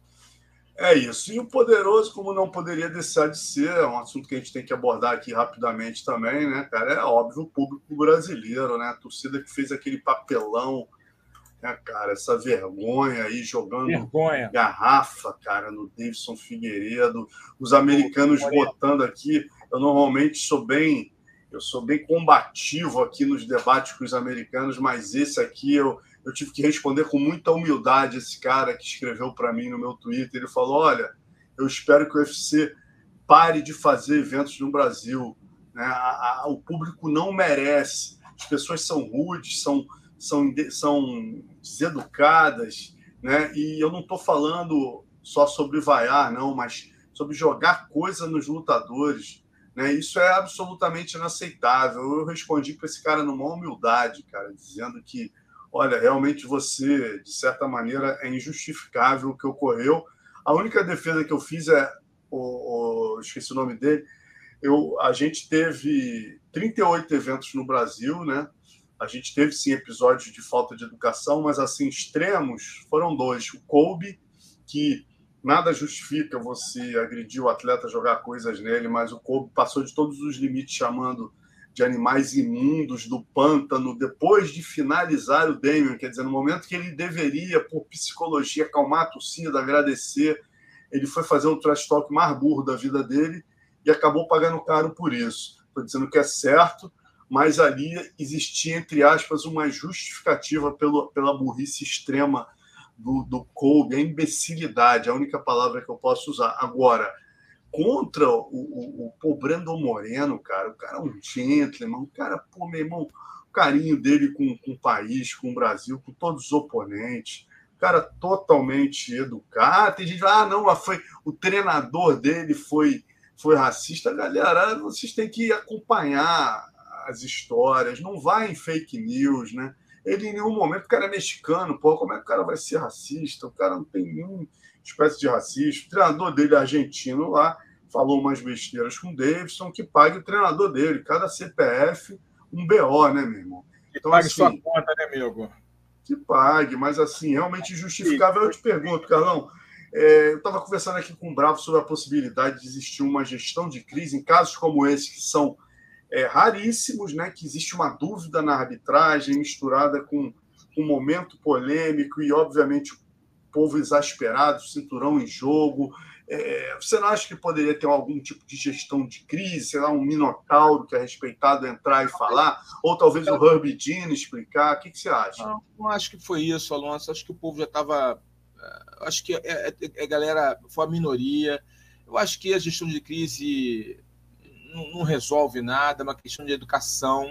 É isso. E o poderoso, como não poderia deixar de ser, é um assunto que a gente tem que abordar aqui rapidamente também, né, cara? É óbvio o público brasileiro, né? A torcida que fez aquele papelão, né, cara? Essa vergonha aí, jogando vergonha. garrafa, cara, no Davidson Figueiredo. Os americanos votando aqui. Eu normalmente sou bem... Eu sou bem combativo aqui nos debates com os americanos, mas esse aqui eu, eu tive que responder com muita humildade esse cara que escreveu para mim no meu Twitter. Ele falou, olha, eu espero que o U F C pare de fazer eventos no Brasil. Né? A, a, o público não merece. As pessoas são rudes, são, são, são deseducadas. Né? E eu não estou falando só sobre vaiar, não, mas sobre jogar coisa nos lutadores. Né? Isso é absolutamente inaceitável. Eu respondi para esse cara numa humildade, cara, dizendo que, olha, realmente você, de certa maneira, é injustificável o que ocorreu. A única defesa que eu fiz é, o, o, esqueci o nome dele, eu, a gente teve trinta e oito eventos no Brasil, né? A gente teve, sim, episódios de falta de educação, mas, assim, extremos foram dois. O Kobe, que... Nada justifica você agredir o atleta, jogar coisas nele, mas o Kobe passou de todos os limites, chamando de animais imundos do pântano, depois de finalizar o Damian. Quer dizer, no momento que ele deveria, por psicologia, acalmar a torcida, agradecer, ele foi fazer um trash talk mais burro da vida dele e acabou pagando caro por isso. Estou dizendo que é certo, mas ali existia, entre aspas, uma justificativa pelo, pela burrice extrema Do, do Kobe, a imbecilidade, a única palavra que eu posso usar. Agora, contra o, o, o, o Brandon Moreno, cara, o cara é um gentleman, o cara, pô, meu irmão, o carinho dele com, com o país, com o Brasil, com todos os oponentes, o cara totalmente educado. Ah, tem gente que fala, ah, não, foi, o treinador dele foi, foi racista. Galera, vocês têm que acompanhar as histórias, não vai em fake news, né? Ele, em nenhum momento, o cara é mexicano, pô, como é que o cara vai ser racista? O cara não tem nenhuma espécie de racismo. O treinador dele, argentino, lá, falou umas besteiras com o Davidson, que pague o treinador dele. Cada C P F, um B O, né, meu irmão? Que então, pague assim, sua conta, né, amigo? Que pague, mas, assim, realmente justificável. Eu te pergunto, Carlão, é, eu estava conversando aqui com o Bravo sobre a possibilidade de existir uma gestão de crise em casos como esse, que são É, raríssimos, né, que existe uma dúvida na arbitragem misturada com um momento polêmico e, obviamente, o povo exasperado, cinturão em jogo. É, você não acha que poderia ter algum tipo de gestão de crise, sei lá, um minotauro que é respeitado entrar e falar? Ou talvez o Herbie Dean explicar? O que, que você acha? Não, não acho que foi isso, Alonso. Acho que o povo já estava... Acho que a é, é, é, galera foi a minoria. Eu acho que a gestão de crise... não resolve nada, é uma questão de educação.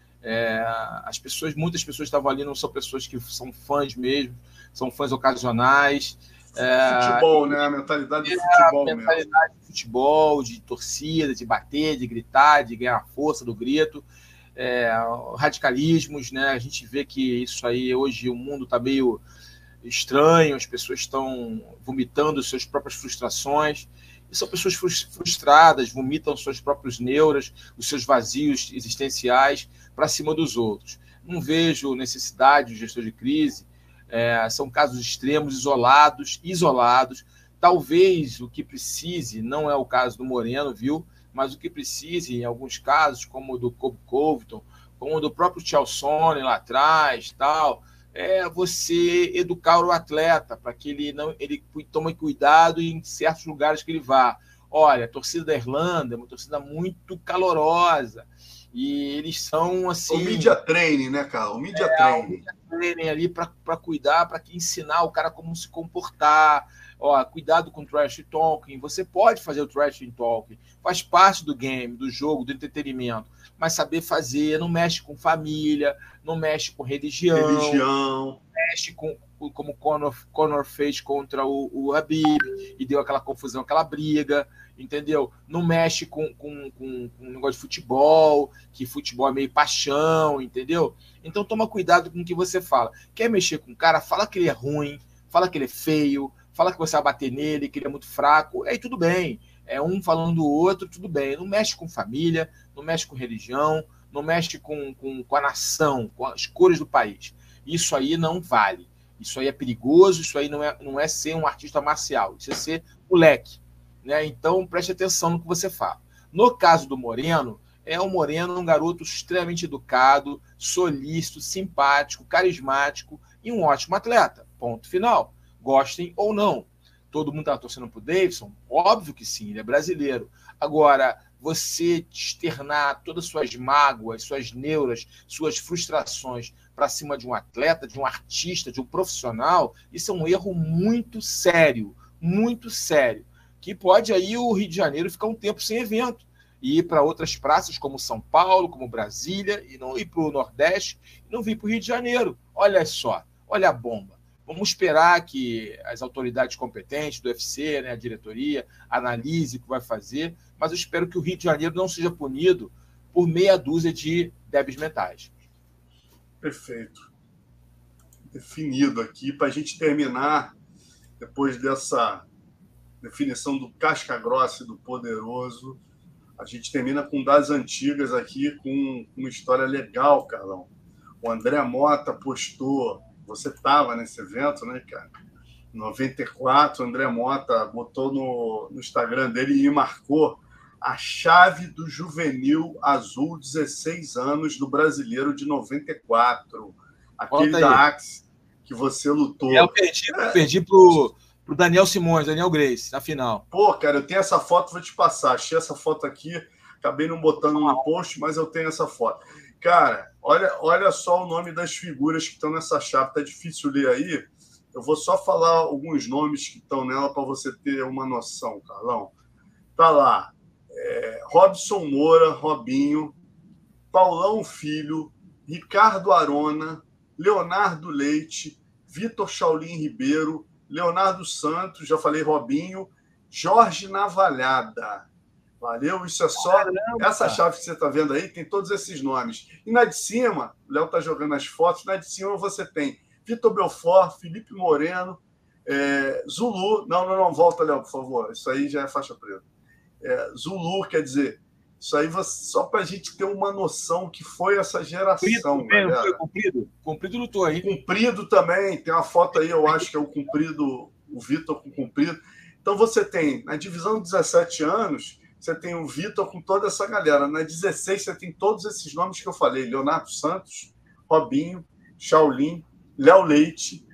É, as pessoas, muitas pessoas estavam ali, não são pessoas que são fãs mesmo, são fãs ocasionais. É, futebol, e, né? A mentalidade do futebol. A mentalidade mesmo. de futebol, de torcida, de bater, de gritar, de ganhar força do grito. É, radicalismos, né? A gente vê que isso aí, hoje o mundo está meio estranho, as pessoas estão vomitando suas próprias frustrações. E são pessoas frustradas, vomitam suas próprias neuras, os seus vazios existenciais para cima dos outros. Não vejo necessidade de gestor de crise, é, são casos extremos, isolados, isolados. Talvez o que precise, não é o caso do Moreno, viu? Mas o que precise, em alguns casos, como o do Kobe Covington, como o do próprio Chael Sonnen lá atrás, tal, é você educar o atleta para que ele não ele tome cuidado em certos lugares que ele vá. Olha, a torcida da Irlanda é uma torcida muito calorosa e eles são assim... O media training, né, cara? O media é, training. O media training ali para cuidar, para ensinar o cara como se comportar. Ó, cuidado com o trash talking. Você pode fazer o trash talking, faz parte do game, do jogo, do entretenimento, mas saber fazer, não mexe com família, não mexe com religião, religião. não mexe com, como o Conor, Conor fez contra o, o Khabib e deu aquela confusão, aquela briga, entendeu? Não mexe com, com, com, com um negócio de futebol, que futebol é meio paixão, entendeu? Então toma cuidado com o que você fala. Quer mexer com o cara, fala que ele é ruim, fala que ele é feio, fala que você vai bater nele, que ele é muito fraco, aí tudo bem. É um falando do outro, tudo bem. Não mexe com família, não mexe com religião, não mexe com, com, com a nação, com as cores do país. Isso aí não vale. Isso aí é perigoso, isso aí não é, não é ser um artista marcial, isso é ser moleque. Né? Então, preste atenção no que você fala. No caso do Moreno, é o Moreno um garoto extremamente educado, solícito, simpático, carismático e um ótimo atleta. Ponto final. Gostem ou não. Todo mundo está torcendo para o Davidson? Óbvio que sim, ele é brasileiro. Agora, você externar todas as suas mágoas, suas neuras, suas frustrações para cima de um atleta, de um artista, de um profissional, isso é um erro muito sério, muito sério, que pode aí o Rio de Janeiro ficar um tempo sem evento e ir para outras praças como São Paulo, como Brasília, e não ir para o Nordeste, e não vir para o Rio de Janeiro. Olha só, olha a bomba. Vamos esperar que as autoridades competentes do U F C, né, a diretoria, analise o que vai fazer, mas eu espero que o Rio de Janeiro não seja punido por meia dúzia de débeis mentais. Perfeito. Definido aqui, para a gente terminar, depois dessa definição do casca grossa e do poderoso, a gente termina com das antigas aqui, com uma história legal, Carlão. O André Mota postou... Você estava nesse evento, né, cara? Em noventa e quatro, o André Mota botou no, no Instagram dele e marcou a chave do juvenil azul, dezesseis anos, do brasileiro de noventa e quatro. Aquele da Axe que você lutou. Eu perdi, é. perdi pro, pro Daniel Simões, Daniel Grace, na final. Pô, cara, eu tenho essa foto, vou te passar. Achei essa foto aqui, acabei não botando no post, mas eu tenho essa foto. Cara, olha, olha só o nome das figuras que estão nessa chave. Tá difícil ler aí. Eu vou só falar alguns nomes que estão nela para você ter uma noção, Carlão. Tá lá. É, Robson Moura, Robinho, Paulão Filho, Ricardo Arona, Leonardo Leite, Vitor Shaolin Ribeiro, Leonardo Santos, já falei Robinho, Jorge Navalhada. Valeu? Isso é só... Caramba. Essa chave que você está vendo aí tem todos esses nomes. E na de cima, o Léo está jogando as fotos, na de cima você tem Vitor Belfort, Felipe Moreno, é, Zulu... Não, não, não, volta, Léo, por favor. Isso aí já é faixa preta. É, Zulu, quer dizer, isso aí você, só para a gente ter uma noção que foi essa geração. Cumprido, foi Cumprido? Cumprido lutou aí. Cumprido também, tem uma foto aí, eu acho que é o Cumprido, o Vitor com Cumprido. Então você tem, na divisão de dezessete anos... Você tem o Vitor com toda essa galera. Na dezesseis, você tem todos esses nomes que eu falei. Leonardo Santos, Robinho, Shaolin, Léo Leite,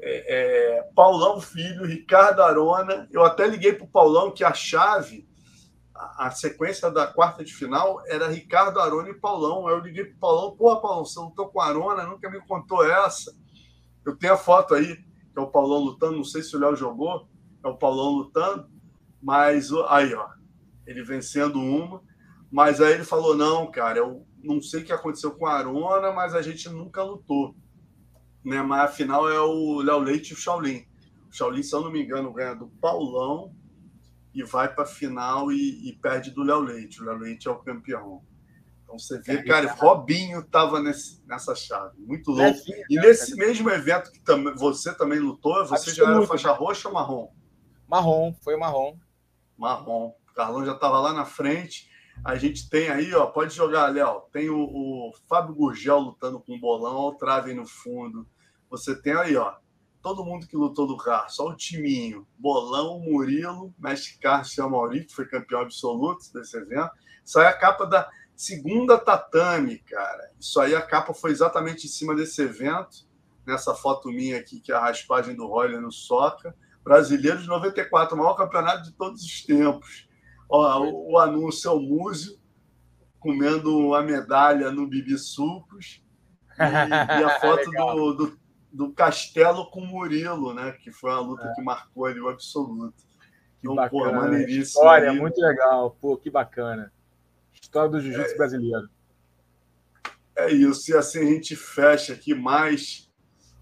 é, é, Paulão Filho, Ricardo Arona. Eu até liguei para o Paulão que a chave, a, a sequência da quarta de final era Ricardo Arona e Paulão. Aí eu liguei para o Paulão. Pô, Paulão, você lutou com a Arona? Nunca me contou essa. Eu tenho a foto aí, que é o Paulão lutando. Não sei se o Léo jogou. É o Paulão lutando. Mas aí, ó. Ele vencendo uma, mas aí ele falou, não, cara, eu não sei o que aconteceu com a Arona, mas a gente nunca lutou. Né? Mas afinal é o Léo Leite e o Shaolin. O Shaolin, se eu não me engano, ganha do Paulão e vai para a final e, e perde do Léo Leite. O Léo Leite é o campeão. Então você vê, cara, o Robinho estava nessa chave. Muito louco. E nesse mesmo evento que tam, você também lutou, você já era faixa roxa ou marrom? Marrom, foi marrom. Marrom. O Carlão já estava lá na frente. A gente tem aí, ó, pode jogar, Léo. Tem o, o Fábio Gurgel lutando com o Bolão, ó, o Trave no fundo. Você tem aí, ó, todo mundo que lutou do carro, só o timinho. Bolão, Murilo, Mestre Carlos e Amauri, que foi campeão absoluto desse evento. Isso aí é a capa da segunda tatame, cara. Isso aí, a capa foi exatamente em cima desse evento. Nessa foto minha aqui, que é a raspagem do Royler no Soca. Brasileiro de noventa e quatro, o maior campeonato de todos os tempos. Ó, o, o anúncio é o Múzio comendo a medalha no Bibi Sucos e, e a foto do, do, do Castelo com o Murilo, né? Que foi uma luta é. que marcou ali o absoluto. Que então, pô, maneiríssimo. História aí. Muito legal. Pô, que bacana. História do jiu-jitsu é, brasileiro. É isso. E assim a gente fecha aqui mais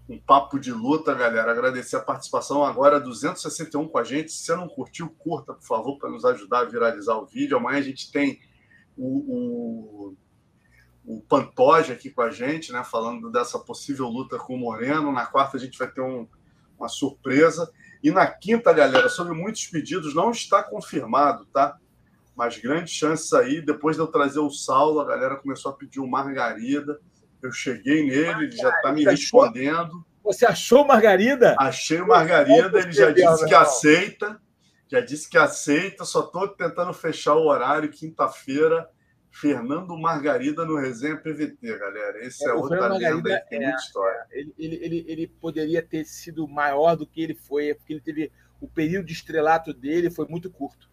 um papo de luta, galera. Agradecer a participação agora, duzentos e sessenta e um com a gente. Se você não curtiu, curta, por favor, para nos ajudar a viralizar o vídeo. Amanhã a gente tem o, o, o Pantoja aqui com a gente, né, falando dessa possível luta com o Moreno. Na quarta a gente vai ter um, uma surpresa. E na quinta, galera, sobre muitos pedidos, não está confirmado, tá? Mas grandes chances aí. Depois de eu trazer o Saulo, a galera começou a pedir o Margarida. Eu cheguei nele, ele já está me respondendo. Você achou Margarida? Achei o Margarida, ele já disse que aceita. Já disse que aceita, só estou tentando fechar o horário. Quinta-feira, Fernando Margarida no Resenha P V T, galera. Esse é, é outra lenda aí, tem é, muita história. É, ele, ele, ele, ele poderia ter sido maior do que ele foi, porque ele teve o período de estrelato dele foi muito curto.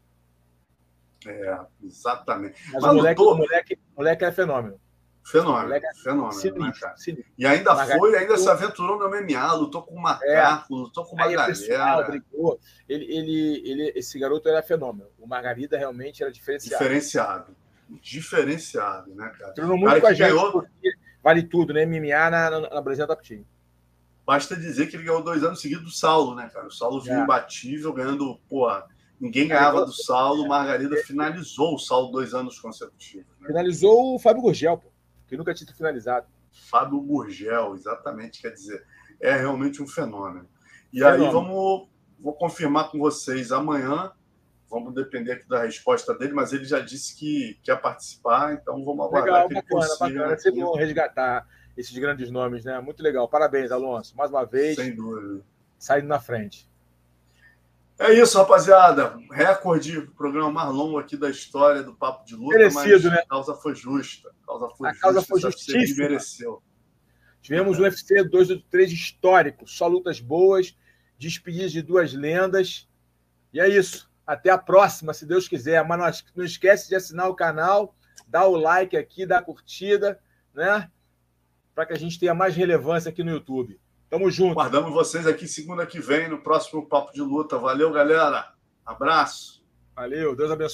É, exatamente. Mas, Mas o, moleque, tô... o, moleque, o moleque é fenômeno. Fenômeno, é fenômeno, sinistro, né, cara? Sinistro. E ainda Margarida, foi, ainda se aventurou no M M A, lutou com o Macaco, é, lutou com uma galera. Pessoal, brigou. Ele, ele, ele, esse garoto era fenômeno. O Margarida realmente era diferenciado. Diferenciado. Diferenciado, né, cara? Treinou muito cara com a gente, ganhou... porque vale tudo, né? M M A na, na, na Brasil Top Team. Basta dizer que ele ganhou dois anos seguidos do Saulo, né, cara? O Saulo vinha é. imbatível, ganhando, pô, ninguém ganhava do Saulo. O Margarida finalizou o Saulo dois anos consecutivos. Né? Finalizou o Fábio Gurgel, pô. Que nunca tinha finalizado. Fábio Gurgel, exatamente, quer dizer, é realmente um fenômeno. E fenômeno. Aí vamos, vou confirmar com vocês amanhã, vamos depender aqui da resposta dele, mas ele já disse que quer participar, então vamos aguardar legal, que ele bacana, consiga. Bacana, é sempre bom resgatar esses grandes nomes, né? Muito legal. Parabéns, Alonso, mais uma vez. Sem dúvida. Saindo na frente. É isso, rapaziada. Recorde, o programa mais longo aqui da história do Papo de Luta, merecido, mas né? a causa foi justa. A causa foi a justa, causa foi justíssima. Mereceu. Tivemos o U F C dois do três histórico, só lutas boas, despedidas de duas lendas. E é isso. Até a próxima, se Deus quiser. Mas não esquece de assinar o canal, dar o like aqui, dar a curtida, né? Para que a gente tenha mais relevância aqui no YouTube. Tamo junto. Guardamos vocês aqui segunda que vem, no próximo Papo de Luta. Valeu, galera. Abraço. Valeu. Deus abençoe.